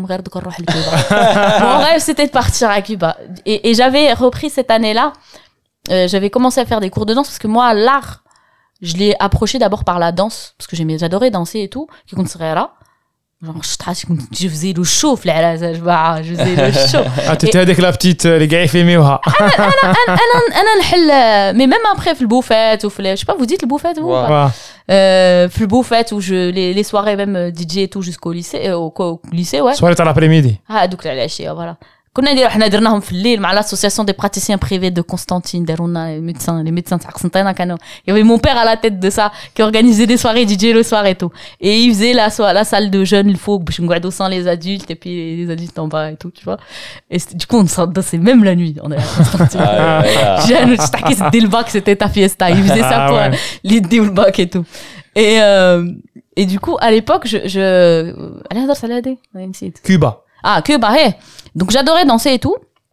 c'était de partir à Cuba. Et, et j'avais repris cette année-là, Euh, j'avais commencé à faire des cours de danse parce que moi, l'art, je l'ai approché d'abord par la danse, parce que j'aimais, j'adorais danser et tout, qui compte serait là. Genre, je faisais le show, je faisais le show. Ah, t'étais avec la petite, les gars, ils filmaient. Mais même après, le bouffet, ou je sais pas, vous dites le bouffet, vous? Ouais. Euh, le bouffet, où je, les, les soirées, même D J et tout, jusqu'au lycée, euh, au, au lycée, ouais. Soirée à l'après-midi. Ah, donc là, là, voilà. كنا نديرو حنا درناهم في الليل مع l'association des praticiens privés de Constantine دارونا les médecins les médecins تاع قسنطينة كانوا il y avait mon père à la tête de ça qui organisait des soirées D J le soir et tout et il faisait la so- la salle de jeunes il faut باش نقعدوا sans les adultes et puis les adultes en bas et tout tu vois et du coup on se dansait même la nuit on est à Constantine jeune tu t'as qu'est dès le bac c'était ta fiesta il faisait ça pour les dès le bac et tout et euh, et du coup à l'époque je je allez هضر سلادي نسيت Cuba. Ah, Cuba, hey. Donc j'adorais danser et tout.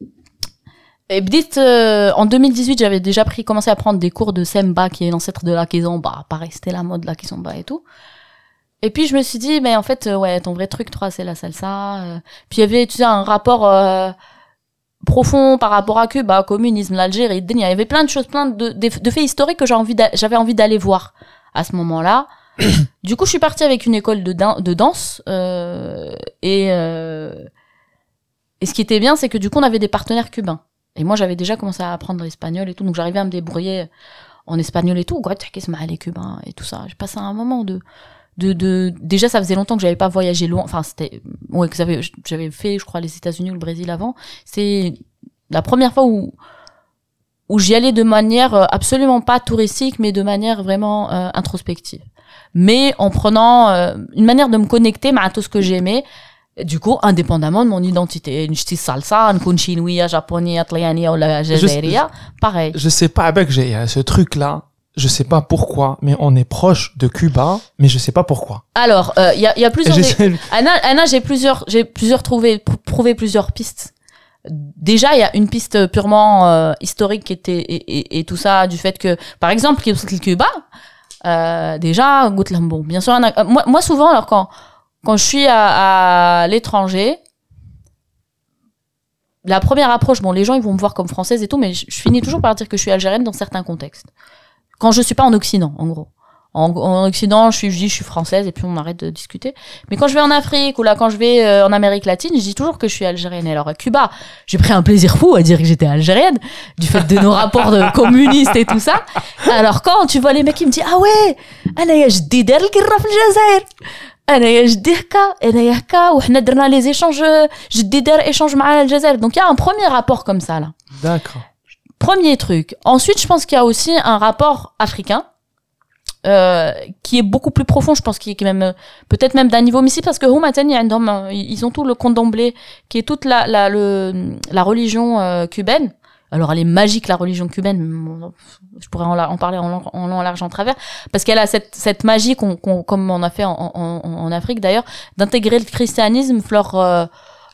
Et bdit, euh, en deux mille dix-huit, j'avais déjà pris, commencé à prendre des cours de Semba, qui est l'ancêtre de la Kizomba. Pareil, c'était la mode, la Kizomba et tout. Et puis je me suis dit, mais en fait, euh, ouais, ton vrai truc, toi, c'est la salsa. Euh. Puis il y avait, tu sais, un rapport euh, profond par rapport à Cuba, communisme, l'Algérie, il y avait plein de choses, plein de, de, de faits historiques que j'ai envie j'avais envie d'aller voir à ce moment-là. Du coup, je suis partie avec une école de, dan- de danse euh, et euh, et ce qui était bien, c'est que du coup, on avait des partenaires cubains. Et moi, j'avais déjà commencé à apprendre l'espagnol et tout, donc j'arrivais à me débrouiller en espagnol et tout. Les Cubains et tout ça. J'ai passé un moment de de de. Déjà, ça faisait longtemps que j'avais pas voyagé loin. Enfin, c'était ouais que j'avais j'avais fait, je crois, les États-Unis ou le Brésil avant. C'est la première fois où où j'y allais de manière absolument pas touristique, mais de manière vraiment euh, introspective. Mais en prenant euh, une manière de me connecter à tout ce que j'aimais, du coup, indépendamment de mon identité. Une petite salsa, une chinoise, japonaise, italienne ou la jazaïria, pareil. Je sais pas, avec j'ai ce truc-là, je sais pas pourquoi, mais on est proche de Cuba, mais je sais pas pourquoi. Alors, il euh, y, a, y a plusieurs... Des... Anna, Anna, j'ai plusieurs, j'ai plusieurs trouvé, prouvé plusieurs pistes. Déjà, il y a une piste purement euh, historique qui était, et, et, et tout ça, du fait que, par exemple, le Cuba, Euh, déjà, bon, bien sûr, a, moi, moi, souvent, alors, quand, quand je suis à, à l'étranger, la première approche, bon, les gens, ils vont me voir comme française et tout, mais je, je finis toujours par dire que je suis algérienne dans certains contextes. Quand je suis pas en Occident, en gros. En, en Occident, je suis, je dis, je suis française et puis on arrête de discuter. Mais quand je vais en Afrique ou là, quand je vais euh, en Amérique latine, je dis toujours que je suis algérienne. Et alors, à Cuba, j'ai pris un plaisir fou à dire que j'étais algérienne, du fait de nos rapports de communistes et tout ça. Alors, quand tu vois les mecs qui me disent, ah ouais, أنا جدي دار الكرة في الجزائر. أنا جدي هكا, أنا هكا, وحنا درنا les échanges, جدي دار échange مع الجزائر. Donc, il y a un premier rapport comme ça, là. D'accord. Premier truc. Ensuite, je pense qu'il y a aussi un rapport africain. Euh, qui est beaucoup plus profond, je pense, qui est même peut-être même d'un niveau missi, parce que ils ont tout le candomblé, qui est toute la la le la religion euh, cubaine. Alors elle est magique, la religion cubaine. Je pourrais en, en parler en long, en long, en large, en travers, parce qu'elle a cette cette magie qu'on, qu'on comme on a fait en, en, en Afrique d'ailleurs, d'intégrer le christianisme, leur euh,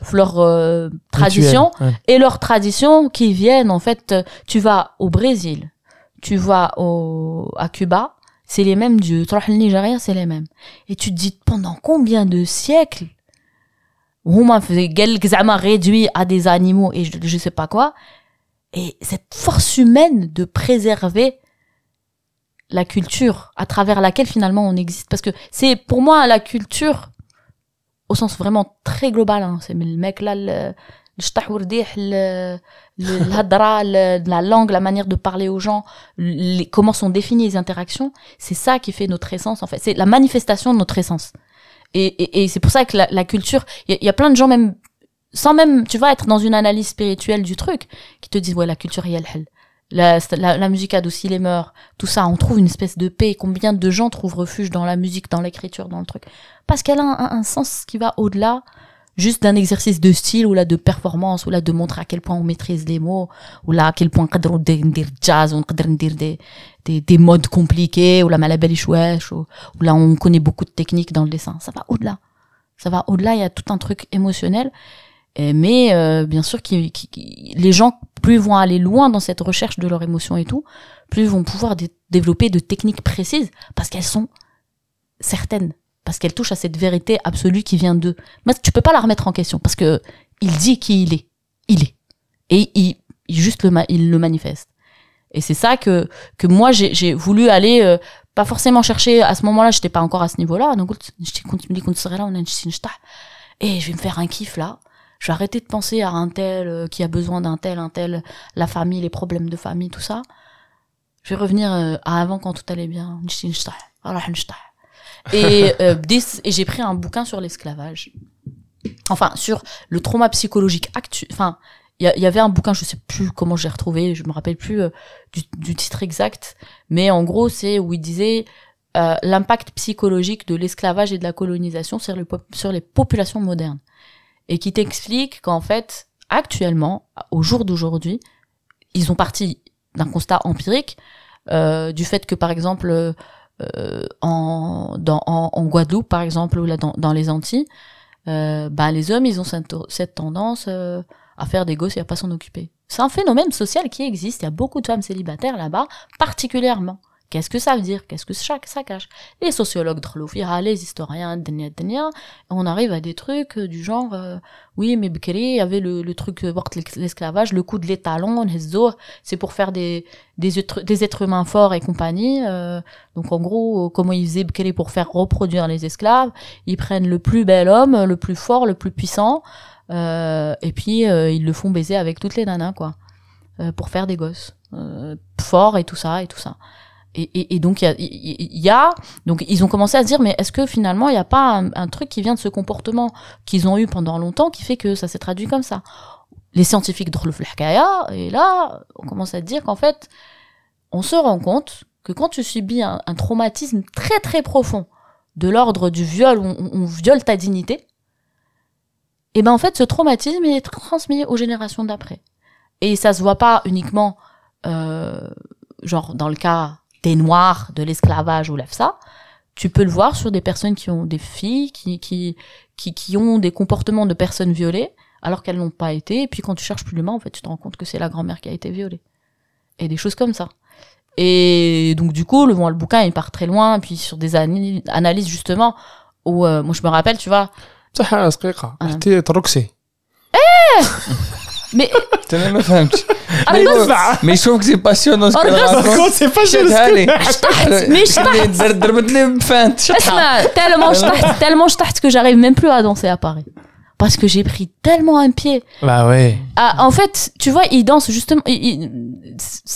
leur euh, tradition ouais. et leurs traditions qui viennent en fait. Tu vas au Brésil, tu vas au à Cuba, c'est les mêmes dieux. Tu vas au Nigeria, c'est les mêmes. Et tu te dis pendant combien de siècles huma réduit à des animaux et je, je sais pas quoi. Et cette force humaine de préserver la culture à travers laquelle finalement on existe, parce que c'est pour moi la culture au sens vraiment très global, hein. C'est le mec là, le le le la langue, la manière de parler aux gens, les, comment sont définies les interactions, c'est ça qui fait notre essence en fait, c'est la manifestation de notre essence. Et, et, et c'est pour ça que la, la culture, il y, y a plein de gens même sans même, tu vois, être dans une analyse spirituelle du truc, qui te disent ouais la culture y a le hell. La, la, la musique adoucit les mœurs, tout ça, on trouve une espèce de paix. Combien de gens trouvent refuge dans la musique, dans l'écriture, dans le truc? Parce qu'elle a un, un, un sens qui va au-delà juste d'un exercice de style ou là de performance ou là de montrer à quel point on maîtrise les mots ou là à quel point on peut dire jazz, on peut dire des des des modes compliqués ou la malabelle chouèche ou, ou là on connaît beaucoup de techniques dans le dessin. Ça va au-delà. Ça va au-delà, il y a tout un truc émotionnel. Et, mais euh, bien sûr qui, qui, qui les gens plus vont aller loin dans cette recherche de leur émotion et tout, plus ils vont pouvoir dé- développer de techniques précises parce qu'elles sont certaines, parce qu'elles touchent à cette vérité absolue qui vient d'eux. Mais tu peux pas la remettre en question parce que il dit qui il est, il est, et il, il juste le ma- il le manifeste. Et c'est ça que que moi j'ai j'ai voulu aller euh, pas forcément chercher à ce moment-là, j'étais pas encore à ce niveau-là. Donc j'étais continué quand serait là on a une et je vais me faire un kiff là. Je vais arrêter de penser à un tel euh, qui a besoin d'un tel, un tel, la famille, les problèmes de famille, tout ça. Je vais revenir euh, à avant quand tout allait bien. Et, euh, des, et j'ai pris un bouquin sur l'esclavage. Enfin, sur le trauma psychologique actuel. Enfin, il y, y avait un bouquin, je sais plus comment j'ai retrouvé, je me rappelle plus euh, du, du titre exact, mais en gros, c'est où il disait euh, l'impact psychologique de l'esclavage et de la colonisation sur les, pop- sur les populations modernes. Et qui t'explique qu'en fait, actuellement, au jour d'aujourd'hui, ils ont parti d'un constat empirique, euh, du fait que, par exemple, euh, en, dans, en, en Guadeloupe, par exemple, ou là dans, dans les Antilles, euh, bah, les hommes, ils ont cette, cette tendance euh, à faire des gosses et à pas s'en occuper. C'est un phénomène social qui existe. Il y a beaucoup de femmes célibataires là-bas, particulièrement. Qu'est-ce que ça veut dire? Qu'est-ce que ça, ça cache? Les sociologues, les historiens, on arrive à des trucs du genre, euh, oui, mais Bekri, il y avait le, le truc de l'esclavage, le coup de l'étalon, c'est pour faire des, des, êtres, des êtres humains forts et compagnie. Euh, donc en gros, comment ils faisaient Bekri pour faire reproduire les esclaves? Ils prennent le plus bel homme, le plus fort, le plus puissant, euh, et puis euh, ils le font baiser avec toutes les nanas, quoi, euh, pour faire des gosses euh, forts et tout ça, et tout ça. Et, et, et donc il y a, il y a donc ils ont commencé à se dire mais est-ce que finalement il n'y a pas un, un truc qui vient de ce comportement qu'ils ont eu pendant longtemps qui fait que ça s'est traduit comme ça? Les scientifiques de l'Hkaya, et là on commence à dire qu'en fait on se rend compte que quand tu subis un, un traumatisme très très profond de l'ordre du viol, on, on viole ta dignité, et ben en fait ce traumatisme est transmis aux générations d'après, et ça se voit pas uniquement euh, genre dans le cas des noirs, de l'esclavage ou ça, tu peux le voir sur des personnes qui ont des filles, qui, qui, qui, qui ont des comportements de personnes violées, alors qu'elles n'ont pas été, et puis quand tu cherches plus loin, en fait, tu te rends compte que c'est la grand-mère qui a été violée. Et des choses comme ça. Et donc, du coup, le, bon, le bouquin, il part très loin, puis sur des an- analyses, justement, où, euh, moi, je me rappelle, tu vois... صح دقيقة حتى تركسي Mais انت ما فهمتش أرقص mais je trouve que c'est passionnant ce qu'elle أرقص. raconte. c'est pas شدها لي مش شطحت. ضربت لي بفانت شطحة. اسمع tellement شطحت tellement شطحت que j'arrive même plus à danser à Paris. Parce que j'ai pris tellement un pied. bah ouais Ah, en fait, tu vois, il danse justement... il- il-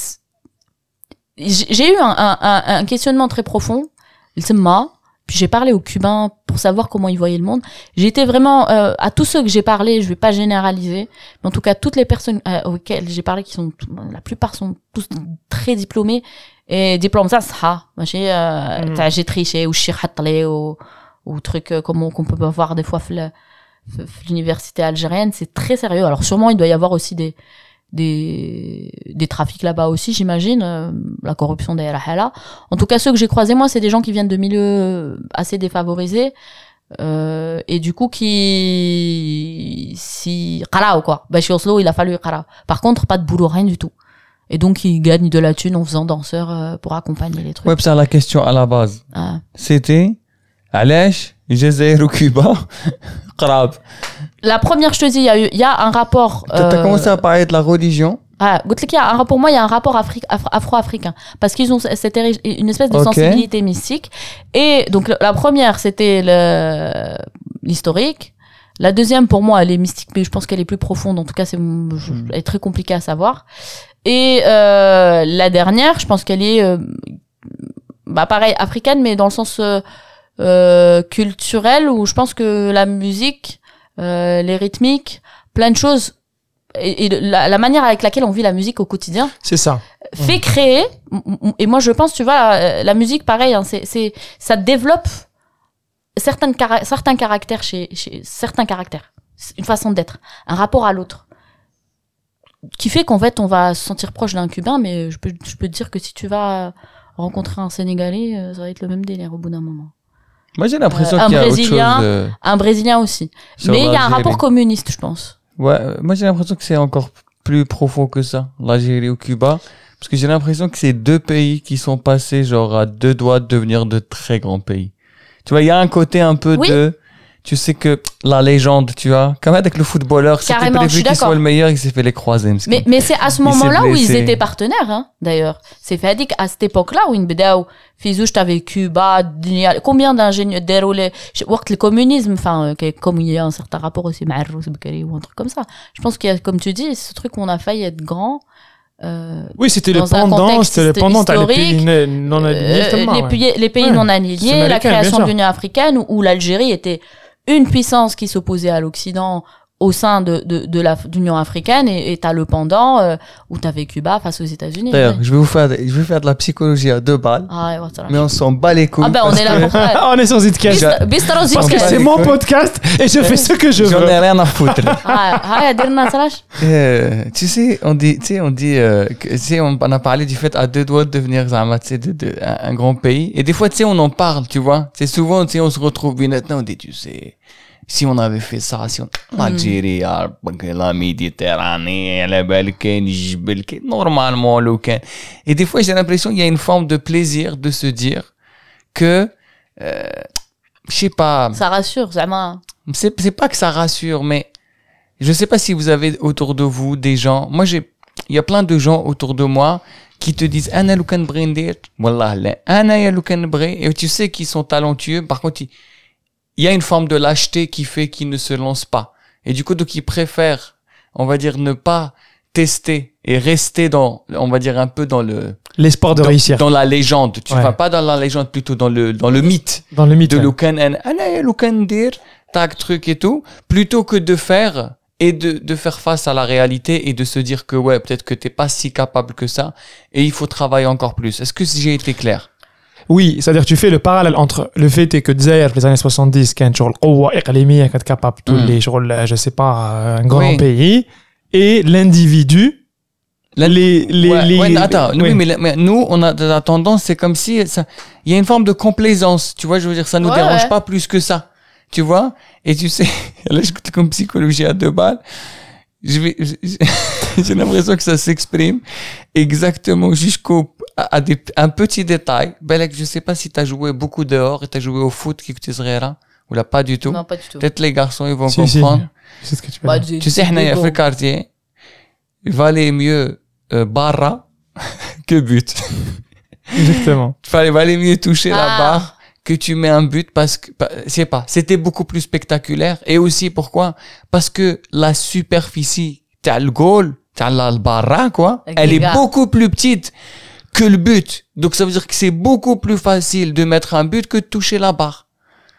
j'ai eu un, un, un, un questionnement très profond. Il se m'a... Puis j'ai parlé aux Cubains pour savoir comment ils voyaient le monde. J'ai été vraiment euh, à tous ceux que j'ai parlé, je vais pas généraliser, mais en tout cas toutes les personnes euh, auxquelles j'ai parlé, qui sont la plupart sont tous très diplômés et diplôme ça ça, j'ai euh, Mm. j'ai triché ou chirhatlé ou ou truc euh, comme on- qu'on peut voir des fois à l'université algérienne, c'est très sérieux. Alors sûrement il doit y avoir aussi des des des trafics là-bas aussi, j'imagine, euh, la corruption derrière là. En tout cas, ceux que j'ai croisés moi, c'est des gens qui viennent de milieux assez défavorisés, Euh, et du coup, qui, si, Qarao, quoi. Bah, chez Oslo, il a fallu Qarao. Par contre, pas de boulot, rien du tout. Et donc, il gagne de la thune en faisant danseur euh, pour accompagner les trucs. Ouais, c'est la question à la base. Ah. C'était, علاش الجزائر وكوبا قراب. La première, je te dis, il y a eu, il y a un rapport. T'as euh, commencé à parler de la religion. Ah, Goutlek, il y a un, pour moi, il y a un rapport Afri- afro- afro-africain. Parce qu'ils ont cette, éri- une espèce de Ok. sensibilité mystique. Et donc, le- la première, c'était le, l'historique. La deuxième, pour moi, elle est mystique, mais je pense qu'elle est plus profonde. En tout cas, c'est, je- elle est très compliquée à savoir. Et euh, la dernière, je pense qu'elle est, euh, bah, pareil, africaine, mais dans le sens euh, euh, culturel, où je pense que la musique, euh, les rythmiques, plein de choses, et, et la, la manière avec laquelle on vit la musique au quotidien, C'est ça. fait créer. Et moi, je pense, tu vois, euh, la musique, pareil, hein, c'est, c'est, ça développe certaines cara- certains caractères chez, chez certains caractères, une façon d'être, un rapport à l'autre, qui fait qu'en fait, on va se sentir proche d'un Cubain, mais je peux, je peux te dire que si tu vas rencontrer un Sénégalais, euh, ça va être le même délire au bout d'un moment. Moi, j'ai l'impression Euh, un qu'il y a Brésilien, autre chose. euh, Un Brésilien aussi. sur Mais il y a un l'Algérie. rapport communiste, je pense. Ouais, euh, moi j'ai l'impression que c'est encore plus profond que ça, l'Algérie ou Cuba. Parce que j'ai l'impression que c'est deux pays qui sont passés genre à deux doigts de devenir de très grands pays. Tu vois, il y a un côté un peu Oui. de... Tu sais que la légende, tu vois, comme avec le footballeur, c'était Carrément, je prévu suis qu'il d'accord. soit le meilleur, il s'est fait les croisés. مسكين. Mais, mais c'est à ce Il s'est moment-là où ils blessé. étaient partenaires, hein, d'ailleurs. C'est fait à cette époque-là où une bédao, Fizouche, t'avais Cuba, Dunia- combien d'ingénieurs déroulés, work le communisme, enfin, euh, que- comme il y a un certain rapport aussi, Ma'arrous, Bakari, ou un truc comme ça. Je pense qu'il y a, comme tu dis, ce truc où on a failli être grand, euh, Oui, c'était le Dans un pendant, contexte c'était le pendant t'as les historique, pays ne- non alignés. euh, tellement, les, ouais. pays, les pays Ouais. non alignés, la Américain, création bien de sûr. l'Union africaine, où, où l'Algérie était une puissance qui s'opposait à l'Occident au sein de, de, de la, d'Union africaine, et, et t'as le pendant, euh, où t'avais Cuba face aux États-Unis. D'ailleurs, je vais vous faire, je vais faire de la psychologie à deux balles, Ah ouais, voilà. mais on s'en bat les couilles. Ah ben, on parce est là que pour ça. On est sans Zidkaz. Déjà- Bistro Parce que Zidkaz. c'est mon podcast et je fais ce que je J'en veux. ai rien à foutre. Ah, ah, dirna salash. Euh, tu sais, on dit, tu sais, on dit, euh, que, tu sais, on, on a parlé du fait à deux doigts de devenir Zama, tu sais, de, de, un, un grand pays. Et des fois, tu sais, on en parle, tu vois. C'est souvent, tu sais, on se retrouve maintenant, on dit, tu sais, si on avait fait ça, si on, l'Algérie, ah, la Méditerranée, la Balkans, Jbel, normalement, le week-end. Et des fois, j'ai l'impression qu'il y a une forme de plaisir de se dire que, euh, je sais pas, Ça rassure, Zama. c'est, c'est pas que ça rassure, mais je sais pas si vous avez autour de vous des gens. Moi, j'ai, il y a plein de gens autour de moi qui te disent, Ana Lukan Brindir, Wallah, la, Ana ya Lukan Brin, et tu sais qu'ils sont talentueux. Par contre, il, il y a une forme de lâcheté qui fait qu'ils ne se lancent pas. Et du coup, donc, ils préfèrent, on va dire, ne pas tester et rester dans, on va dire, un peu dans le, L'espoir de dans, réussir. dans la légende. Tu Ouais. vas pas dans la légende, plutôt dans le, dans le mythe Dans le mythe. de ouais. Lukan and Ana Lukan dir, tac, truc et tout, plutôt que de faire et de, de faire face à la réalité et de se dire que ouais, peut-être que t'es pas si capable que ça et il faut travailler encore plus. Est-ce que j'ai été clair? Oui, c'est-à-dire tu fais le parallèle entre le fait est que Dzaïr, les années soixante-dix, كان شغل قوة إقليمية كانت capable tous Mm. les شغل, je sais pas, un grand Oui. pays, et l'individu, La- les, les, ouais, les, ouais, les- attends, oui. oui, mais, la- mais nous, on a de la tendance, c'est comme si ça, il y a une forme de complaisance, tu vois, je veux dire, ça nous Ouais, dérange ouais. pas plus que ça, tu vois, et tu sais, là, j'écoute comme psychologie à deux balles, je vais, je- j'ai l'impression que ça s'exprime exactement jusqu'au, à, à des, un petit détail. Belek, je sais pas si t'as joué beaucoup dehors et t'as joué au foot qui tu serais là, ou là, pas du tout. Non, pas du tout. Peut-être les garçons, ils vont Si, si. comprendre. Je sais ce que tu veux Bah, dire. du- Tu sais, du- حنا du- في le quartier, il valait mieux euh, barra que but. Exactement. Il fallait valait mieux toucher la Ah. barre que tu mets un but parce que, pa- je sais pas, c'était beaucoup plus spectaculaire. Et aussi, pourquoi? Parce que la superficie, t'as le goal, t'as la le barra, quoi, Avec elle les est gars. beaucoup plus petite que le but. Donc, ça veut dire que c'est beaucoup plus facile de mettre un but que de toucher la barre.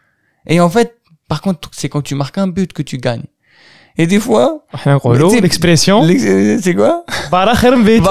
Et en fait, par contre, c'est quand tu marques un but que tu gagnes. Et des fois, احنا نقولوا Mais tu sais, l'expression l'ex- c'est quoi? بارا خير من بيت.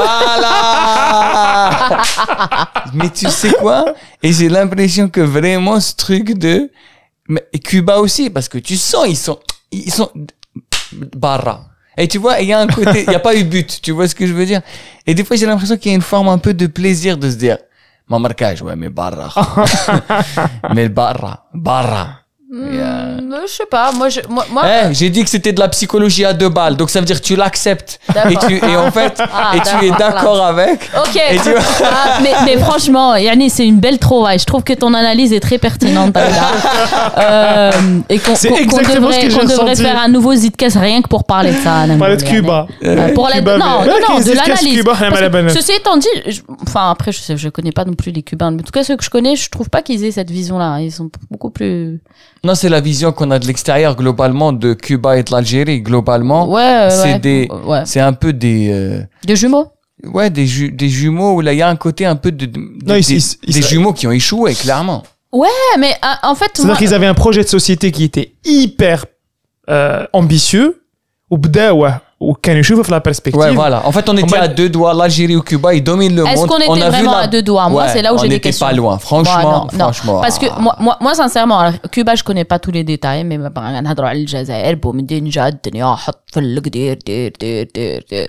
Voilà! Mais tu sais quoi? Et j'ai l'impression que vraiment ce truc de, mais et Cuba aussi, parce que tu sens, ils sont, ils sont, barra. Et tu vois, il y a un côté, il n'y a pas eu but, tu vois ce que je veux dire? Et des fois, j'ai l'impression qu'il y a une forme un peu de plaisir de se dire, ma marquage, ouais, mais barra. Mais barra, barra. Hmm, je sais pas, moi, je, moi, moi Eh, j'ai dit que c'était de la psychologie à deux balles, donc ça veut dire que tu l'acceptes et, tu, et en fait, Ah, et tu es d'accord avec. Ok, Et tu- Ah, mais, mais franchement, Yannis, c'est une belle trouvaille. Je trouve que ton analyse est très pertinente, Aïda. euh, et qu'on, C'est qu'on, qu'on exactement ce devrait, que j'ai qu'on devrait ressenti. faire un nouveau Zidcast rien que pour parler de ça. On parlait de Cuba. Euh, pour la... Cuba, Non, mais- non, non, Ok, de Zidkast l'analyse. Cuba, Parce la bonne. que, ceci étant dit, je... enfin après, je sais, je connais pas non plus les Cubains, mais en tout cas ceux que je connais, je trouve pas qu'ils aient cette vision-là. Ils sont beaucoup plus. Non, c'est la vision qu'on a de l'extérieur globalement de Cuba et de l'Algérie. Globalement, Ouais, euh, c'est ouais. des, Ouais. c'est un peu des, euh, De jumeaux. ouais, des, ju- des jumeaux où là il y a un côté un peu de, de- Non, des, ils- ils- ils- des jumeaux qui ont échoué clairement. Ouais, mais euh, en fait, C'est-à-dire moi, qu'ils avaient un projet de société qui était hyper euh, ambitieux, وبداوه وكانوا يشوفوا في la perspective. Ouais, voilà. En fait, on était va- à deux doigts. L'Algérie ou Cuba, ils dominent le est-ce monde. qu'on était on a vu vraiment la- à deux doigts? Moi, Ouais, c'est là où j'ai on des était questions. pas loin. Franchement, Moi, non, non. franchement. Parce que moi, moi, moi sincèrement, alors, Cuba, je connais pas tous les détails, mais نهضروا على الجزائر بومدين جا الدنيا حط في القدير دير دير دير دير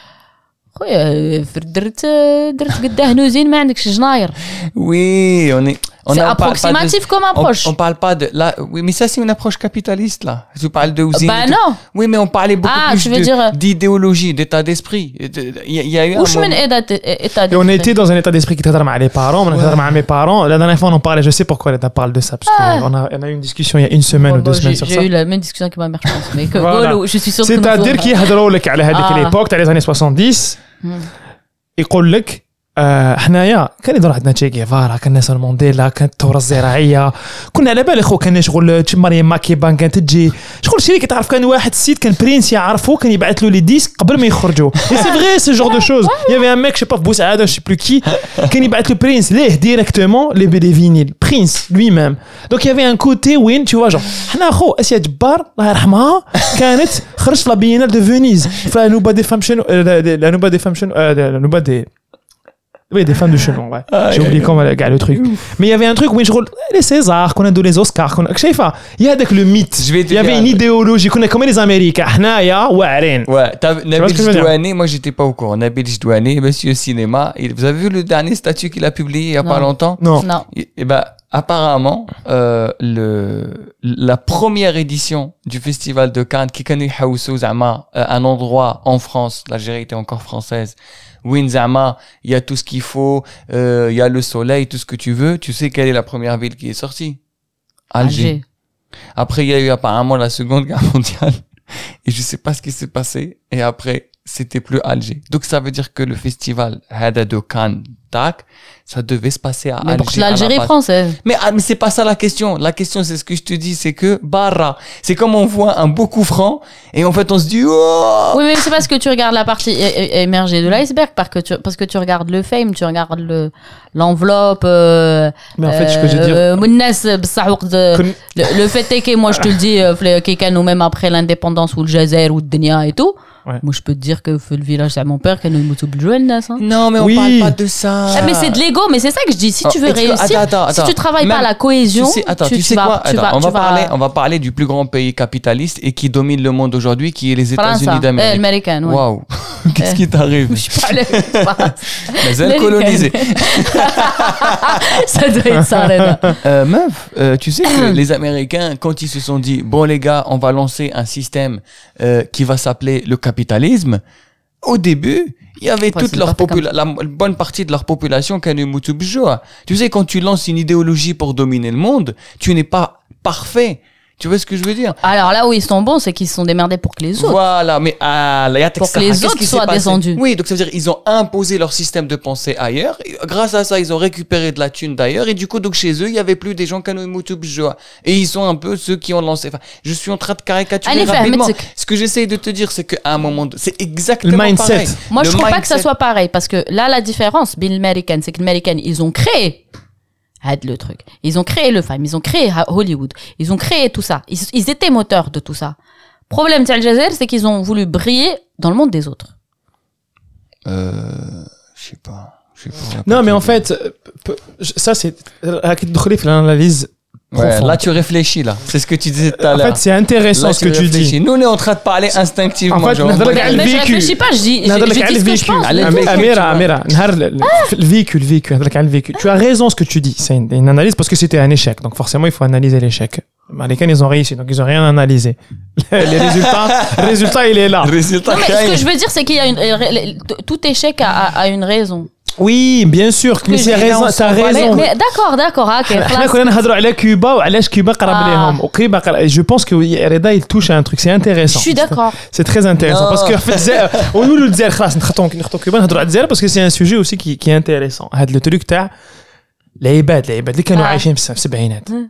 خويا درت درت قداه نوزين ما عندكش جناير. Oui, on est. On C'est a- on parle pas de- approximatif comme on- approche. On, parle pas de là. Oui, mais ça c'est une approche capitaliste là. Tu parles de usine. Bah et tout. non. Oui, mais on parlait beaucoup Ah, plus tu veux de- dire- d'idéologie, d'état d'esprit. Et de- Il y, a- il y a eu un وش من moment- état état Et on était dans un état d'esprit qui était avec les parents, on était avec mes parents. La dernière fois, on en parlait, je sais pourquoi on parle de ça, parce qu'on a, on a eu une discussion il y a une semaine ou deux semaines sur ça. J'ai eu la même discussion avec ma mère, je pense. Mais que Voilà. Golo, je suis sûre que nous C'est-à-dire aurons- qu'il يهضروا لك على هذيك آه. l'époque تاع les années soixante-dix يقول لك آه، حنايا كان يدور عندنا تشي جيفارا، كان نيلسون مانديلا، كانت الثوره الزراعيه، كنا على بالي خو كان شغل تشي مريم ماكيبان كانت تجي شغل شريك تعرف كان واحد السيد كان برينس يعرفه كان يبعث له لي ديسك قبل ما يخرجوا اي سي فري سي جور دو شوز يافي ان ميك شي با في بوسعاده شي بلو كي كان يبعث له برينس ليه ديريكتومون لي لي فينيل برينس لوي ميم دونك يافي ان كوتي وين تو فوا حنا خو اسيا جبار الله يرحمها كانت خرجت لا بينال دو فينيز في نوبا دي فام شنو لا نوبا دي فام شنو لا نوبا دي Oui, des femmes de chemin, ouais. J'ai oublié comment gars, le truc. Mais il y avait un truc où je roule les Césars, qu'on a donné les Oscars, qu'on a. Je sais pas. Il y a avec le mythe. Je vais te Il y avait dire une un truc. idéologie qu'on a comme les Américains. Hnaya, Warren. Ouais, t'as vois Nabil ce que je veux dire? Jdouani, moi j'étais pas au courant. Nabil Jdouani, monsieur cinéma, il- vous avez vu le dernier statut qu'il a publié il y a Non. pas longtemps? Non. Non. Et, et ben, apparemment, euh, le, la première édition du festival de Cannes, qui connaît Haoussou Zama, euh, un endroit en France, l'Algérie était encore française, Win Zama, il y a tout ce qu'il faut, euh, il y a le soleil, tout ce que tu veux. Tu sais quelle est la première ville qui est sortie? Alger. Alger. Après, il y a eu apparemment la Seconde Guerre mondiale. Et je sais pas ce qui s'est passé. Et après, c'était plus Alger. Donc, ça veut dire que le festival Hada de Cannes, tac, ça devait se passer à Mais Alger. pour à la l'Algérie base. française. Mais, ah, mais c'est pas ça la question. La question, c'est ce que je te dis, c'est que barra. C'est comme on voit un beau coup franc et en fait on se dit oh. Oui, mais c'est parce que tu regardes la partie é- é- émergée de l'iceberg, parce que tu, parce que tu regardes le fame, tu regardes le, l'enveloppe. Euh, Mais en fait, ce que je veux dire. euh, Mounès, بصح وقت- كن- le, le fait est que moi je te le dis, euh, في- كي كانوا même après l'indépendance ou le Jazer ou le Denia et tout. Ouais. Moi je peux te dire que في le village de mon père كانوا يموتوا بالجوع الناس. hein. Non, mais on Oui. parle pas de ça. Ah, mais c'est de l'ego, mais c'est ça que je dis. Si tu Oh, veux est-ce que- réussir, attends, attends, si attends. tu travailles pas Même- la cohésion, Tu sais, attends, tu, tu, sais vas, quoi? tu Attends, vas, on tu va vas- parler, on va parler du plus grand pays capitaliste et qui domine le monde aujourd'hui, qui est les France, États-Unis eh, d'Amérique. l'américaine, ouais. Waouh. Qu'est-ce Eh. qui t'arrive? Je suis pas allée. Mais elle colonisée. Ça doit être ça, Reda. Euh, meuf, euh, tu sais que les Américains, quand ils se sont dit, bon les gars, on va lancer un système euh, qui va s'appeler le capitalisme, au début, il y avait Ouais, toute c'est leur pas fait popula- la m- bonne partie de leur population qui a eu Moutsoubjoa. Tu sais, quand tu lances une idéologie pour dominer le monde, tu n'es pas parfait. Tu vois ce que je veux dire? Alors là où ils sont bons, c'est qu'ils se sont démerdés pour que les autres. Voilà, mais ah, là, y a Pour que les qu'est-ce autres qui s'est soient passé? descendus. Oui, donc ça veut dire ils ont imposé leur système de pensée ailleurs. Et grâce à ça, ils ont récupéré de la thune d'ailleurs. Et du coup, donc chez eux, il y avait plus des gens qui ont Moutoub Joa. Et ils sont un peu ceux qui ont lancé. Enfin, je suis en train de caricaturer Allez, fais, rapidement. Ahmed Sek. Ce que j'essaye de te dire, c'est qu'à un moment, de... c'est exactement Le mindset. pareil. Moi, je Le trouve pas que ça mindset. soit pareil parce que là, la différence, Bill American, c'est que l'American, ils ont créé had le truc. Ils ont créé le film, ils ont créé Hollywood, ils ont créé tout ça. Ils, ils étaient moteurs de tout ça. Problème de Al Jazeera, c'est qu'ils ont voulu briller dans le monde des autres. Euh, je sais pas. Je sais pas. Non, mais en fait, euh, peu- ça c'est. راك تدخلي في l'analyse Ouais, profonde. là, tu réfléchis, là. C'est ce que tu disais tout à En l'heure. fait, c'est intéressant Là, ce que tu réfléchis. dis. Nous, on est en train de parler instinctivement. En fait, genre, نهضر لك على Mais je الفيكول. réfléchis pas, je dis, je, نهضر je لك على dis ce que je الفيكول. pense. على je- الفيكول. Amira, Amira, نهار ال- le véhicule, véhicule, نهضر لك على le véhicule. Tu as raison ce que tu dis. C'est une, une analyse parce que c'était un échec. Donc forcément, il faut analyser l'échec. Les Américains, ils ont réussi, donc ils ont rien analysé. Les résultats, le résultat, il est là. Résultat, Non, mais ce que je veux dire, c'est qu'il y a une, tout échec a, a une raison. Oui, bien sûr, mais c'est raison, t'as Mais, raison. mais d'accord, d'accord, ok. احنا كنا نهضروا على كوبا وعلاش كوبا قرب Ah. ليهم وكوبا قرب. Je pense que Reda il touche à un truc, c'est intéressant. Je suis d'accord. C'est très intéressant Non. parce que في الجزائر ونقولوا الجزائر خلاص نخطو نخطو كوبا نهضروا على الجزائر parce que c'est un sujet aussi qui qui est intéressant. هذا لو تروك تاع العباد العباد اللي كانوا Ah. عايشين في السبعينات. Mm.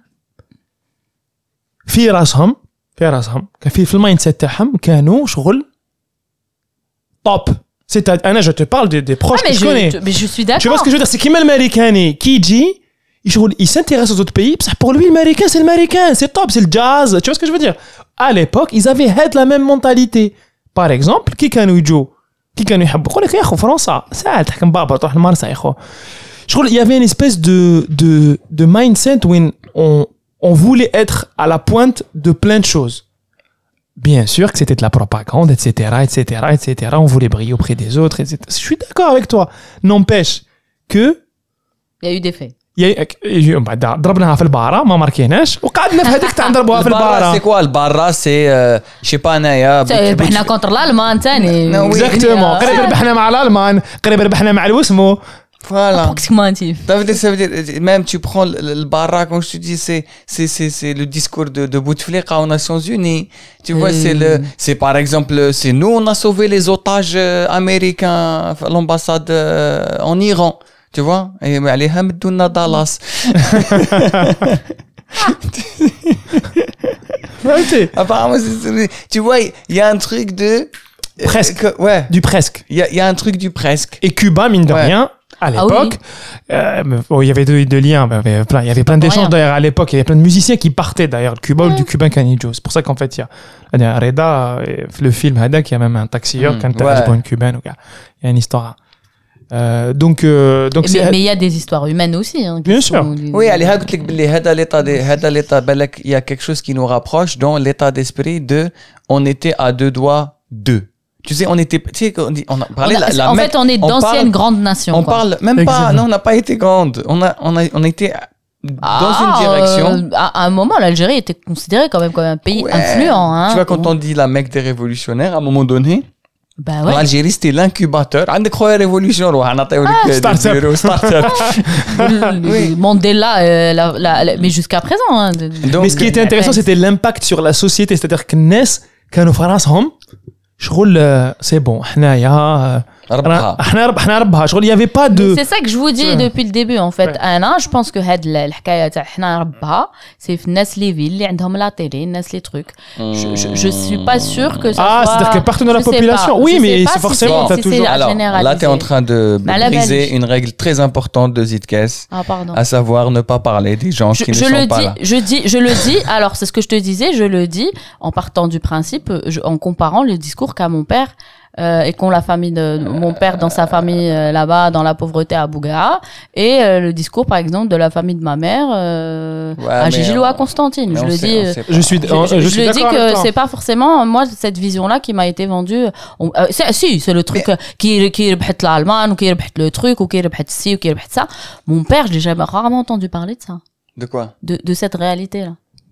في راسهم في راسهم كان في في المايند سيت تاعهم كانوا شغل توب. C'est انا je te parle des des proches Ah, mais, que je connais. je, mais je suis Tu vois ce d'accord. que je veux dire? C'est qu'Imal Marikani, qui dit, il, il s'intéresse aux autres pays, parce que pour lui, le Américain, c'est le Américain, c'est top, c'est le jazz. Tu vois ce que je veux dire? À l'époque, ils avaient la même mentalité. Par exemple, qui كانوا يجوا qui كانوا يحبوا يقول لك يا اخو فرنسا سهل تحكم بابا تروح لمارسا يا اخو. شغل il y avait une espèce de de de mindset où on on voulait être à la pointe de plein de choses. Bien sûr que c'était de la propagande, et cetera, et cetera, et cetera. On voulait briller auprès des autres, et cetera. Je suis d'accord avec toi. N'empêche que Il y a eu des faits. il y a بعد ضربناها في البارة ما ماركيناش وقعدنا في هذيك تاع نضربوها في Le barra, البارة. c'est quoi le barra? C'est, euh, je sais pas, Naya. ربحنا كونتر الالمان ثاني. Non, oui. Exactement. قريب ربحنا مع الألمان، قريب ربحنا مع الوسمو. Voilà. Approximatif. Ça veut dire, ça veut dire, même tu prends le, le barra, comme je te dis, c'est, c'est, c'est, c'est le discours de, de Bouteflika aux Nations Unies. Tu vois, Mm. c'est le, c'est par exemple, c'est nous, on a sauvé les otages euh, américains à l'ambassade euh, en Iran. Tu vois? Et allez, Hamdouna Dallas. Apparemment, c'est, c'est- tu vois, il y a un truc de, euh, Presque. que- ouais. Du presque. Il y a, il y a un truc du presque. Et Cuba, mine de Ouais. rien, à l'époque, euh, bon, il y avait deux, deux liens, il y avait plein, il y avait plein pour d'échanges rien. d'ailleurs à l'époque. Il y avait plein de musiciens qui partaient d'ailleurs de Cuba ou du cubain Canijo. C'est pour ça qu'en fait, il y a euh, Reda, euh, le film Hada, qui a même un taxieur, Mm, quand ouais. t'as une cubaine, il y a une histoire. Euh, donc, euh, donc Mais c'est. mais il y a des histoires humaines aussi. Hein, qui Bien sont- sûr. Oui, allez, قلت لك باللي هذا l'état de هذا l'état بالك il y a quelque chose qui nous rapproche dans l'état d'esprit de on était à deux doigts d'eux. Tu sais, on était, tu sais, on, dit, on a On parlé a- la, la en Mecque, fait, on est on d'anciennes parle- grandes nations. On quoi. parle même pas, Exactement. non, on n'a pas été grande. On a, on a, on a été dans Ah, une direction. euh, à, à un moment, l'Algérie était considérée quand même comme un pays Ouais. influent. Hein, Tu vois, quand on dit la Mecque des révolutionnaires, à un moment donné, Bah ouais. l'Algérie c'était l'incubateur. عندك خويا révolution, روح نعطيو لك des start-up. bureaux, start-up. Oui. Mandela, euh, la, la- la- mais jusqu'à présent. Hein, de- de- Donc, Mais ce qui était intéressant, Pence. c'était l'impact sur la société. C'est-à-dire que Nes, كانوا في راسهم شغل euh, c'est bon حنايا ربحها. احنا ربحنا ربها شغل il y avait pas de. C'est ça que je vous dis Ouais. depuis le début en fait. Ouais. انا je pense que هاد ال- الحكايه تاع حنا ربها c'est في الناس اللي في اللي عندهم لا تيلي الناس لي trucs. Je, je, je suis pas sûre que ça Ah, soit. c'est-à-dire que partout dans la je sais population. pas. Oui, Je mais sais pas c'est si forcément, c'est- t'as si toujours- c'est Alors, généralisé. là, tu es en train de Mais à la briser Belge. une règle très importante de Zitkes, Ah pardon. à savoir ne pas parler des gens Je, qui ne je sont le pas dis, là. je dis, je le dis. Alors c'est ce que je te disais, je le dis en partant du principe, je- en comparant le discours qu'a mon père euh, et qu'ont la famille de mon père dans sa famille euh, là-bas dans la pauvreté à Bougaa et euh, le discours par exemple de la famille de ma mère euh, Ouais, à mais Gigilo à on- Constantine. Mais Je on le sait- dis. on euh, sait Je pas. suis, Je, je, je- je je suis le dis d'accord que avec toi. c'est pas forcément moi cette vision-là qui m'a été vendue. On- euh, c'est- si c'est le truc euh, qui qui ربحت l'Allemagne ou qui ربحت le truc ou qui ربحت ci ou qui ربحت ça. Mon père, je l'ai jamais rarement entendu parler de ça, De quoi? de de cette réalité-là.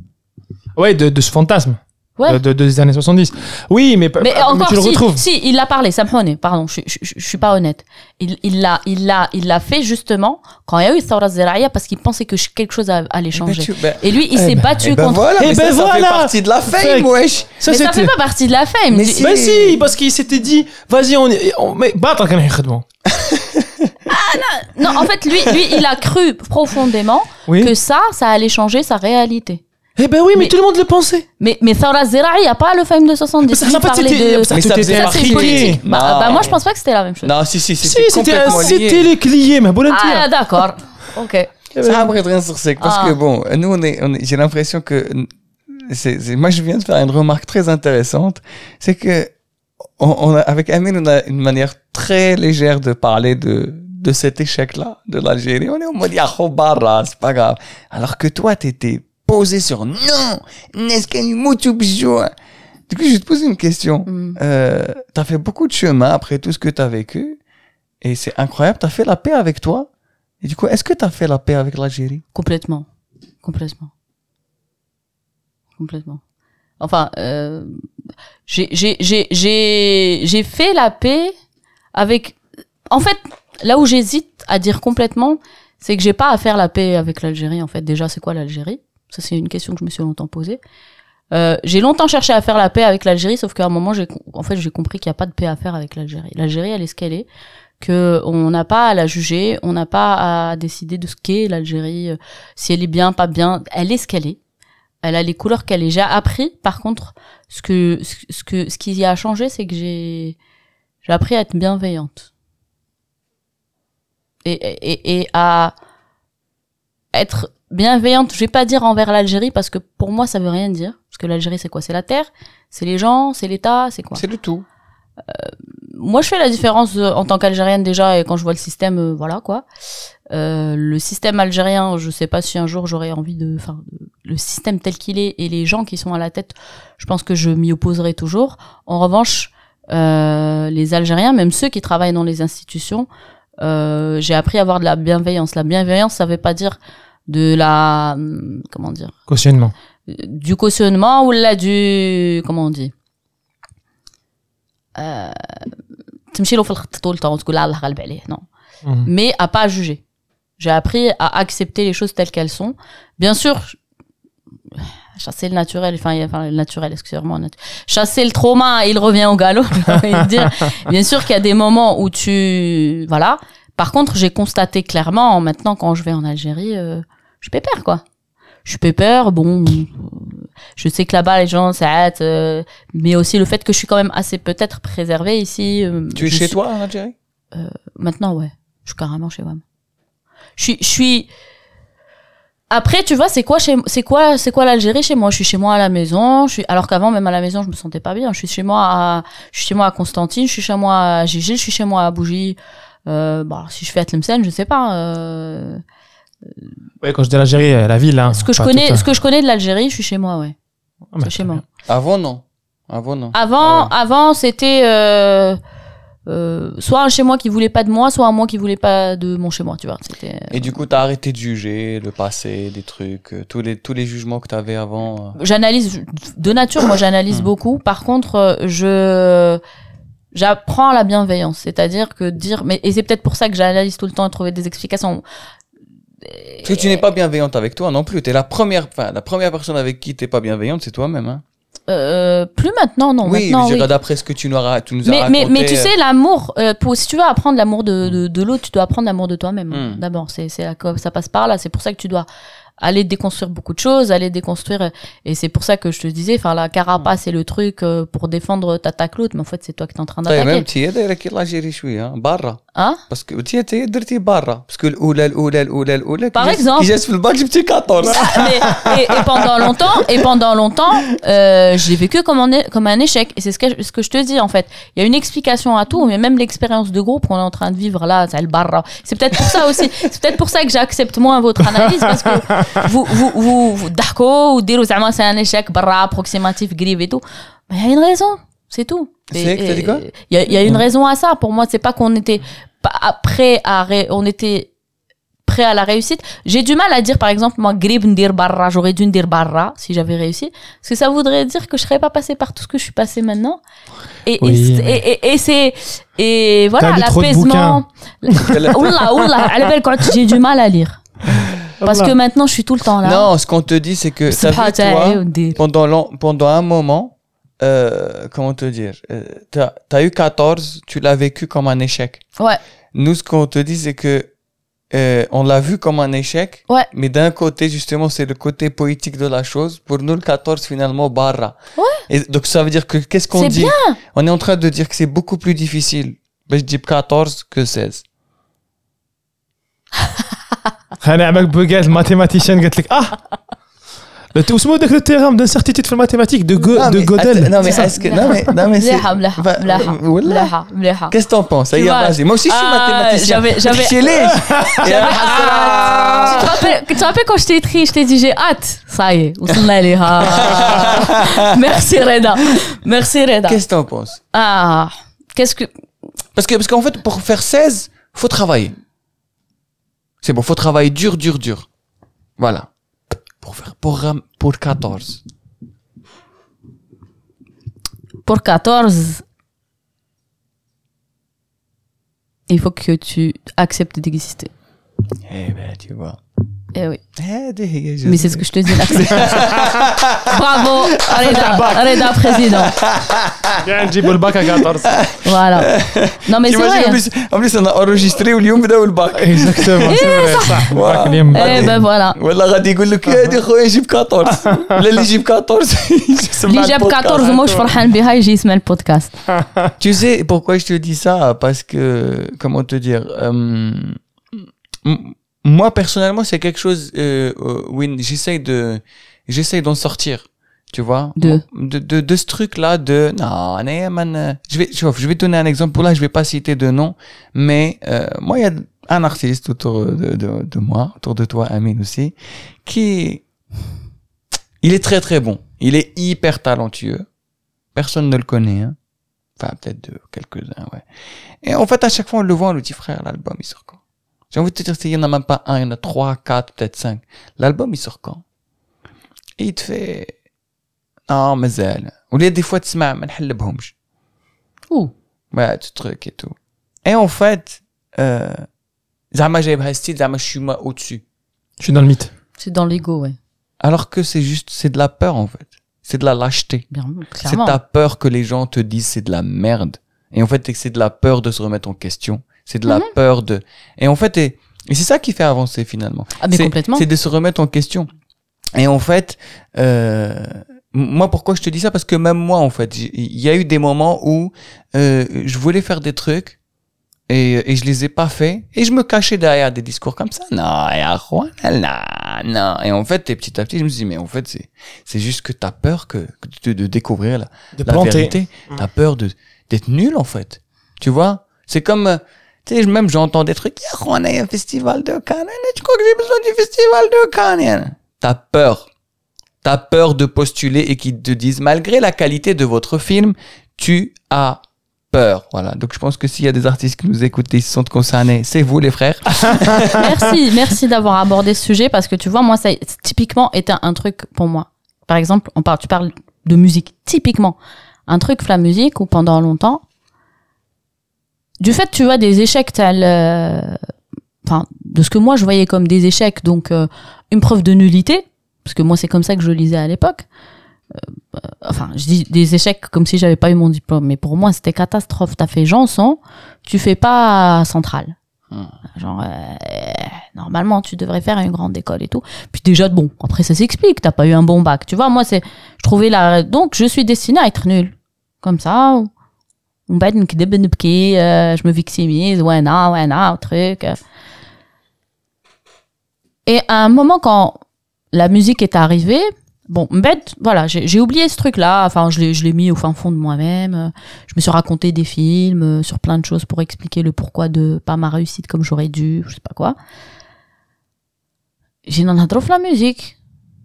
Ouais, de, de ce fantasme. Ouais. De, de- des années soixante-dix. Oui, mais, Mais mais encore tu le si, retrouves. si il l'a parlé, ça me prenait, pardon, je, je, je, je suis pas honnête. Il il l'a il l'a il l'a fait justement quand il y a eu Thawra Zeraïa parce qu'il pensait que quelque chose allait changer. tu- ben- Et lui, il Eh s'est ben- battu Eh ben contre. voilà, Eh mais ben ça, ça fait voilà. partie de la fame, Fait- wesh. Ça, Mais ça c'était- fait pas partie de la fame. Mais Du- si. Mais si, parce qu'il s'était dit, vas-y, on est, on, mais battre كانوا يخدموا. Non, en fait, lui, lui, il a cru profondément Oui. que ça, ça allait changer sa réalité. Eh ben oui, mais, Mais- tout le monde le pensait. Mais, mais Thawra Zeraïa, pas le fame de soixante-dix. Ça, Lui ça, en fait, parlait c'était- de- ça, Mais tout ça était faisait Ça, partie c'est de- politique. Bah, Non. bah, moi, je pense pas que c'était la même chose. Non, si, si, Si, c'était c'était, complètement c'était lié. les clients, mais bon, Ah, d'accord. Ok. Ça a rien sur sec. Parce Ah. que bon, nous, on est, on est- j'ai l'impression que, c'est, c'est- moi, je viens de faire une remarque très intéressante. C'est que, on, on a, avec Amine, on a une manière très légère de parler de, de cet échec-là, de l'Algérie. On est au mode, Yaho barra, c'est pas grave. Alors que toi, t'étais posé sur non, n'est-ce qu'il y a du besoin? Du coup, je vais te poser une question. Mm. Euh, t'as fait beaucoup de chemin après tout ce que t'as vécu. Et c'est incroyable, t'as fait la paix avec toi. Et du coup, est-ce que t'as fait la paix avec l'Algérie? Complètement. Complètement. complètement. Enfin, euh, j'ai, j'ai, j'ai, j'ai, j'ai fait la paix avec... En fait, là où j'hésite à dire complètement, c'est que j'ai pas à faire la paix avec l'Algérie, en fait. Déjà, c'est quoi l'Algérie? Ça, c'est une question que je me suis longtemps posée. Euh, j'ai longtemps cherché à faire la paix avec l'Algérie, sauf qu'à un moment, j'ai, en fait, j'ai compris qu'il n'y a pas de paix à faire avec l'Algérie. L'Algérie, elle est ce qu'elle est, que on n'a pas à la juger, on n'a pas à décider de ce qu'est l'Algérie, euh, si elle est bien, pas bien. Elle est ce qu'elle est. Elle a les couleurs qu'elle est. J'ai appris, par contre, ce que, ce que, ce qui y a changé, c'est que j'ai, j'ai appris à être bienveillante. Et, et, et à être bienveillante, je vais pas dire envers l'Algérie, parce que pour moi, ça veut rien dire. Parce que l'Algérie, c'est quoi? C'est la terre, c'est les gens, c'est l'État, c'est quoi? C'est le tout. Euh, moi, je fais la différence euh, en tant qu'Algérienne déjà, et quand je vois le système, euh, voilà, quoi. Euh, le système algérien, je sais pas si un jour j'aurais envie de, enfin, le système tel qu'il est et les gens qui sont à la tête, je pense que je m'y opposerai toujours. En revanche, euh, les Algériens, même ceux qui travaillent dans les institutions, euh, j'ai appris à avoir de la bienveillance. La bienveillance, ça veut pas dire de la, comment dire? Cautionnement. Du cautionnement ou là du, comment on dit? Euh, تمشي له في الخط tout le temps وتقول الله غالب عليه non. Mais à pas juger. J'ai appris à accepter les choses telles qu'elles sont. Bien sûr, chasser le naturel, enfin, enfin le naturel, excusez-moi. Chasser le trauma, il revient au galop, j'ai envie de dire. Bien sûr qu'il y a des moments où tu, voilà. Par contre, j'ai constaté clairement, maintenant, quand je vais en Algérie, euh, je suis pépère, quoi. Je suis pépère, bon, je sais que là-bas, les gens s'arrêtent, euh, mais aussi le fait que je suis quand même assez peut-être préservée ici. Euh, tu es chez suis... toi en Algérie? euh, Maintenant, ouais. Je suis carrément chez moi. Je suis, je suis. Après, tu vois, c'est quoi chez, c'est quoi, c'est quoi l'Algérie chez moi? Je suis chez moi à la maison. Je suis, alors qu'avant, même à la maison, je me sentais pas bien. Je suis chez moi à, je suis chez moi à Constantine. Je suis chez moi à Gigi. Je suis chez moi à Bougie. Euh, bon, si je fais à Tlemcen, je sais pas. Euh... Ouais, quand je dis l'Algérie, la ville, hein. Ce que je connais, tout, ce que je connais de l'Algérie, je suis chez moi, ouais. Ah, bah, c'est chez moi. Avant, non. Avant, non. Avant, ah ouais. avant, c'était. Euh... Euh, soit un chez moi qui voulait pas de moi, soit un moi qui voulait pas de mon chez moi, tu vois. C'était, euh... Et du coup, t'as arrêté de juger le passé, des trucs, euh, tous les tous les jugements que t'avais avant. Euh... J'analyse de nature, moi j'analyse beaucoup. Par contre, je j'apprends la bienveillance, c'est-à-dire que dire, mais et c'est peut-être pour ça que j'analyse tout le temps et trouver des explications. Parce que tu n'es pas bienveillante avec toi non plus. T'es la première, enfin la première personne avec qui t'es pas bienveillante, c'est toi-même, hein. Euh, plus maintenant, non. Oui, maintenant, je dirais oui. d'après ce que tu nous as, tu nous as mais, raconté. Mais, mais tu sais, l'amour, euh, pour, si tu veux apprendre l'amour de, de, de l'autre, tu dois apprendre l'amour de toi-même. Mm. D'abord, c'est, c'est, ça passe par là. C'est pour ça que tu dois aller déconstruire beaucoup de choses, aller déconstruire. Et c'est pour ça que je te disais, enfin, la carapace, c'est le truc euh, pour défendre t'attaques l'autre, mais en fait, c'est toi qui es en train d'attaquer. même tu es l'Algérie شوية برا. Hein? Parce que tu es درتي برا. Parce que الأولى الأولى الأولى الأولى. Par exemple. Qui جالس في الباك جبتي quatorze. Mais, et, et pendant longtemps, et pendant longtemps, euh, je l'ai vécu comme un, comme un échec. Et c'est ce que, ce que je te dis, en fait. Il y a une explication à tout, mais même l'expérience de groupe qu'on est en train de vivre là, c'est le barra. C'est peut-être pour ça aussi. C'est peut-être pour ça que j'accepte moins votre analyse, parce que vous, vous, vous, vous, d'accord, ou dire, c'est un échec, barra, approximatif, grive et tout. Mais il y a une raison. C'est tout. C'est que t'as dit quoi? Il y a, y a une raison à ça. Pour moi, c'est pas qu'on était pas prêt à, ré, on était prêt à la réussite. J'ai du mal à dire, par exemple, moi, grib ndir barra, j'aurais dû ndir barra si j'avais réussi. Parce que ça voudrait dire que je serais pas passé par tout ce que je suis passé maintenant. Et, oui, et, mais... et, et, et c'est, et voilà, l'apaisement. Oula, oula, j'ai du mal à lire. Parce que maintenant, je suis tout le temps là. Non, ce qu'on te dit, c'est que ça fait toi, pendant, pendant un moment, Euh, comment te dire, euh, t'as, t'as eu quatorze, tu l'as vécu comme un échec. Ouais. Nous, ce qu'on te dit, c'est que euh, on l'a vu comme un échec. Ouais. Mais d'un côté, justement, c'est le côté poétique de la chose. Pour nous, le quatorze, finalement, barra. Ouais. Et donc, ça veut dire que qu'est-ce qu'on c'est dit? Bien. On est en train de dire que c'est beaucoup plus difficile. Ben, je dis quatorze que seize. خليني أعمل بوجات mathématicienne قالت لك ah le tout اسمه ذاك le théorème d'incertitude في mathématique de Go, de Gödel. Non mais est-ce que non mais non mais c'est ملاحة ملاحة ملاحة ملاحة. Qu'est-ce que t'en penses? Aïe, vas-y. Moi aussi je suis ah, mathématicien. J'avais j'avais chez les. Tu te rappelles tu te rappelles quand je t'ai écrit, je t'ai dit j'ai hâte. Ça y est, وصلنا لها. Merci Reda. Merci Reda. Qu'est-ce que t'en penses? Ah, qu'est-ce que Parce que parce qu'en fait pour faire seize, faut travailler. C'est bon, faut travailler dur dur dur. Voilà. Pour faire pour pour quatorze, pour quatorze, il faut que tu acceptes d'exister. Eh ben, tu vois. Eh oui. هذه هي Mais c'est ce que je te dis là. Bravo, Reda, Reda président. كاع نجيبوا الباك à quatorze. Voilà. Non mais c'est vrai. En plus, en plus on a enregistré واليوم بداو الباك. Exactement, c'est vrai, صح. الباك اليوم. Eh ben voilà. ولا غادي يقول لك هادي خويا جيب quatorze. لا اللي يجيب quatorze اللي جاب quatorze موش فرحان بها يجي يسمع البودكاست. Tu sais pourquoi je te dis ça? Parce que, comment te dire, euh, m- moi personnellement c'est quelque chose euh, euh, oui j'essaye de j'essaye d'en sortir, tu vois, De de de, de ce truc là de non nee, man, euh, je vais je, je vais te donner un exemple. Pour là je vais pas citer de nom, mais euh, moi il y a un artiste autour de, de de moi, autour de toi Amine aussi, qui il est très très bon, il est hyper talentueux, personne ne le connaît, hein. Enfin peut-être de quelques-uns, ouais. Et en fait à chaque fois on le voit, on le dit frère, l'album il sort quand? J'ai envie de te dire, il y en a même pas un, il y en a trois, quatre, peut-être cinq. L'album, il sort quand? Et il te fait, non, mais elle. Ou il y a des fois, tu m'as, mais elle ne Ouh. Ouais, ce truc et tout. Et en fait, euh, Zama, j'ai un style, Zama, je suis moi au-dessus. Je suis dans le mythe. C'est dans l'ego, ouais. Alors que c'est juste, c'est de la peur, en fait. C'est de la lâcheté. Bien, C'est clairement. ta peur que les gens te disent c'est de la merde. Et en fait, c'est de la peur de se remettre en question. C'est de la Mhm. peur de... Et en fait, et, et c'est ça qui fait avancer finalement. Ah mais c'est, complètement. c'est de se remettre en question. Et en fait, euh, moi, pourquoi je te dis ça? Parce que même moi, en fait, il y a eu des moments où euh, je voulais faire des trucs et, et je les ai pas faits. Et je me cachais derrière des discours comme ça. Non, ya Juan, non, non. Et en fait, et petit à petit, je me suis dit, mais en fait, c'est, c'est juste que t'as peur que, que de, de découvrir la, De la planter. vérité. T'as peur de, d'être nul, en fait. Tu vois? C'est comme... euh, tu sais, même j'entends des trucs, il y a un festival de Cannes, tu crois que j'ai besoin du festival de Cannes? T'as peur. T'as peur de postuler et qu'ils te disent, malgré la qualité de votre film, tu as peur. Voilà. Donc je pense que s'il y a des artistes qui nous écoutent et qui se sont concernés, c'est vous les frères. Merci, merci d'avoir abordé ce sujet parce que tu vois, moi, ça a typiquement été un truc pour moi. Par exemple, on parle, tu parles de musique. Typiquement, un truc la musique où pendant longtemps, du fait, tu vois, des échecs tels, euh, enfin, de ce que moi je voyais comme des échecs, donc euh, une preuve de nullité, parce que moi c'est comme ça que je lisais à l'époque. Euh, enfin, je dis des échecs comme si j'avais pas eu mon diplôme, mais pour moi c'était catastrophe. T'as fait Janson, tu fais pas Centrale. Hmm. Genre, euh, normalement tu devrais faire une grande école et tout. Puis déjà bon, après ça s'explique, t'as pas eu un bon bac. Tu vois, moi c'est, je trouvais la, donc je suis destinée à être nulle, comme ça. On بعد نكذب نبكي je me victimise وانا وانا truc. Et à un moment quand la musique est arrivée, bon bête, voilà, j'ai, j'ai oublié ce truc là, enfin je l'ai je l'ai mis au fin fond de moi-même, je me suis raconté des films sur plein de choses pour expliquer le pourquoi de pas ma réussite comme j'aurais dû, je sais pas quoi. J'ai n'enhadrou la musique.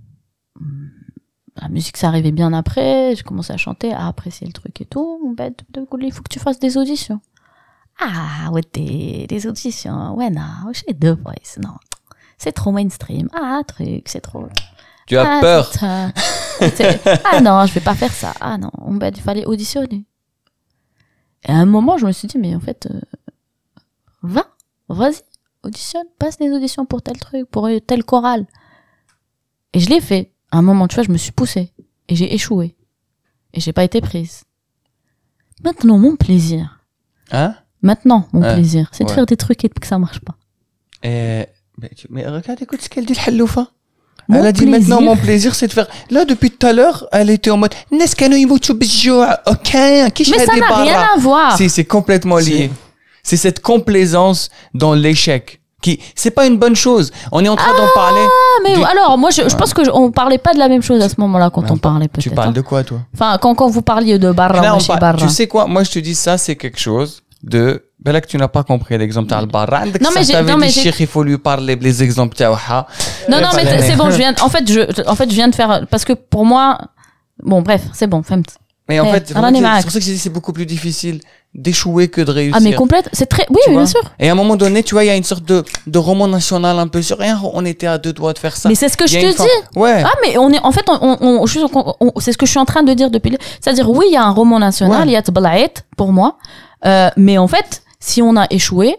La musique, ça arrivait bien après. J'ai commencé à chanter, à apprécier le truc et tout. Ben, il faut que tu fasses des auditions. Ah, ouais, des, des auditions. Ouais, non, j'ai deux voices. Non, c'est trop mainstream. Ah, truc, c'est trop. Tu as ah, peur. C'est, c'est, ah non, je vais pas faire ça. Ah non, ben, il fallait auditionner. Et à un moment, je me suis dit, mais en fait, euh, va, vas-y, auditionne, passe des auditions pour tel truc, pour tel chorale. Et je l'ai fait. À un moment, tu vois, je me suis poussée et j'ai échoué et j'ai pas été prise. Maintenant, mon plaisir. Hein? Maintenant, mon Ouais. plaisir, c'est de Ouais. faire des trucs et que ça marche pas. Et, mais, tu- mais regarde, écoute ce qu'elle dit, le Halloufa. Mon Elle a dit plaisir. maintenant mon plaisir c'est de faire. Là depuis tout à l'heure elle était en mode N'est-ce qu'elle nous يموتوا بالجوع ok qui Mais ça n'a rien à voir. C'est c'est complètement lié. C'est cette complaisance dans l'échec qui c'est pas une bonne chose. On est en train d'en parler. Ah, mais du- alors, moi, je, je pense que je- on parlait pas de la même chose à ce moment-là quand Ben, on parlait peut-être. Tu parles hein. de quoi toi? Enfin, quand, quand vous parliez de barra, Là, on chez parle- barra. tu sais quoi? Moi je te dis ça c'est quelque chose de. Ben là que tu n'as pas compris l'exemple تاع البارة. عندك Non, mais j'ai- t'avais non, dit mais j'ai- Cheikh, il faut lui parler les exemples تاعها. Non, non, mais Euh, t- c'est bon, je viens, en fait, je, en fait, je viens de faire, parce que pour moi, bon, bref, c'est bon, فهمت. Mais en Eh, fait, راني c'est معاك. pour ça que j'ai dit c'est beaucoup plus difficile d'échouer que de réussir. Ah, mais complète, c'est très. Oui, Tu oui, vois bien sûr. Et à un moment donné, tu vois, il y a une sorte de, de roman national un peu sur rien. On était à deux doigts de faire ça. Mais c'est ce que Il y je a te une dis. forme- Ouais. Ah, mais on est, en fait, on, on, on- juste, on- on- c'est ce que je suis en train de dire depuis. le- C'est-à-dire, oui, il y a un roman national, Ouais. il y a Tbalaït, pour moi. Euh, mais en fait, si on a échoué,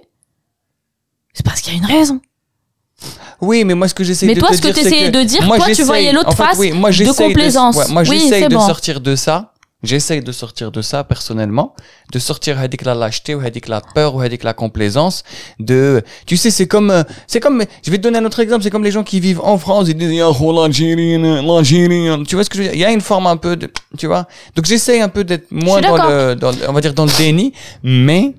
c'est parce qu'il y a une raison. Oui, mais moi, ce que j'essaie Mais de toi, te ce que dire, tu c'est essayais que de dire, moi, toi, tu j'essaye- voyais l'autre en fait, face oui, moi, de j'essaye complaisance. ouais, moi, Oui, j'essaye c'est de bon. sortir de ça. J'essaye de sortir de ça personnellement, de sortir avec la lâcheté ou avec la peur ou avec la complaisance. De, tu sais, c'est comme, euh, c'est comme, je vais te donner un autre exemple. C'est comme les gens qui vivent en France. Ils disent, oh, l'Algérien, l'Algérien. Tu vois ce que je veux dire? Il y a une forme un peu de, tu vois. Donc j'essaye un peu d'être moins dans d'accord. le, dans le- on va dire dans le déni, mais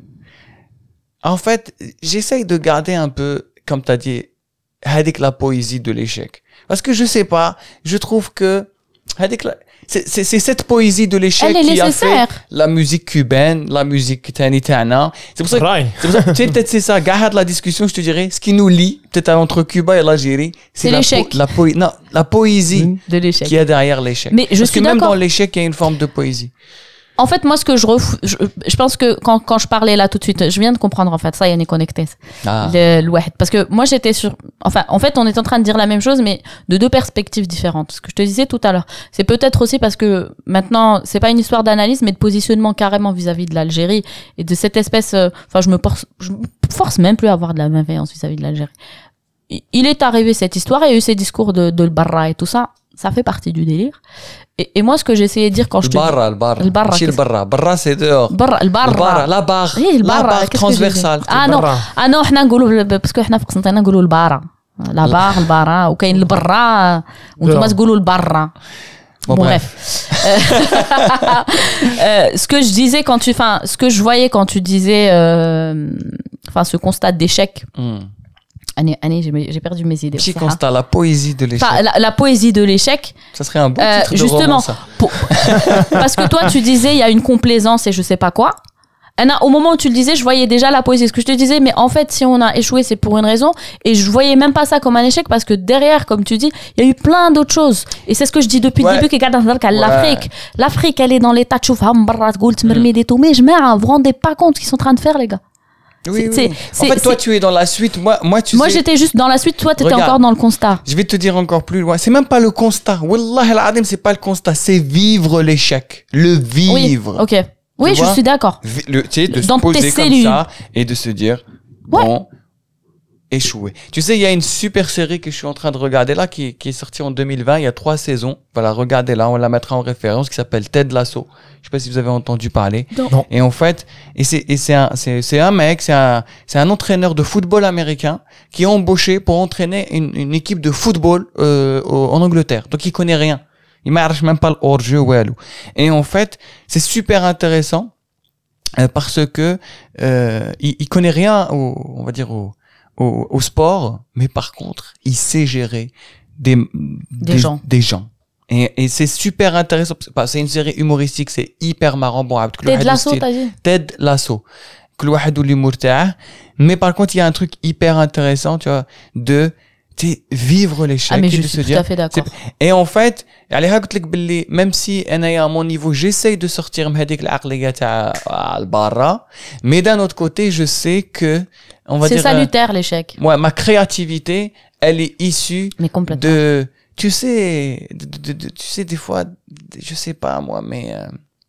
en fait, j'essaye de garder un peu, comme t'as dit, avec la poésie de l'échec. Parce que je sais pas, je trouve que avec la- c'est c'est c'est cette poésie de l'échec Elle est qui a fait nécessaire. la musique cubaine, la musique tani tana. C'est pour ça que, Raï. c'est pour ça que, tu sais, peut-être c'est ça, garde la discussion, je te dirais, ce qui nous lie peut-être entre Cuba et l'Algérie, C'est la l'échec. po- la poé- non, la poésie De l'échec. qu'il y a derrière l'échec. Mais je Parce suis que même d'accord. dans l'échec, il y a une forme de poésie. En fait, moi, ce que je refou... je, je pense que quand, quand je parlais là tout de suite, je viens de comprendre, en fait, ça, Yann est connecté. Ah. Le, le Wahed. Parce que moi, j'étais sur, enfin, en fait, on est en train de dire la même chose, mais de deux perspectives différentes. Ce que je te disais tout à l'heure. C'est peut-être aussi parce que maintenant, c'est pas une histoire d'analyse, mais de positionnement carrément vis-à-vis de l'Algérie et de cette espèce, euh, enfin, je me force, je me force même plus à avoir de la bienveillance vis-à-vis de l'Algérie. Il- Il est arrivé cette histoire, il y a eu ces discours de, de le barra et tout ça. Ça fait partie du délire. Et, et moi, ce que j'essayais de dire quand je Le te dis, barra, le barra. Le barra, Machine le qu'est-ce- barra. Barra, c'est dehors. برا البرا Le barra, la barre. ايه La البرا barre qu'est-ce que je transversale. disais؟ اه نو البرا. اه نو احنا نقولوا باسكو احنا في قسنطينه نقولوا البارا لا بار البارا وكاين البرا وانتم لا. تقولوا البرا Bon, Bon, bref. bref. Euh, ce que je disais quand tu, enfin, ce que je voyais quand tu disais, euh, enfin, ce constat d'échec. Hmm. Année, année, j'ai j'ai perdu mes idées. Petit Ça, constat, la poésie de l'échec. Enfin, la, la poésie de l'échec. Ça serait un bon Euh, titre de justement, roman, ça. pour- parce que toi, tu disais, il y a une complaisance et je sais pas quoi. Anna, au moment où tu le disais, je voyais déjà la poésie. Ce que je te disais, mais en fait, si on a échoué, c'est pour une raison. Et je voyais même pas ça comme un échec parce que derrière, comme tu dis, il y a eu plein d'autres choses. Et c'est ce que je dis depuis Ouais. le début, que Ouais. l'Afrique, l'Afrique, elle est dans l'état de choufha, mbarra, tgoul, tmermid et tout. Mais je mets, vous rendez pas compte ce qu'ils sont en train de faire, les gars. Oui, c'est- oui. c'est- En fait, toi, c'est- tu es dans la suite. Moi, moi tu Moi, sais, j'étais juste dans la suite. Toi, t'étais Regarde. encore dans le constat. je vais te dire encore plus loin. C'est même pas le constat. Wallah al-adim, c'est pas le constat. C'est vivre l'échec. Le Oui. vivre. Ok. Oui, je vois suis d'accord. Vi- le- tu sais, de Dans se poser tes comme cellules. ça et de se dire, Ouais. bon, échouer. Tu sais, il y a une super série que je suis en train de regarder là, qui, qui est sortie en deux mille vingt. Il y a trois saisons. Voilà, regardez-la, on la mettra en référence, qui s'appelle Ted Lasso. Je sais pas si vous avez entendu parler. Non. Et en fait, et c'est, et c'est un, c'est, c'est un mec, c'est un, c'est un entraîneur de football américain qui est embauché pour entraîner une, une équipe de football, euh, au- en Angleterre. Donc il connaît rien. Il m'arrache même pas le hors-jeu ou elle. Et en fait, c'est super intéressant. Euh, parce que euh, il, il connaît rien au, on va dire au, au, au sport, mais par contre il sait gérer des des, gens. des gens. Et, et c'est super intéressant. Bah, c'est une série humoristique, c'est hyper marrant. Bon, avec Ted Lasso, t'as dit? Ted Lasso. كل واحد والhumour تاعه. Mais par contre, il y a un truc hyper intéressant, tu vois, de tu sais, vivre l'échec Ah, mais et je de suis se tout dire. à fait d'accord. c'est- Et en fait, عليها قلت لك باللي même si انا à mon niveau, j'essaye de sortir من هذيك العقلية تاع البارا, mais d'un autre côté, je sais que on va C'est dire euh, salutaire, l'échec. ouais, ma créativité, elle est issue Mais complètement. de tu sais de, de- de- tu sais des fois je sais pas moi mais euh,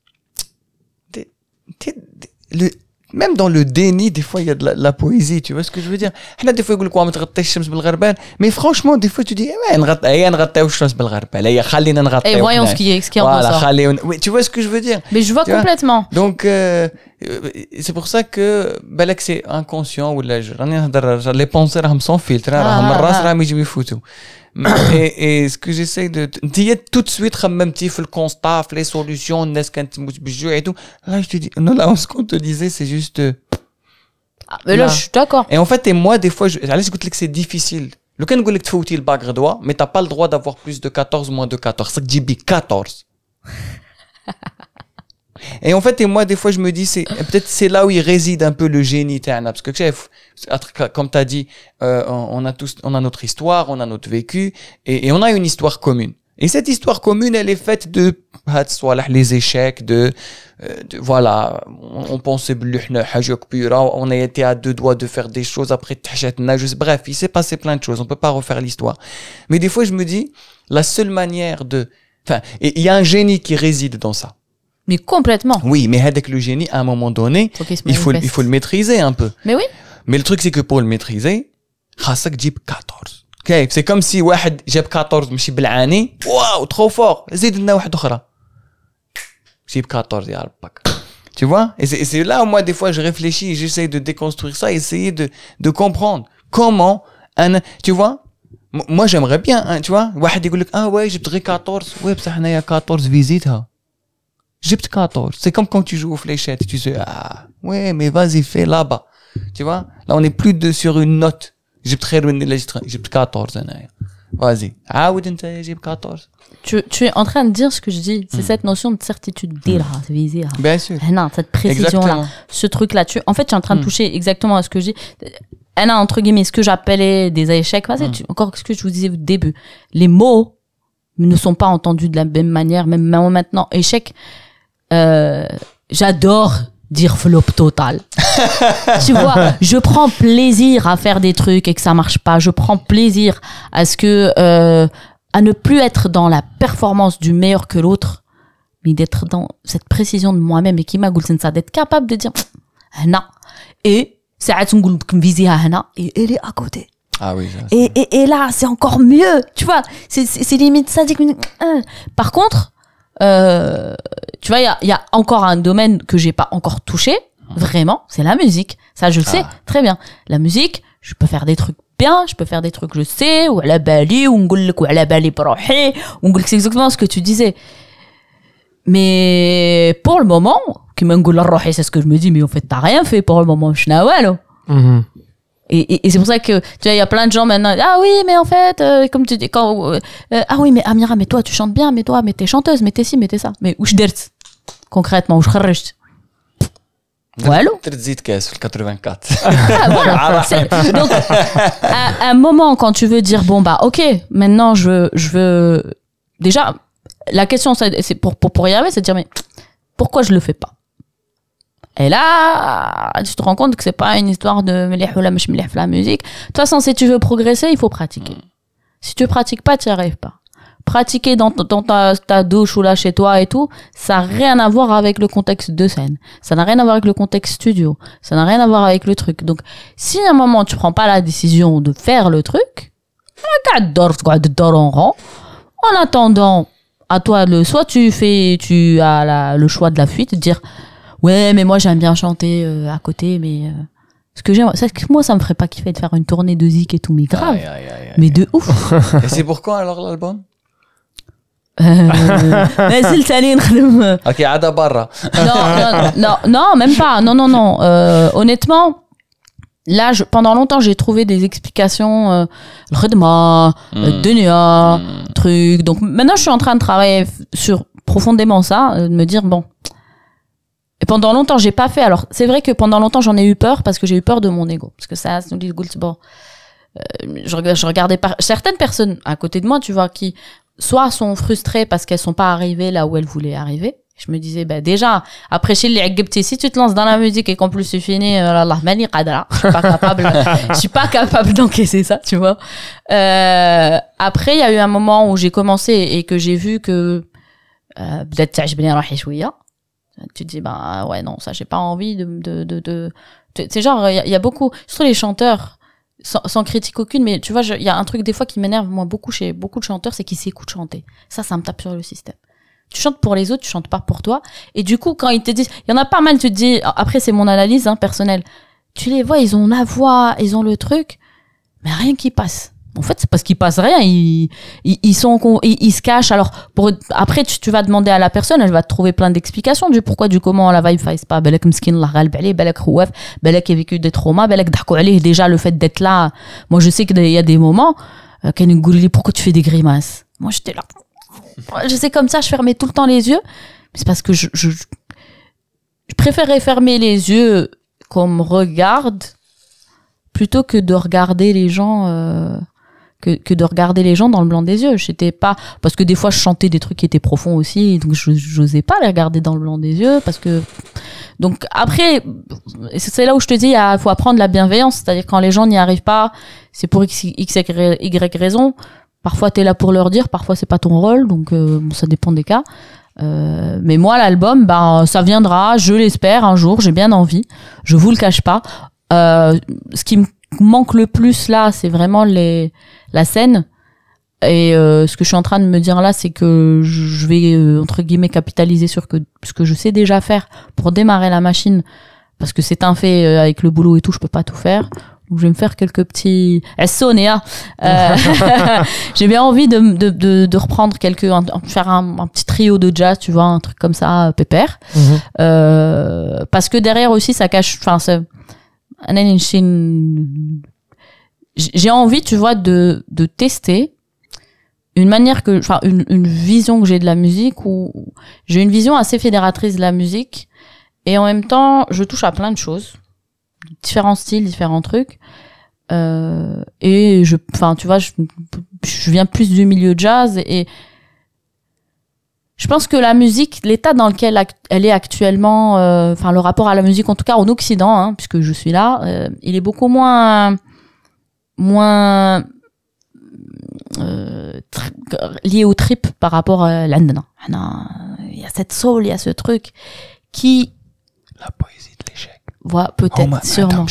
des- des- des- le même dans le déni, des fois, il y a de la, la poésie, tu vois ce que je veux dire? Là, des fois, ils disent, ما تغطيش الشمس بالغربال. Mais franchement, des fois, tu dis, eh, نغطي, ايه نغطيو الشمس بالغربال. ايه خلينا نغطيو. Et voyons ce qui, ce qui en Voilà, ressort. خلينا- oui, tu vois ce que je veux dire? Mais je vois Tu vois complètement. Donc, euh, euh, c'est pour ça que, بالك c'est inconscient, ولا je- راني نهضر, les pensées راهم sans filtre, راهم Ah, الراس ah. راهم يجيو يفوتوا. et, et ce que j'essaie de انت tout de suite خممتي في الكونستا في les solutions الناس كانت تموت بالجوع et tout. Là je te dis non, là ce qu'on te disait c'est juste euh, Ah, mais là, Là. je suis d'accord. et en fait et moi des fois je علاش قلت لك c'est difficile. لو كان نقول لك تفوتي الباك غدوه mais t'as pas le droit d'avoir plus de quatorze moins de quatorze ça تجيبي quatorze. Et en fait, et moi, des fois, je me dis, c'est peut-être c'est là où il réside un peu le génie, t'as, parce que chef, comme t'as dit, euh, on a tous, on a notre histoire, on a notre vécu, et, et on a une histoire commune. Et cette histoire commune, elle est faite de les échecs, de, de voilà, on, on pensait on a été à deux doigts de faire des choses, après bref, il s'est passé plein de choses, on peut pas refaire l'histoire. Mais des fois, je me dis, la seule manière de... Enfin, il y a un génie qui réside dans ça. Mais complètement. Oui, mais avec le génie, à un moment donné, faut il faut, il faut le maîtriser un peu. Mais oui. Mais le truc, c'est que pour le maîtriser, خاصك تجيب quatorze. Okay, c'est comme si واحد جاب quatorze ماشي بالعاني واو trop fort زيد لنا واحد اخرى جيب quatorze يا ربك. Tu vois, et c'est, et c'est là où moi des fois je réfléchis, j'essaie de déconstruire ça, essayer de de comprendre comment un, tu vois, moi j'aimerais bien, hein, tu vois, واحد يقول لك ah ouais جبت غير quatorze, ouais بصح هنايا quatorze فيزيتها جبت quatorze. C'est comme quand tu joues aux fléchettes, tu sais ah ouais mais vas-y fais là-bas, tu vois, là on est plus de sur une note. جبت خير من اللي جبت quatorze هنايا. Vas-y. عاود انت جيب quatorze. Tu, tu es en train de dire ce que je dis, c'est mm. cette notion de certitude, dire, mm. viser. Bien sûr. Cette précision-là, ce truc-là. Tu, en fait, tu es en train de toucher mm. exactement à ce que je dis. Elle a, entre guillemets, ce que j'appelais des échecs. Vas-y, mm. tu, encore ce que je vous disais au début. Les mots ne sont pas entendus de la même manière, même maintenant. Échec, euh, j'adore dire flop total. Tu vois, je prends plaisir à faire des trucs et que ça marche pas. Je prends plaisir à ce que, euh, à ne plus être dans la performance du meilleur que l'autre, mais d'être dans cette précision de moi-même et qui m'a goûté ça, d'être capable de dire, non. Et, c'est à ton goût que me viser à Hana, et elle est à côté. Ah oui, ça, et, et, et là, c'est encore mieux. Tu vois, c'est, c'est, c'est limite ça. Par contre, euh, tu vois, il y a, y a encore un domaine que j'ai pas encore touché, vraiment, c'est la musique. Ça, je le sais ah. très bien. La musique, je peux faire des trucs bien, je peux faire des trucs, je sais, ou à la bali, ou ou à la bali brohi, ou c'est exactement ce que tu disais. Mais pour le moment, qui m'engoule la rohi, c'est ce que je me dis, mais en fait, t'as rien fait pour le moment, je n'ai pas. Et, et, et c'est pour ça que, tu vois, il y a plein de gens maintenant, ah oui, mais en fait, euh, comme tu dis, quand, euh, ah oui, mais Amira, mais toi, tu chantes bien, mais toi, mais t'es chanteuse, mais t'es ci, mais t'es ça. Mais où je dert, concrètement, où je kharrejt. Voilà. تزيد كاس في quatre-vingt-quatre. Ah, voilà. Donc, à, à un moment, quand tu veux dire, bon, bah, ok, maintenant, je veux, je veux, déjà, la question, c'est, c'est pour, pour, pour y arriver, c'est de dire, mais pourquoi je le fais pas? Et là, tu te rends compte que c'est pas une histoire de melih ou la mech melih la musique. De toute façon, si tu veux progresser, il faut pratiquer. Si tu pratiques pas, tu n'y arrives pas. Pratiquer dans, dans ta, ta douche ou là chez toi et tout, ça n'a rien à voir avec le contexte de scène. Ça n'a rien à voir avec le contexte studio. Ça n'a rien à voir avec le truc. Donc, si à un moment tu prends pas la décision de faire le truc, en attendant, à toi, le, soit tu fais, tu as la, le choix de la fuite, de dire, ouais, mais moi j'aime bien chanter euh, à côté, mais euh, ce que j'aime, c'est que moi ça me ferait pas kiffer de faire une tournée de zik et tout, mais grave, aïe, aïe, aïe, aïe. Mais de ouf. Et c'est pourquoi alors l'album? مازلت ثاني نخدم. Ok, عدا برا. Non, non, non, non, même pas. Non, non, non. Euh, honnêtement, là, je, pendant longtemps, j'ai trouvé des explications. Euh, le khidma, le dunya, truc. Donc maintenant, je suis en train de travailler sur profondément ça, de me dire bon. Et pendant longtemps, j'ai pas fait. Alors, c'est vrai que pendant longtemps, j'en ai eu peur parce que j'ai eu peur de mon ego. Parce que ça, c'est bon. Euh, je, je regardais par certaines personnes à côté de moi, tu vois, qui soit sont frustrées parce qu'elles sont pas arrivées là où elles voulaient arriver. Je me disais, bah, déjà, après, chez les Agbepti, si tu te lances dans la musique et qu'en plus tu finis, euh, Allah mani qadra, je suis pas capable, je suis pas capable d'encaisser ça, tu vois. Euh, après, il y a eu un moment où j'ai commencé et que j'ai vu que, euh, peut-être ta'jbni rahi shouya. Tu te dis, bah, ouais, non, ça, j'ai pas envie de, de, de, de, c'est genre, il y, y a beaucoup, surtout les chanteurs, Sans, sans critique aucune, mais tu vois, il y a un truc des fois qui m'énerve, moi, beaucoup chez beaucoup de chanteurs, c'est qu'ils s'écoutent chanter. Ça, ça me tape sur le système. Tu chantes pour les autres, tu chantes pas pour toi. Et du coup, quand ils te disent, il y en a pas mal, tu te dis, après, c'est mon analyse, hein, personnelle. Tu les vois, ils ont la voix, ils ont le truc, mais rien qui passe. En fait, c'est parce qu'il passe rien, ils, ils, ils sont, ils, ils se cachent. Alors, pour, après, tu, tu vas demander à la personne, elle va te trouver plein d'explications du pourquoi, du comment la vibe fasse pas. Belek mskin, la galb ali, belek khouaf, belek a vécu des traumas, belek d'hakou ali. Déjà, le fait d'être là, moi, je sais qu'il y a des moments, euh, quand ils me pourquoi tu fais des grimaces? Moi, j'étais là. Je sais comme ça, je fermais tout le temps les yeux. Mais c'est parce que je, je, je préférais fermer les yeux qu'on me regarde plutôt que de regarder les gens, euh, que que de regarder les gens dans le blanc des yeux. J'étais pas parce que des fois je chantais des trucs qui étaient profonds aussi, donc je j'osais pas les regarder dans le blanc des yeux parce que donc après c'est là où je te dis il faut apprendre la bienveillance, c'est-à-dire quand les gens n'y arrivent pas, c'est pour x x y raison. Parfois t'es là pour leur dire, parfois c'est pas ton rôle, donc euh, bon, ça dépend des cas. Euh, mais moi l'album, ben ça viendra, je l'espère un jour, j'ai bien envie. Je vous le cache pas. Euh, ce qui me manque le plus là, c'est vraiment les la scène. Et euh, ce que je suis en train de me dire là, c'est que je vais euh, entre guillemets capitaliser sur que ce que je sais déjà faire pour démarrer la machine, parce que c'est un fait euh, avec le boulot et tout, je peux pas tout faire. Donc je vais me faire quelques petits Sonia. Euh, j'ai bien envie de, de de de reprendre quelques un, faire un, un petit trio de jazz, tu vois, un truc comme ça, pépère. Mm-hmm. Euh, parce que derrière aussi ça cache, enfin c'est j'ai envie, tu vois, de de tester une manière que, enfin une une vision que j'ai de la musique, où j'ai une vision assez fédératrice de la musique et en même temps je touche à plein de choses, différents styles, différents trucs, euh, et je, enfin tu vois, je, je viens plus du milieu jazz et je pense que la musique, l'état dans lequel elle est actuellement, enfin euh, le rapport à la musique, en tout cas en Occident, hein, puisque je suis là, euh, il est beaucoup moins moins euh, lié au trip par rapport à l'Inde. Il y a cette soul, il y a ce truc qui... La poésie de l'échec. Voilà, peut-être, sûrement.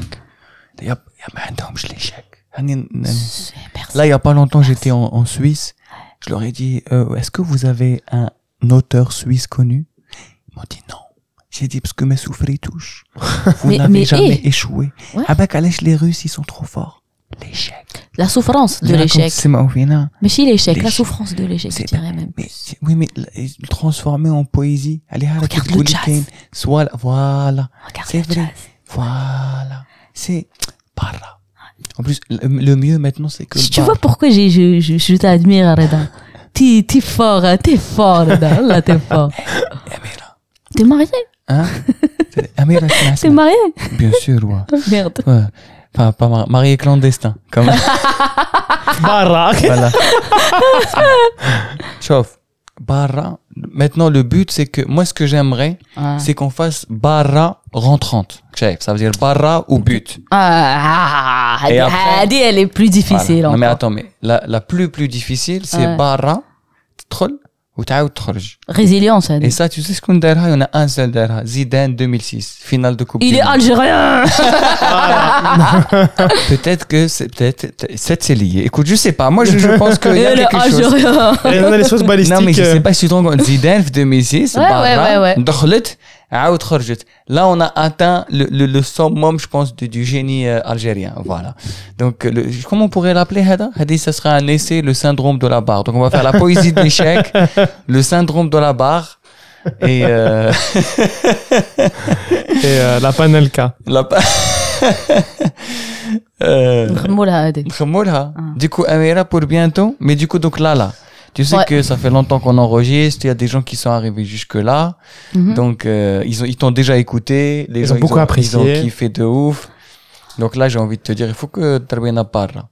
Là, il y a pas longtemps, j'étais en, en Suisse. Je leur ai dit, euh, est-ce que vous avez un auteur suisse connu? Ils m'ont dit non. J'ai dit, parce que mes souffles touchent. Vous n'avez jamais hey. échoué. Ouais. Ah ben, les Russes, ils sont trop forts. L'échec. La souffrance de l'échec. C'est ma Mais si l'échec, la souffrance de l'échec, je dirais même. Mais, oui, mais transformer en poésie. Allez, regarde le jazz. Soit, voilà. C'est vrai. Jazz. Voilà. C'est, para. En plus, le, le mieux maintenant, c'est que... Tu vois pourquoi j'ai, je, je, je t'admire, Reda. T'es, t'es fort, hein, t'es fort, Reda. Là, t'es fort. Amira. T'es marié? Hein? Amira, t'es marié? Bien sûr, ouais. Merde. Ouais. Enfin, pas mar- marié clandestin, comme... Barra. Voilà. Chauffe. Barra. Maintenant, le but, c'est que, moi, ce que j'aimerais, ah. c'est qu'on fasse barra rentrante. Chef, ça veut dire barra ou but. Ah, et après, Hadi, elle est plus difficile. Voilà. Non, mais attends, mais la, la plus, plus difficile, c'est ouais. barra, troll, ou ta'oud tkhorj. Résilience, Hadi. Et ça, tu sais ce qu'on dira, il y en a un seul dira. Zidane deux mille six, finale de Coupe il du est monde. algérien. Peut-être que c'est, peut-être, c'est, c'est lié. Écoute, je sais pas. Moi, je, je pense qu'il y a quelque algérien. chose. Et on a les choses balistiques. Non, mais je sais pas si tu te rends compte. Zidane, deux mille six, ouais, barra, ouais, ouais, ouais. d'khlet, aoud khorjet. Là, on a atteint le, le, le summum, je pense, du, du génie euh, algérien. Voilà. Donc, le, comment on pourrait l'appeler, Hada? Hadi, ça serait un essai, le syndrome de la barre. Donc, on va faire la poésie de l'échec, le syndrome de la barre, et, euh... et euh, la panelka. La pa... euh... Hadi. Ah. Du coup, Amira, pour bientôt. Mais du coup, donc là, là. Tu sais ouais. que ça fait longtemps qu'on enregistre, il y a des gens qui sont arrivés jusque-là, mm-hmm. donc euh, ils ont ils t'ont déjà écouté, les ils gens ont beaucoup ils ont, apprécié, ils ont kiffé de ouf. Donc là, j'ai envie de te dire, il faut que Tarbena parle.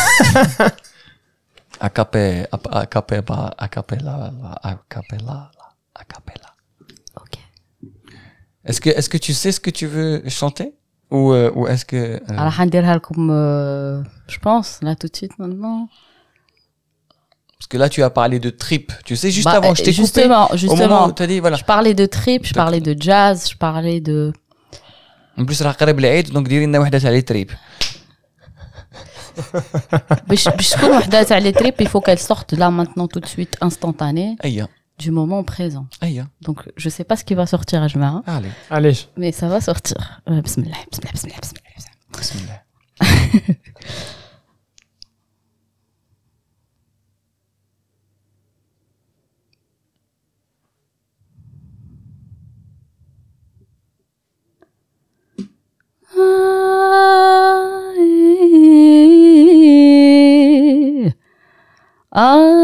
A cappella, a cappella, a cappella, a cappella, a cappella. Ok. Est-ce que est-ce que tu sais ce que tu veux chanter ou euh, ou est-ce que Alors, euh... comme euh, je pense là tout de suite maintenant. Parce que là, tu as parlé de trip. Tu sais, juste bah, avant, je t'ai justement, coupé. Justement, au moment où t'as dit, voilà. Je parlais de trip, je parlais de jazz, je parlais de... En plus, راه قريب العيد, donc ديري لنا وحدة تاع لي trip. باش باش تكون وحدة تاع لي trip, il faut qu'elle sorte là maintenant tout de suite, instantanée. أيا. Du moment présent. أيا. Donc, je sais pas ce qui va sortir à Jemara. Allez. Allez. Mais ça va sortir. Euh, bismillah, bismillah, bismillah, bismillah. Bismillah. Ah,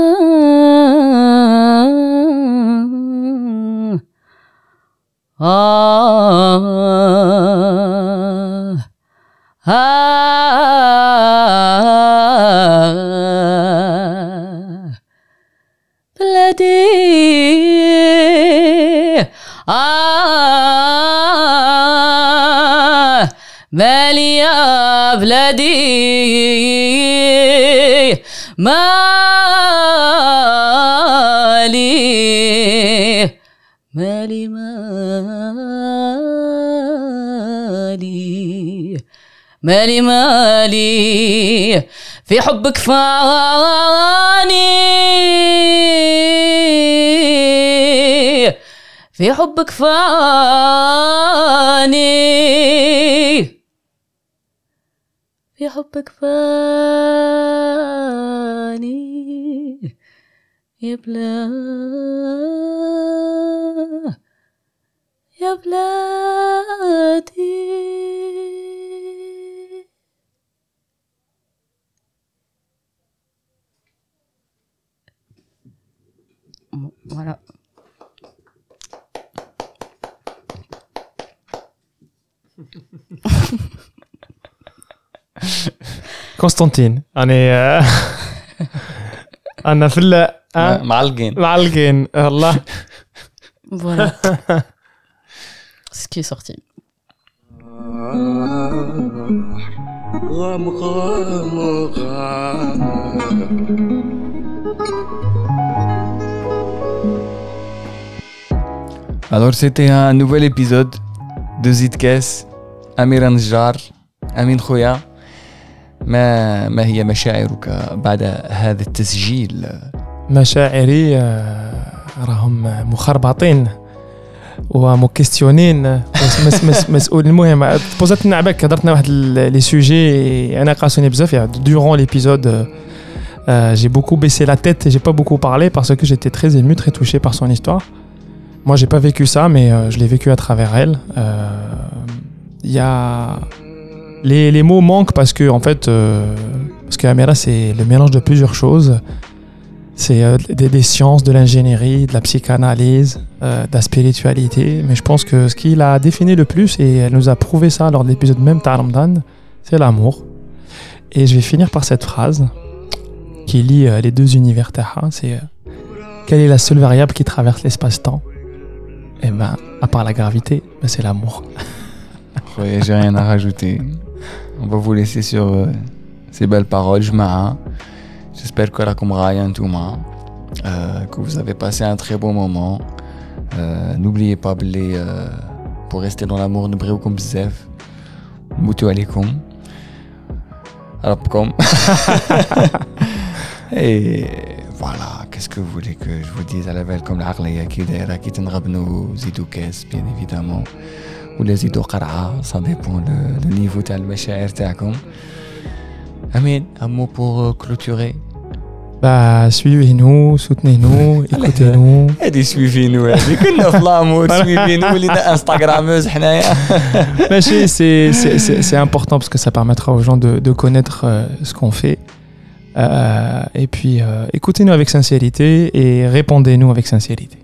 ah, ah, ah, مالي يا بلادي مالي مالي مالي مالي مالي في حبك فاني في حبك فاني في حبك فاني يا بلا يا بلادي. Voilà. Constantine, on est euh, on a fait le hein, معلقين معلقين والله. Voilà. Ce qui est sorti. غام غام غام Alors c'était un nouvel épisode de Zidkes, أمير النجار، أمين خويا. ما ما هي مشاعرك بعد هذا التسجيل؟ مشاعري آه، راهم مخربطين ومكستيونين مس مس مسؤول. المهم بوزات لنا عباك هضرتنا واحد لي سوجي انا قاسوني بزاف يعني durant l'épisode euh, j'ai beaucoup baissé la tête et j'ai pas beaucoup parlé parce que j'étais très ému, très touché par son histoire. Moi j'ai pas vécu ça mais euh, je l'ai vécu à travers elle. Il euh, y a les les mots manquent parce que en fait euh, parce que Amira c'est le mélange de plusieurs choses. C'est euh, des, des sciences, de l'ingénierie, de la psychanalyse, euh, de la spiritualité. Mais je pense que ce qui l'a défini le plus, et elle nous a prouvé ça lors de l'épisode même de Ramadan, c'est l'amour. Et je vais finir par cette phrase qui lie euh, les deux univers Taha. C'est euh, quelle est la seule variable qui traverse l'espace-temps? Eh ben, à part la gravité, ben, c'est l'amour. Ouais, j'ai rien à rajouter. On va vous laisser sur euh, ces belles paroles. Jma'a. J'espère que راكم غاية نتوما euh, que vous avez passé un très bon moment. Euh, n'oubliez pas بلي euh, pour rester dans l'amour نبغيوكم بزاف نموتوا عليكم ربكم. Et voilà, qu'est-ce que vous voulez que je vous dise? على بالكم العقلية كي دايرة كي تنغبنوا زيدوا كاس bien évidemment ولا زيدوا قرعة ça dépend le, le niveau تاع المشاعر تاعكم. Amin, un mot pour euh, clôturer. Bah, suivez-nous, soutenez-nous, écoutez-nous. هذه suivez-nous هذه كنا في l'amour suivez-nous ولينا انستغراموز حنايا. ماشي c'est c'est c'est c'est important parce que ça permettra aux gens de de connaître euh, ce qu'on fait. Euh, et puis euh, écoutez-nous avec sincérité et répondez-nous avec sincérité.